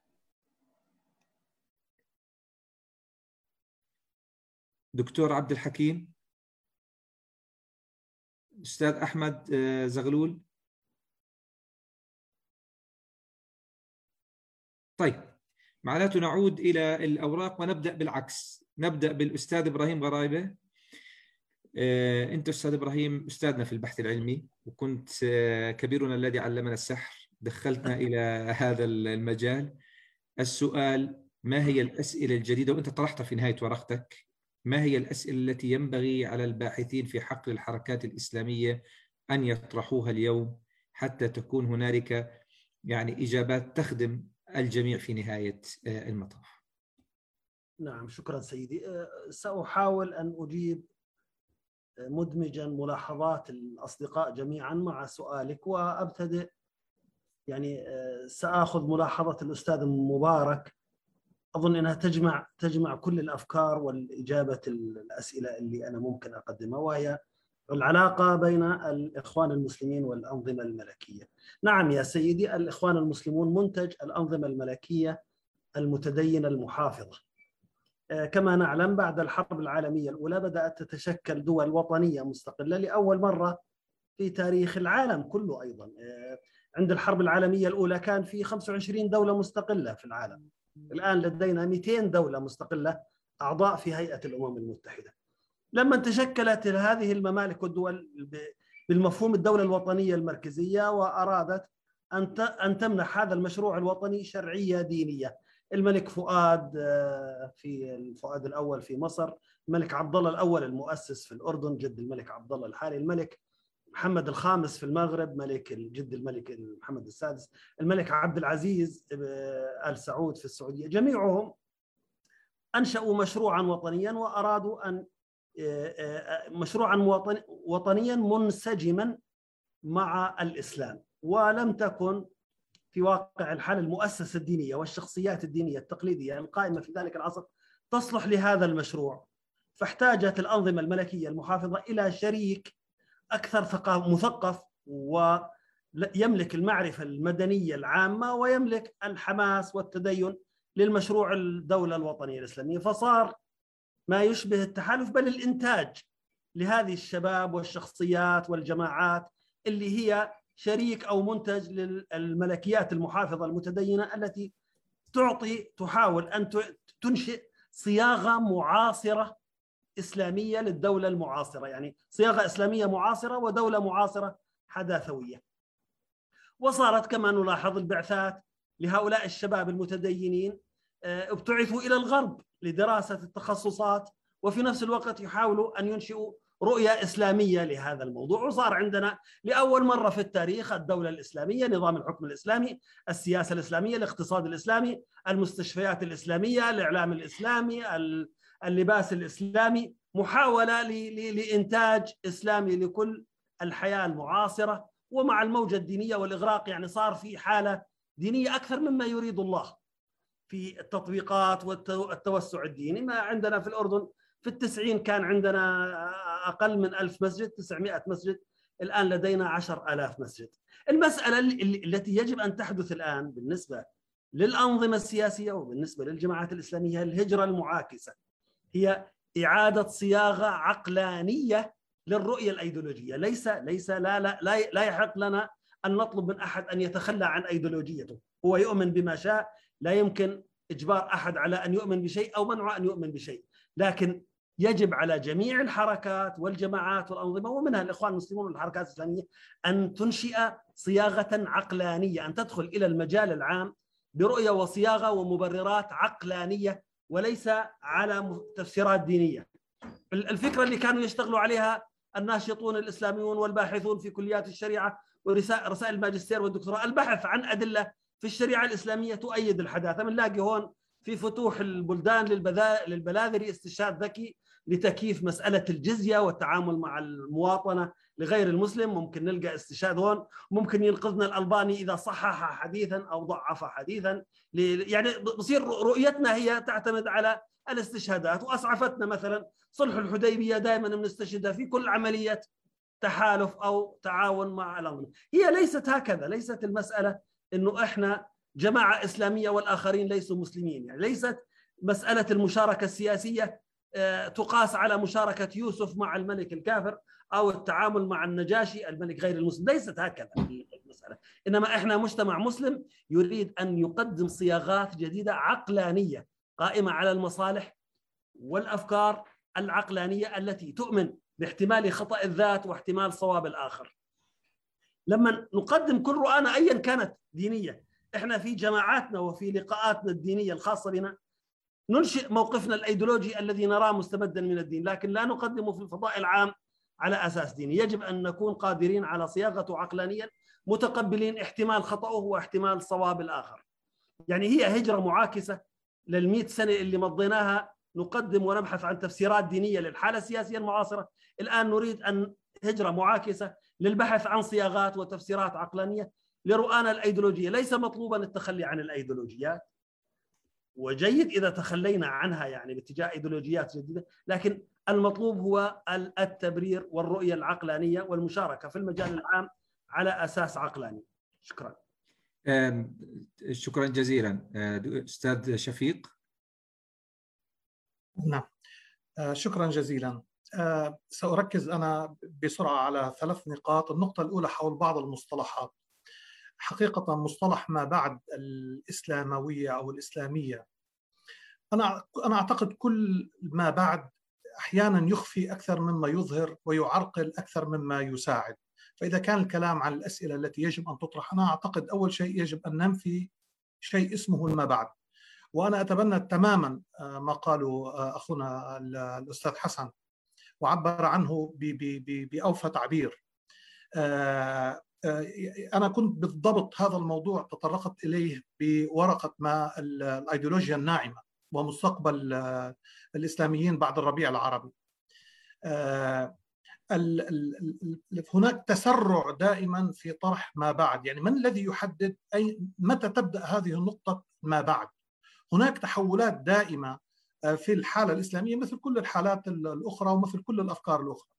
دكتور عبد الحكيم، أستاذ أحمد زغلول. طيب معناته نعود إلى الأوراق ونبدأ بالعكس، نبدأ بالأستاذ إبراهيم غرايبة. أنت أستاذ إبراهيم أستاذنا في البحث العلمي، وكنت كبيرنا الذي علمنا السحر، دخلتنا إلى هذا المجال. السؤال: ما هي الأسئلة الجديدة، وأنت طرحتها في نهاية ورقتك، ما هي الأسئلة التي ينبغي على الباحثين في حقل الحركات الإسلامية أن يطرحوها اليوم حتى تكون هنالك يعني إجابات تخدم الجميع في نهاية المطاف؟ نعم، شكرا سيدي. سأحاول أن أجيب مدمجا ملاحظات الأصدقاء جميعا مع سؤالك، وأبتدئ يعني سأخذ ملاحظة الأستاذ مبارك، أظن أنها تجمع كل الأفكار والإجابة الأسئلة اللي أنا ممكن أقدمها، وهي العلاقة بين الإخوان المسلمين والأنظمة الملكية. نعم يا سيدي، الإخوان المسلمون منتج الأنظمة الملكية المتدينة المحافظة، كما نعلم بعد الحرب العالمية الأولى بدأت تتشكل دول وطنية مستقلة لأول مرة في تاريخ العالم كله. أيضا عند الحرب العالمية الأولى كان في 25 دولة مستقلة في العالم، الآن لدينا 200 دولة مستقلة أعضاء في هيئة الأمم المتحدة. لما تشكلت هذه الممالك والدول بالمفهوم الدولة الوطنية المركزية وأرادت أن تمنح هذا المشروع الوطني شرعية دينية، الملك فؤاد في الفؤاد الأول في مصر، الملك عبد الله الأول المؤسس في الأردن جد الملك عبد الله الحالي، الملك محمد الخامس في المغرب جد الملك محمد السادس، الملك عبد العزيز آل سعود في السعودية، جميعهم أنشأوا مشروعا وطنيا وأرادوا أن مشروعا وطنيا منسجما مع الإسلام. ولم تكن في واقع الحال المؤسسة الدينية والشخصيات الدينية التقليدية القائمة في ذلك العصر تصلح لهذا المشروع، فاحتاجت الأنظمة الملكية المحافظة إلى شريك أكثر مثقف ويملك المعرفة المدنية العامة ويملك الحماس والتدين للمشروع الدولة الوطنية الإسلامية، فصار ما يشبه التحالف بل الإنتاج لهذه الشباب والشخصيات والجماعات اللي هي شريك أو منتج للملكيات المحافظة المتدينة التي تحاول أن تنشئ صياغة معاصرة إسلامية للدولة المعاصرة، يعني صياغة إسلامية معاصرة ودولة معاصرة حداثوية. وصارت كما نلاحظ البعثات لهؤلاء الشباب المتدينين ابتعثوا إلى الغرب لدراسة التخصصات، وفي نفس الوقت يحاولوا أن ينشئوا رؤية إسلامية لهذا الموضوع. وصار عندنا لأول مرة في التاريخ الدولة الإسلامية، نظام الحكم الإسلامي، السياسة الإسلامية، الاقتصاد الإسلامي، المستشفيات الإسلامية، الإعلام الإسلامي، اللباس الإسلامي، محاولة لإنتاج إسلامي لكل الحياة المعاصرة. ومع الموجة الدينية والإغراق يعني صار في حالة دينية أكثر مما يريد الله في التطبيقات والتوسع الديني. ما عندنا في الأردن في 90 كان عندنا أقل من 1000 مسجد، 900 مسجد، الآن لدينا 10,000 مسجد. المسألة التي يجب أن تحدث الآن بالنسبة للأنظمة السياسية وبالنسبة للجماعات الإسلامية الهجرة المعاكسة، هي إعادة صياغة عقلانية للرؤية الأيديولوجية. لا يحق لنا أن نطلب من أحد أن يتخلى عن أيديولوجيته، هو يؤمن بما شاء، لا يمكن إجبار أحد على أن يؤمن بشيء أو منعه أن يؤمن بشيء، لكن يجب على جميع الحركات والجماعات والأنظمة ومنها الإخوان المسلمون والحركات الإسلامية أن تنشئ صياغة عقلانية، أن تدخل إلى المجال العام برؤية وصياغة ومبررات عقلانية وليس على تفسيرات دينية. الفكرة اللي كانوا يشتغلوا عليها الناشطون الإسلاميون والباحثون في كليات الشريعة ورسائل الماجستير والدكتوراه، البحث عن أدلة في الشريعة الإسلامية تؤيد الحداثة. بنلاقي هون في فتوح البلدان للبلاذري استشهاد ذكي لتكييف مسألة الجزية والتعامل مع المواطنة لغير المسلم، ممكن نلقى استشهاد هون. ممكن ينقذنا الألباني إذا صحح حديثا أو ضعف حديثا، يعني بصير رؤيتنا هي تعتمد على الاستشهادات. وأسعفتنا مثلا صلح الحديبية، دائما بنستشهدها في كل عملية تحالف أو تعاون مع الأنظمة. هي ليست هكذا، ليست المسألة إنه إحنا جماعة إسلامية والآخرين ليسوا مسلمين، يعني ليست مسألة المشاركة السياسية تقاس على مشاركة يوسف مع الملك الكافر أو التعامل مع النجاشي الملك غير المسلم، ليست هكذا المسألة. إنما إحنا مجتمع مسلم يريد أن يقدم صياغات جديدة عقلانية قائمة على المصالح والأفكار العقلانية التي تؤمن باحتمال خطأ الذات واحتمال صواب الآخر. لما نقدم كل رؤانا أيا كانت دينية، إحنا في جماعاتنا وفي لقاءاتنا الدينية الخاصة بنا ننشئ موقفنا الأيديولوجي الذي نراه مستمدا من الدين، لكن لا نقدمه في الفضاء العام على أساس ديني. يجب أن نكون قادرين على صياغته عقلانيا، متقبلين احتمال خطأه واحتمال صواب الآخر. يعني هي هجرة معاكسة لل100 سنة اللي مضيناها نقدم ونبحث عن تفسيرات دينية للحالة السياسية المعاصرة. الآن نريد أن هجرة معاكسة للبحث عن صياغات وتفسيرات عقلانية لرؤانا الأيديولوجية. ليس مطلوبا التخلي عن الأيديولوجيات، وجيد إذا تخلينا عنها يعني باتجاه أيديولوجيات جديدة، لكن المطلوب هو التبرير والرؤية العقلانية والمشاركة في المجال العام على أساس عقلاني. شكرا. شكرا جزيلا. أستاذ شفيق. نعم، شكرا جزيلا. سأركز أنا بسرعة على 3 نقاط. النقطة الأولى حول بعض المصطلحات. حقيقة مصطلح ما بعد الإسلاموية أو الإسلامية، أنا أعتقد كل ما بعد أحيانا يخفي أكثر مما يظهر ويعرقل أكثر مما يساعد. فإذا كان الكلام عن الأسئلة التي يجب أن تطرح، أنا أعتقد أول شيء يجب أن ننفي شيء اسمه ما بعد. وأنا أتبنى تماما ما قاله أخونا الأستاذ حسن وعبر عنه بأوفى تعبير. أنا كنت بالضبط هذا الموضوع تطرقت إليه بورقة ما الأيديولوجيا الناعمة ومستقبل الإسلاميين بعد الربيع العربي. هناك تسرع دائما في طرح ما بعد، يعني من الذي يحدد متى تبدأ هذه النقطة ما بعد؟ هناك تحولات دائمة في الحالة الإسلامية مثل كل الحالات الأخرى ومثل كل الأفكار الأخرى.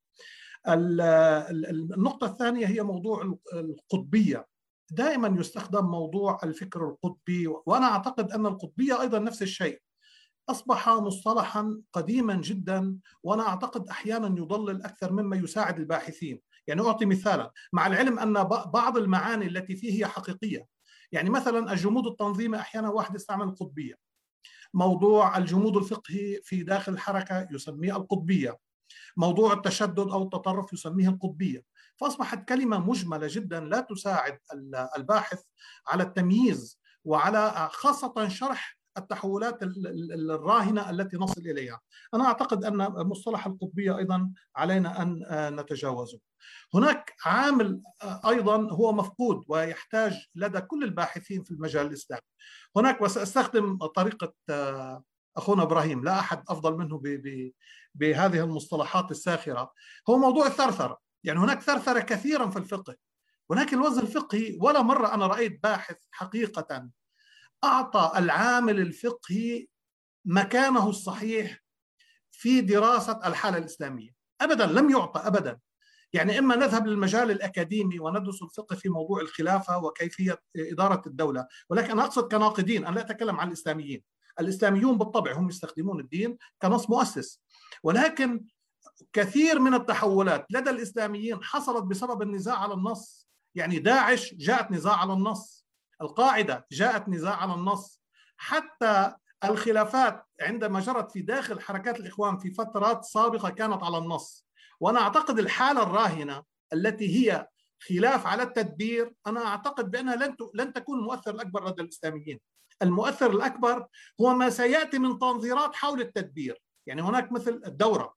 النقطة الثانية هي موضوع القطبية. دائما يستخدم موضوع الفكر القطبي، وأنا أعتقد أن القطبية أيضا نفس الشيء، أصبح مصطلحا قديما جدا، وأنا أعتقد أحيانا يضلل أكثر مما يساعد الباحثين. يعني أعطي مثالا، مع العلم أن بعض المعاني التي فيه هي حقيقية. يعني مثلا الجمود التنظيمي أحيانا واحد يستعمل القطبية، موضوع الجمود الفقهي في داخل الحركة يسميه القطبية، موضوع التشدد أو التطرف يسميه القطبية. فأصبحت كلمة مجملة جدا لا تساعد الباحث على التمييز وعلى خاصة شرح التحولات الراهنة التي نصل إليها. أنا أعتقد أن مصطلح القطبية أيضا علينا أن نتجاوزه. هناك عامل أيضا هو مفقود ويحتاج لدى كل الباحثين في المجال الإسلامي. هناك، وسأستخدم طريقة أخونا إبراهيم، لا أحد أفضل منه بهذه المصطلحات الساخرة، هو موضوع الثرثرة. يعني هناك ثرثرة كثيرا في الفقه، ولكن الوزن الفقهي ولا مرة أنا رأيت باحث حقيقة أعطى العامل الفقهي مكانه الصحيح في دراسة الحالة الإسلامية. أبدا لم يعطى أبدا. يعني إما نذهب للمجال الأكاديمي وندرس الفقه في موضوع الخلافة وكيفية إدارة الدولة، ولكن أنا أقصد كناقدين، أنا لا أتكلم عن الإسلاميين. الإسلاميون بالطبع هم يستخدمون الدين كنص مؤسس، ولكن كثير من التحولات لدى الإسلاميين حصلت بسبب النزاع على النص. يعني داعش جاءت نزاع على النص، القاعدة جاءت نزاع على النص، حتى الخلافات عندما جرت في داخل حركات الإخوان في فترات سابقة كانت على النص. وأنا أعتقد الحالة الراهنة التي هي خلاف على التدبير، أنا أعتقد بأنها لن تكون المؤثر الأكبر لدى الإسلاميين. المؤثر الأكبر هو ما سيأتي من تنظيرات حول التدبير. يعني هناك مثل الدورة،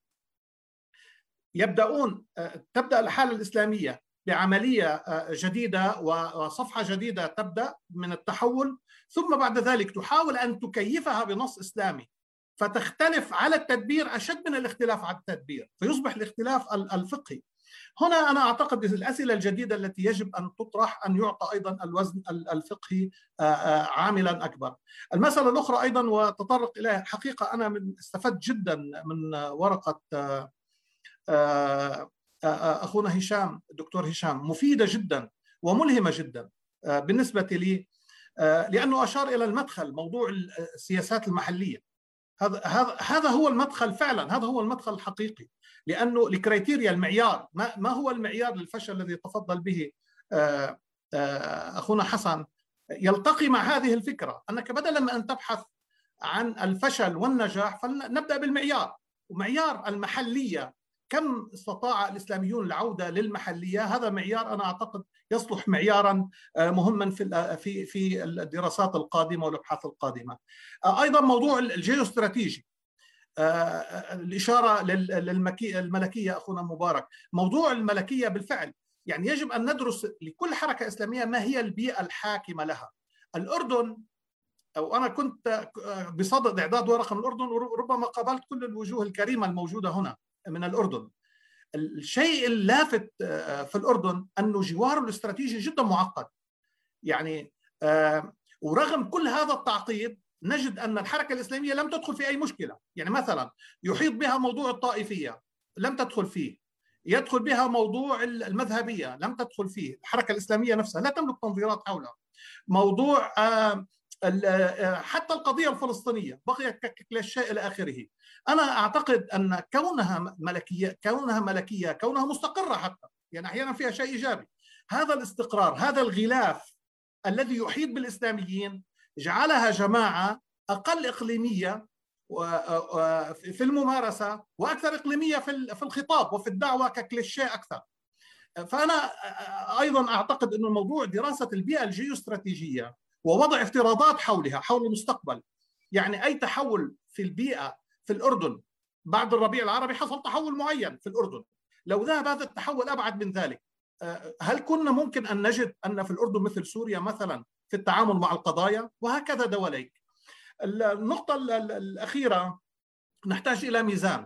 تبدأ الحالة الإسلامية بعملية جديدة وصفحة جديدة تبدأ من التحول، ثم بعد ذلك تحاول أن تكيفها بنص إسلامي فتختلف على التدبير أشد من الاختلاف على التدبير، فيصبح الاختلاف الفقهي. هنا أنا أعتقد الأسئلة الجديدة التي يجب أن تطرح أن يعطى أيضا الوزن الفقهي عاملا أكبر. المسألة الأخرى أيضا وتطرق إليها، حقيقة أنا استفدت جدا من ورقة أخونا هشام، الدكتور هشام، مفيدة جدا وملهمة جدا بالنسبة لي، لأنه أشار إلى المدخل، موضوع السياسات المحلية. هذا هو المدخل فعلا، هذا هو المدخل الحقيقي، لأنه الكريتيريا، المعيار، ما هو المعيار للفشل الذي تفضل به أخونا حسن، يلتقي مع هذه الفكرة أنك بدلا من أن تبحث عن الفشل والنجاح فلنبدأ بالمعيار، ومعيار المحلية. كم استطاع الإسلاميون العودة للمحلية؟ هذا معيار أنا أعتقد يصلح معيارا مهما في الدراسات القادمة والأبحاث القادمة. أيضا موضوع الجيوستراتيجي، الإشارة للملكية أخونا مبارك. موضوع الملكية بالفعل، يعني يجب أن ندرس لكل حركة إسلامية ما هي البيئة الحاكمة لها. الأردن، أو أنا كنت بصدد إعداد ورقة من الأردن وربما قابلت كل الوجوه الكريمة الموجودة هنا من الأردن. الشيء اللافت في الأردن أنه جواره الاستراتيجي جدا معقد. يعني ورغم كل هذا التعقيد نجد أن الحركة الإسلامية لم تدخل في أي مشكلة. يعني مثلا يحيط بها موضوع الطائفية، لم تدخل فيه. يدخل بها موضوع المذهبية، لم تدخل فيه. الحركة الإسلامية نفسها لا تملك تنظيرات حولها. موضوع حتى القضية الفلسطينية بقيت كالشيء إلى آخره. أنا أعتقد أن كونها ملكية، كونها مستقرة حتى، يعني أحيانا فيها شيء إيجابي. هذا الاستقرار، هذا الغلاف الذي يحيط بالإسلاميين جعلها جماعة أقل إقليمية في الممارسة وأكثر إقليمية في الخطاب وفي الدعوة ككليشيه أكثر. فأنا أيضا أعتقد أن الموضوع دراسة البيئة الجيوستراتيجية ووضع افتراضات حولها، حول المستقبل. يعني أي تحول في البيئة في الأردن بعد الربيع العربي، حصل تحول معين في الأردن، لو ذهب هذا التحول أبعد من ذلك، هل كنا ممكن أن نجد أن في الأردن مثل سوريا مثلا في التعامل مع القضايا؟ وهكذا دواليك. النقطة الأخيرة، نحتاج إلى ميزان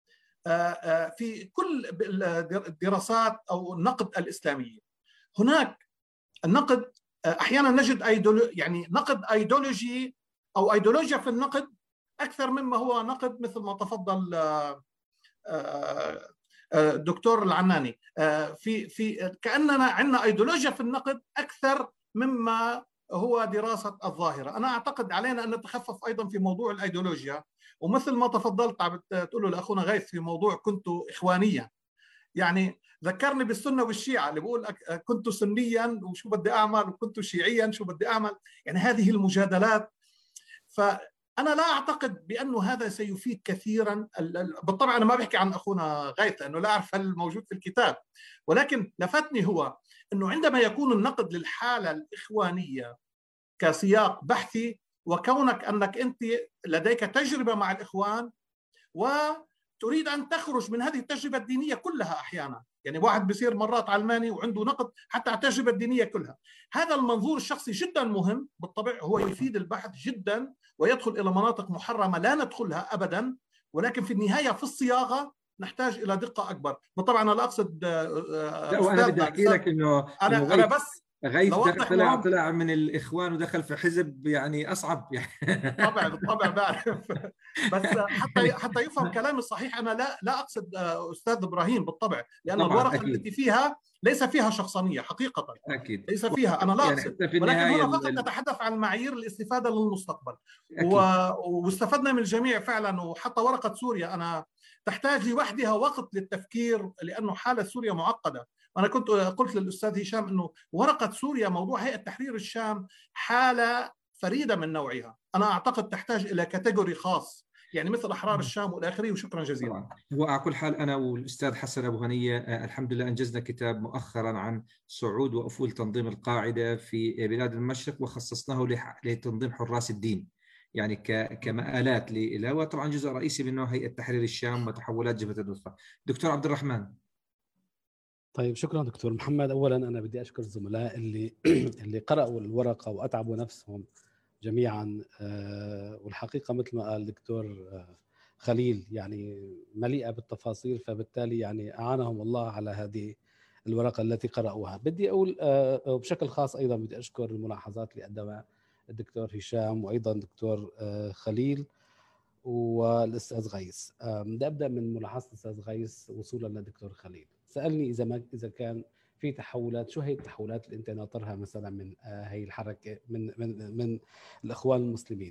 في كل الدراسات أو النقد الإسلامي. هناك النقد أحيانا نجد يعني نقد أيديولوجي أو أيديولوجيا في النقد أكثر مما هو نقد، مثل ما تفضل دكتور العناني، في كأننا عندنا أيديولوجيا في النقد أكثر مما هو دراسة الظاهرة. أنا أعتقد علينا أن نتخفف أيضا في موضوع الأيديولوجيا، ومثل ما تفضلت تقول لأخونا غيث في موضوع كنت إخوانيا، يعني ذكرني بالسنة والشيعة اللي بقول كنت سنيا وشو بدي أعمل، وكنت شيعيا شو بدي أعمل، يعني هذه المجادلات. فأنا لا أعتقد بأنه هذا سيفيد كثيرا. بالطبع أنا ما بحكي عن أخونا غيث لأنه لا أعرف هل موجود في الكتاب، ولكن لفتني هو أنه عندما يكون النقد للحالة الإخوانية كسياق بحثي، وكونك أنك أنت لديك تجربة مع الإخوان وتريد أن تخرج من هذه التجربة الدينية كلها، أحيانا يعني واحد بيصير مرات علماني وعنده نقد حتى على التجربة الدينية كلها. هذا المنظور الشخصي جدا مهم، بالطبع هو يفيد البحث جدا ويدخل إلى مناطق محرمة لا ندخلها أبدا، ولكن في النهاية في الصياغة نحتاج إلى دقة أكبر. طبعا أنا لا أقصد لا، وأنا بدي أحكي لك إنه أنا بس غيث طلع من الإخوان ودخل في حزب يعني أصعب يعني. بالطبع بعرف، بس حتى يفهم كلامي الصحيح، أنا لا أقصد أستاذ إبراهيم بالطبع، لأن الورقة أكيد. التي فيها ليس فيها شخصنية حقيقة، أكيد ليس فيها، أنا لا أقصد، يعني ولكن هنا فقط نتحدث عن معايير الاستفادة للمستقبل. واستفدنا من الجميع فعلا. وحتى ورقة سوريا أنا تحتاج لوحدها وقت للتفكير، لأنه حالة سوريا معقدة. أنا كنت قلت للأستاذ هشام أنه ورقة سوريا، موضوع هيئة تحرير الشام، حالة فريدة من نوعها. أنا أعتقد تحتاج إلى كاتيجوري خاص، يعني مثل أحرار الشام والآخرين. وشكرا جزيلا. هو على كل حال أنا والأستاذ حسن أبو هنية الحمد لله أنجزنا كتاب مؤخرا عن صعود وأفول تنظيم القاعدة في بلاد المشرق، وخصصناه لتنظيم حراس الدين، يعني كمآلات له، وطبعا جزء رئيسي منه هيئة تحرير الشام وتحولات جبهة النصرة. دكتور عبد الرحمن. طيب شكرا دكتور محمد. اولا انا بدي اشكر الزملاء اللي قرأوا الورقه واتعبوا نفسهم جميعا، والحقيقه مثل ما قال دكتور خليل يعني مليئه بالتفاصيل، فبالتالي يعني اعانهم الله على هذه الورقه التي قرأوها. بدي اقول بشكل خاص ايضا بدي اشكر الملاحظات اللي قدمها الدكتور هشام وايضا دكتور خليل والاستاذ غيث. بدي ابدا من ملاحظه الاستاذ غيث وصولا للدكتور خليل. سالني اذا كان في تحولات، شو هي التحولات اللي انت ناطرها مثلا من هي الحركه من الاخوان المسلمين.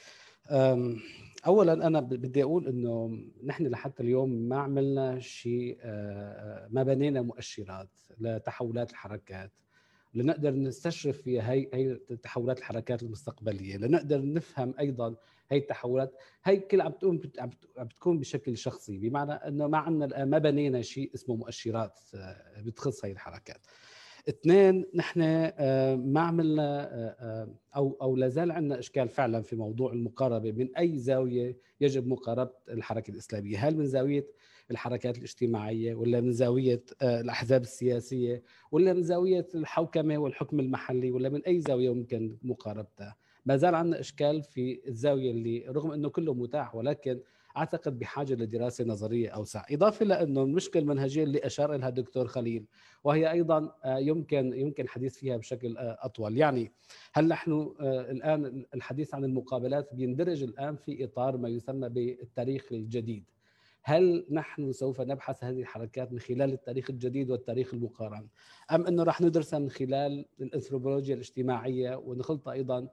اولا انا بدي اقول انه نحن لحتى اليوم ما عملنا شيء، ما بنينا مؤشرات لتحولات الحركات لنقدر نستشرف فيها هي تحولات الحركات المستقبليه، لنقدر نفهم ايضا هي التحولات. هي كلها عم بتكون بشكل شخصي، بمعنى انه ما بنينا شيء اسمه مؤشرات بتخص هي الحركات. اثنين، نحن ما عملنا او لا زال عندنا اشكال فعلا في موضوع المقاربه، من اي زاويه يجب مقاربه الحركه الاسلاميه، هل من زاويه الحركات الاجتماعيه، ولا من زاويه الاحزاب السياسيه، ولا من زاويه الحوكمه والحكم المحلي، ولا من اي زاويه ممكن مقاربتها؟ ما زال عندنا اشكال في الزاويه اللي رغم انه كله متاح، ولكن اعتقد بحاجه لدراسه نظريه اوسع، اضافه لانه المشكله المنهجيه اللي اشار لها الدكتور خليل، وهي ايضا يمكن الحديث فيها بشكل اطول. يعني هل نحن الان الحديث عن المقابلات بيندرج الان في اطار ما يسمى بالتاريخ الجديد، هل نحن سوف نبحث هذه الحركات من خلال التاريخ الجديد والتاريخ المقارن، أم أنه راح ندرسها من خلال الأنثروبولوجيا الاجتماعية ونخلطها أيضا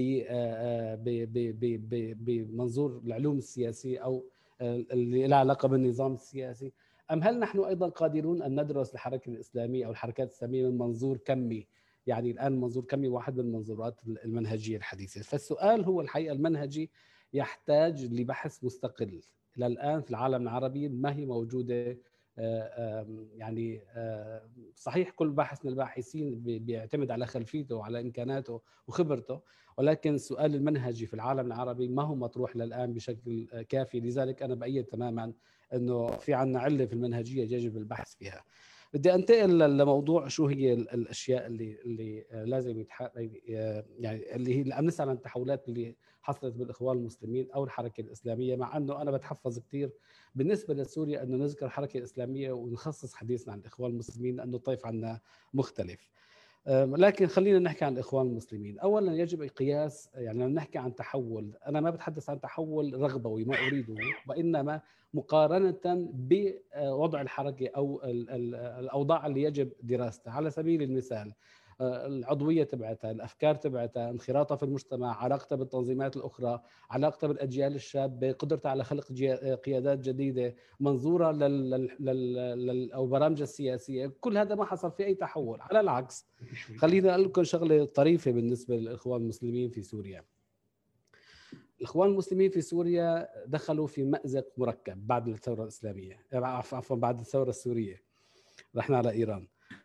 بمنظور العلوم السياسية أو اللي لها علاقة بالنظام السياسي، أم هل نحن أيضا قادرون أن ندرس الحركة الإسلامية أو الحركات الإسلامية من منظور كمي؟ يعني الآن منظور كمي واحد من المنظورات المنهجية الحديثة. فالسؤال هو الحقيقة المنهجي يحتاج لبحث مستقل. إلى الآن في العالم العربي ما هي موجودة. يعني صحيح كل باحث من الباحثين بيعتمد على خلفيته وعلى إمكاناته وخبرته، ولكن السؤال المنهجي في العالم العربي ما هو مطروح للآن بشكل كافي. لذلك أنا بأيد تماما أنه في عنا علة في المنهجية يجب البحث فيها. بدي أنتقل لموضوع شو هي الأشياء اللي لازم يعني اللي هي الأمن عن التحولات اللي حصلت بالإخوان المسلمين أو الحركة الإسلامية، مع أنه أنا بتحفظ كثير بالنسبة لسوريا أنه نذكر الحركة الإسلامية ونخصص حديثنا عن الإخوان المسلمين لأنه الطيف عنا مختلف. لكن خلينا نحكي عن الإخوان المسلمين. أولا يجب قياس، يعني لما نحكي عن تحول أنا ما بتحدث عن تحول رغبوي ما أريده، وإنما مقارنة بوضع الحركة أو الأوضاع اللي يجب دراستها. على سبيل المثال العضوية تبعتها، الأفكار تبعتها، انخراطها في المجتمع، علاقتها بالتنظيمات الأخرى، علاقتها بالأجيال الشابة، قدرتها على خلق قيادات جديدة، منظورها أو برامجها السياسية. كل هذا ما حصل في أي تحول. على العكس خلينا أقول لكم شغلة طريفة بالنسبة للإخوان المسلمين في سوريا. الإخوان المسلمين في سوريا دخلوا في مأزق مركب بعد الثورة الإسلامية، عفوا بعد الثورة السورية. رحنا على إيران.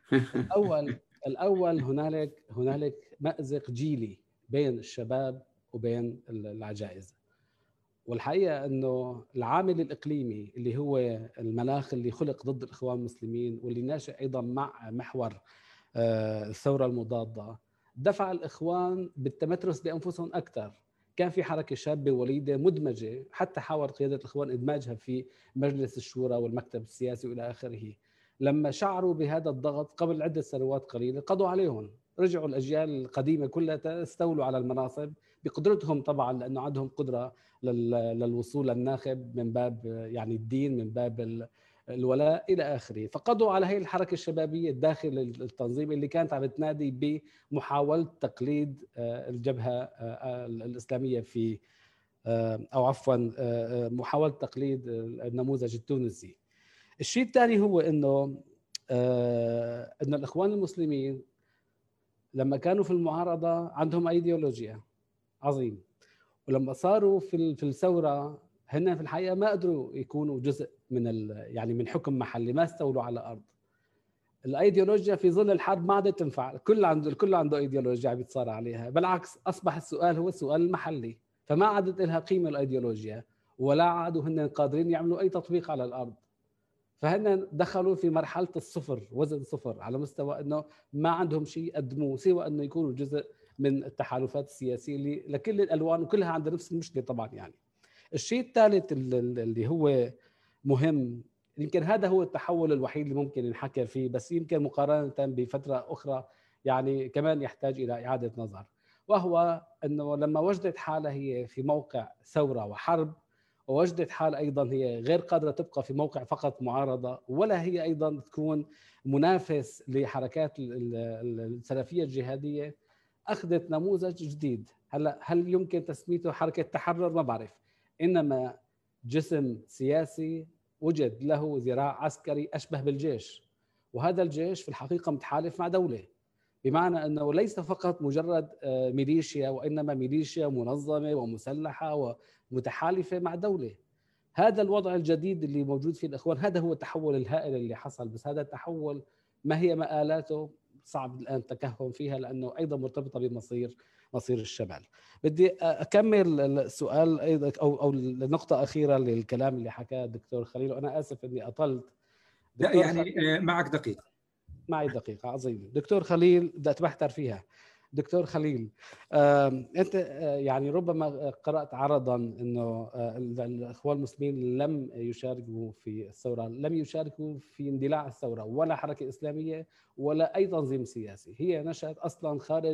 الأول هنالك مأزق جيلي بين الشباب وبين العجائز. والحقيقة أنه العامل الإقليمي اللي هو المناخ اللي خلق ضد الإخوان المسلمين واللي ناشئ أيضا مع محور الثورة المضادة دفع الإخوان بالتمترس بأنفسهم أكثر. كان في حركة شابة وليدة مدمجة، حتى حاول قيادة الإخوان إدماجها في مجلس الشورى والمكتب السياسي وإلى آخره. لما شعروا بهذا الضغط قبل عدة سنوات قليلة قضوا عليهم، رجعوا الأجيال القديمة كلها استولوا على المناصب بقدرتهم طبعا، لأنه عندهم قدرة للوصول للناخب من باب يعني الدين، من باب الولاء إلى آخره. فقضوا على هي الحركة الشبابية داخل التنظيم اللي كانت عم تنادي بمحاولة تقليد الجبهة الإسلامية في أو عفوا محاولة تقليد النموذج التونسي. الشيء الثاني هو إنه الإخوان المسلمين لما كانوا في المعارضة عندهم أيديولوجيا عظيم، ولما صاروا في الثورة هن في الحقيقة ما قدروا يكونوا جزء من يعني من حكم محلي، ما استولوا على الأرض. الأيديولوجيا في ظل الحرب ما عادت تنفع، الكل عنده أيديولوجيا عم يتصارع عليها، بالعكس أصبح السؤال هو السؤال المحلي، فما عادت لها قيمة الأيديولوجيا ولا عادوا هن قادرين يعملوا أي تطبيق على الأرض. فهن دخلوا في مرحلة الصفر، وزن صفر، على مستوى أنه ما عندهم شيء يقدموه سوى أنه يكونوا جزء من التحالفات السياسية اللي لكل الألوان وكلها عندها نفس المشكلة طبعا. يعني الشيء الثالث اللي هو مهم، يمكن هذا هو التحول الوحيد اللي ممكن نحكي فيه، بس يمكن مقارنة بفترة أخرى يعني كمان يحتاج إلى إعادة نظر، وهو أنه لما وجدت حالها هي في موقع ثورة وحرب، ووجدت حال أيضا هي غير قادرة تبقى في موقع فقط معارضة، ولا هي أيضا تكون منافس لحركات السلفية الجهادية، أخذت نموذج جديد. هلا هل يمكن تسميته حركة تحرر؟ ما بعرف، إنما جسم سياسي وجد له ذراع عسكري أشبه بالجيش، وهذا الجيش في الحقيقة متحالف مع دولة، بمعنى أنه ليس فقط مجرد ميليشيا، وإنما ميليشيا منظمة ومسلحة ومتحالفة مع دولة. هذا الوضع الجديد اللي موجود في الإخوان، هذا هو التحول الهائل اللي حصل. بس هذا التحول ما هي مآلاته صعب الآن التكهن فيها، لأنه أيضا مرتبطة بمصير الشمال. بدي أكمل السؤال أيضا أو النقطة أخيرة للكلام اللي حكاه الدكتور خليل، وأنا آسف أني أطلت. لا يعني معك دقيقة. معي دقيقة، عظيم. دكتور خليل بدي أتبحتر فيها. دكتور خليل، أنت يعني ربما قرأت عرضا أنه الإخوان المسلمين لم يشاركوا في الثورة، لم يشاركوا في اندلاع الثورة ولا حركة إسلامية ولا أي تنظيم سياسي، هي نشأت أصلا خارج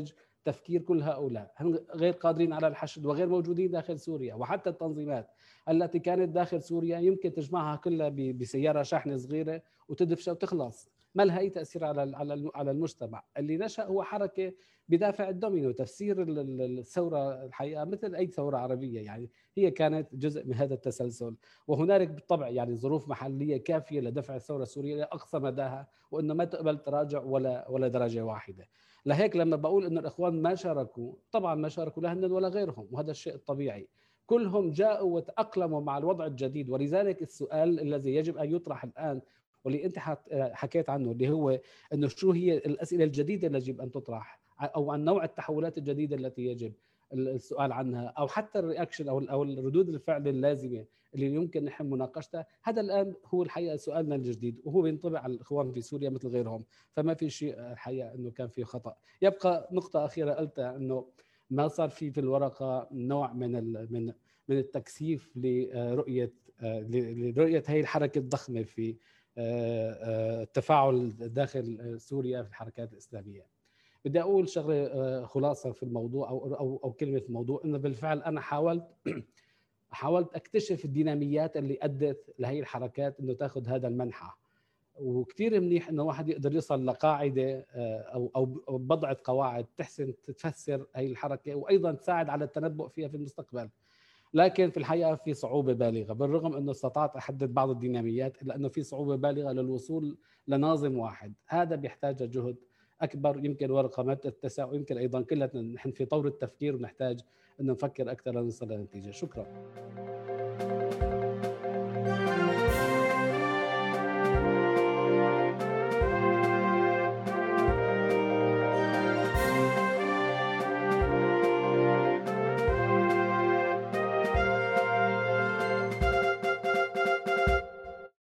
تفكير كل هؤلاء، هم غير قادرين على الحشد وغير موجودين داخل سوريا. وحتى التنظيمات التي كانت داخل سوريا يمكن تجمعها كلها بسيارة شحن صغيرة وتدفشها وتخلص، ما لها أي تأثير على المجتمع. اللي نشأ هو حركة بدافع الدومينو. تفسير الثورة الحقيقة مثل أي ثورة عربية، يعني هي كانت جزء من هذا التسلسل، وهنالك بالطبع يعني ظروف محلية كافية لدفع الثورة السورية لأقصى مداها، وأنه ما تقبل تراجع ولا درجة واحدة. لهيك لما بقول أن الإخوان ما شاركوا، طبعا ما شاركوا لا هن ولا غيرهم، وهذا الشيء الطبيعي. كلهم جاءوا وتأقلموا مع الوضع الجديد. ولذلك السؤال الذي يجب أن يطرح الآن واللي أنت حكيت عنه، اللي هو أنه شو هي الأسئلة الجديدة اللي يجب أن تطرح، أو عن نوع التحولات الجديدة التي يجب السؤال عنها، أو حتى الرياكشن أو الردود الفعل اللازمة اللي يمكن نحن مناقشتها. هذا الآن هو الحقيقة سؤالنا الجديد، وهو بينطبق على الإخوان في سوريا مثل غيرهم. فما في شيء الحقيقة أنه كان فيه خطأ. يبقى نقطة أخيرة قلتها، أنه ما صار في الورقة نوع من التكثيف لرؤية هي الحركة الضخمة في التفاعل داخل سوريا في الحركات الإسلامية. بدي أقول شغلة خلاصة في الموضوع أو كلمة في الموضوع، إنه بالفعل أنا حاولت أكتشف الديناميات اللي أدت لهي الحركات إنه تأخذ هذا المنحى. وكثير منيح إنه واحد يقدر يصل لقاعدة أو بضعة قواعد تحسن تفسر هي الحركة، وأيضا تساعد على التنبؤ فيها في المستقبل. لكن في الحقيقة في صعوبة بالغة، بالرغم أنه استطعت أحدد بعض الديناميات، إلا أنه في صعوبة بالغة للوصول لناظم واحد. هذا بيحتاج جهد أكبر. يمكن ورقة ما تتسع، ويمكن أيضا كلنا نحن في طور التفكير ونحتاج أن نفكر أكثر لنصل لنتيجة. شكرا.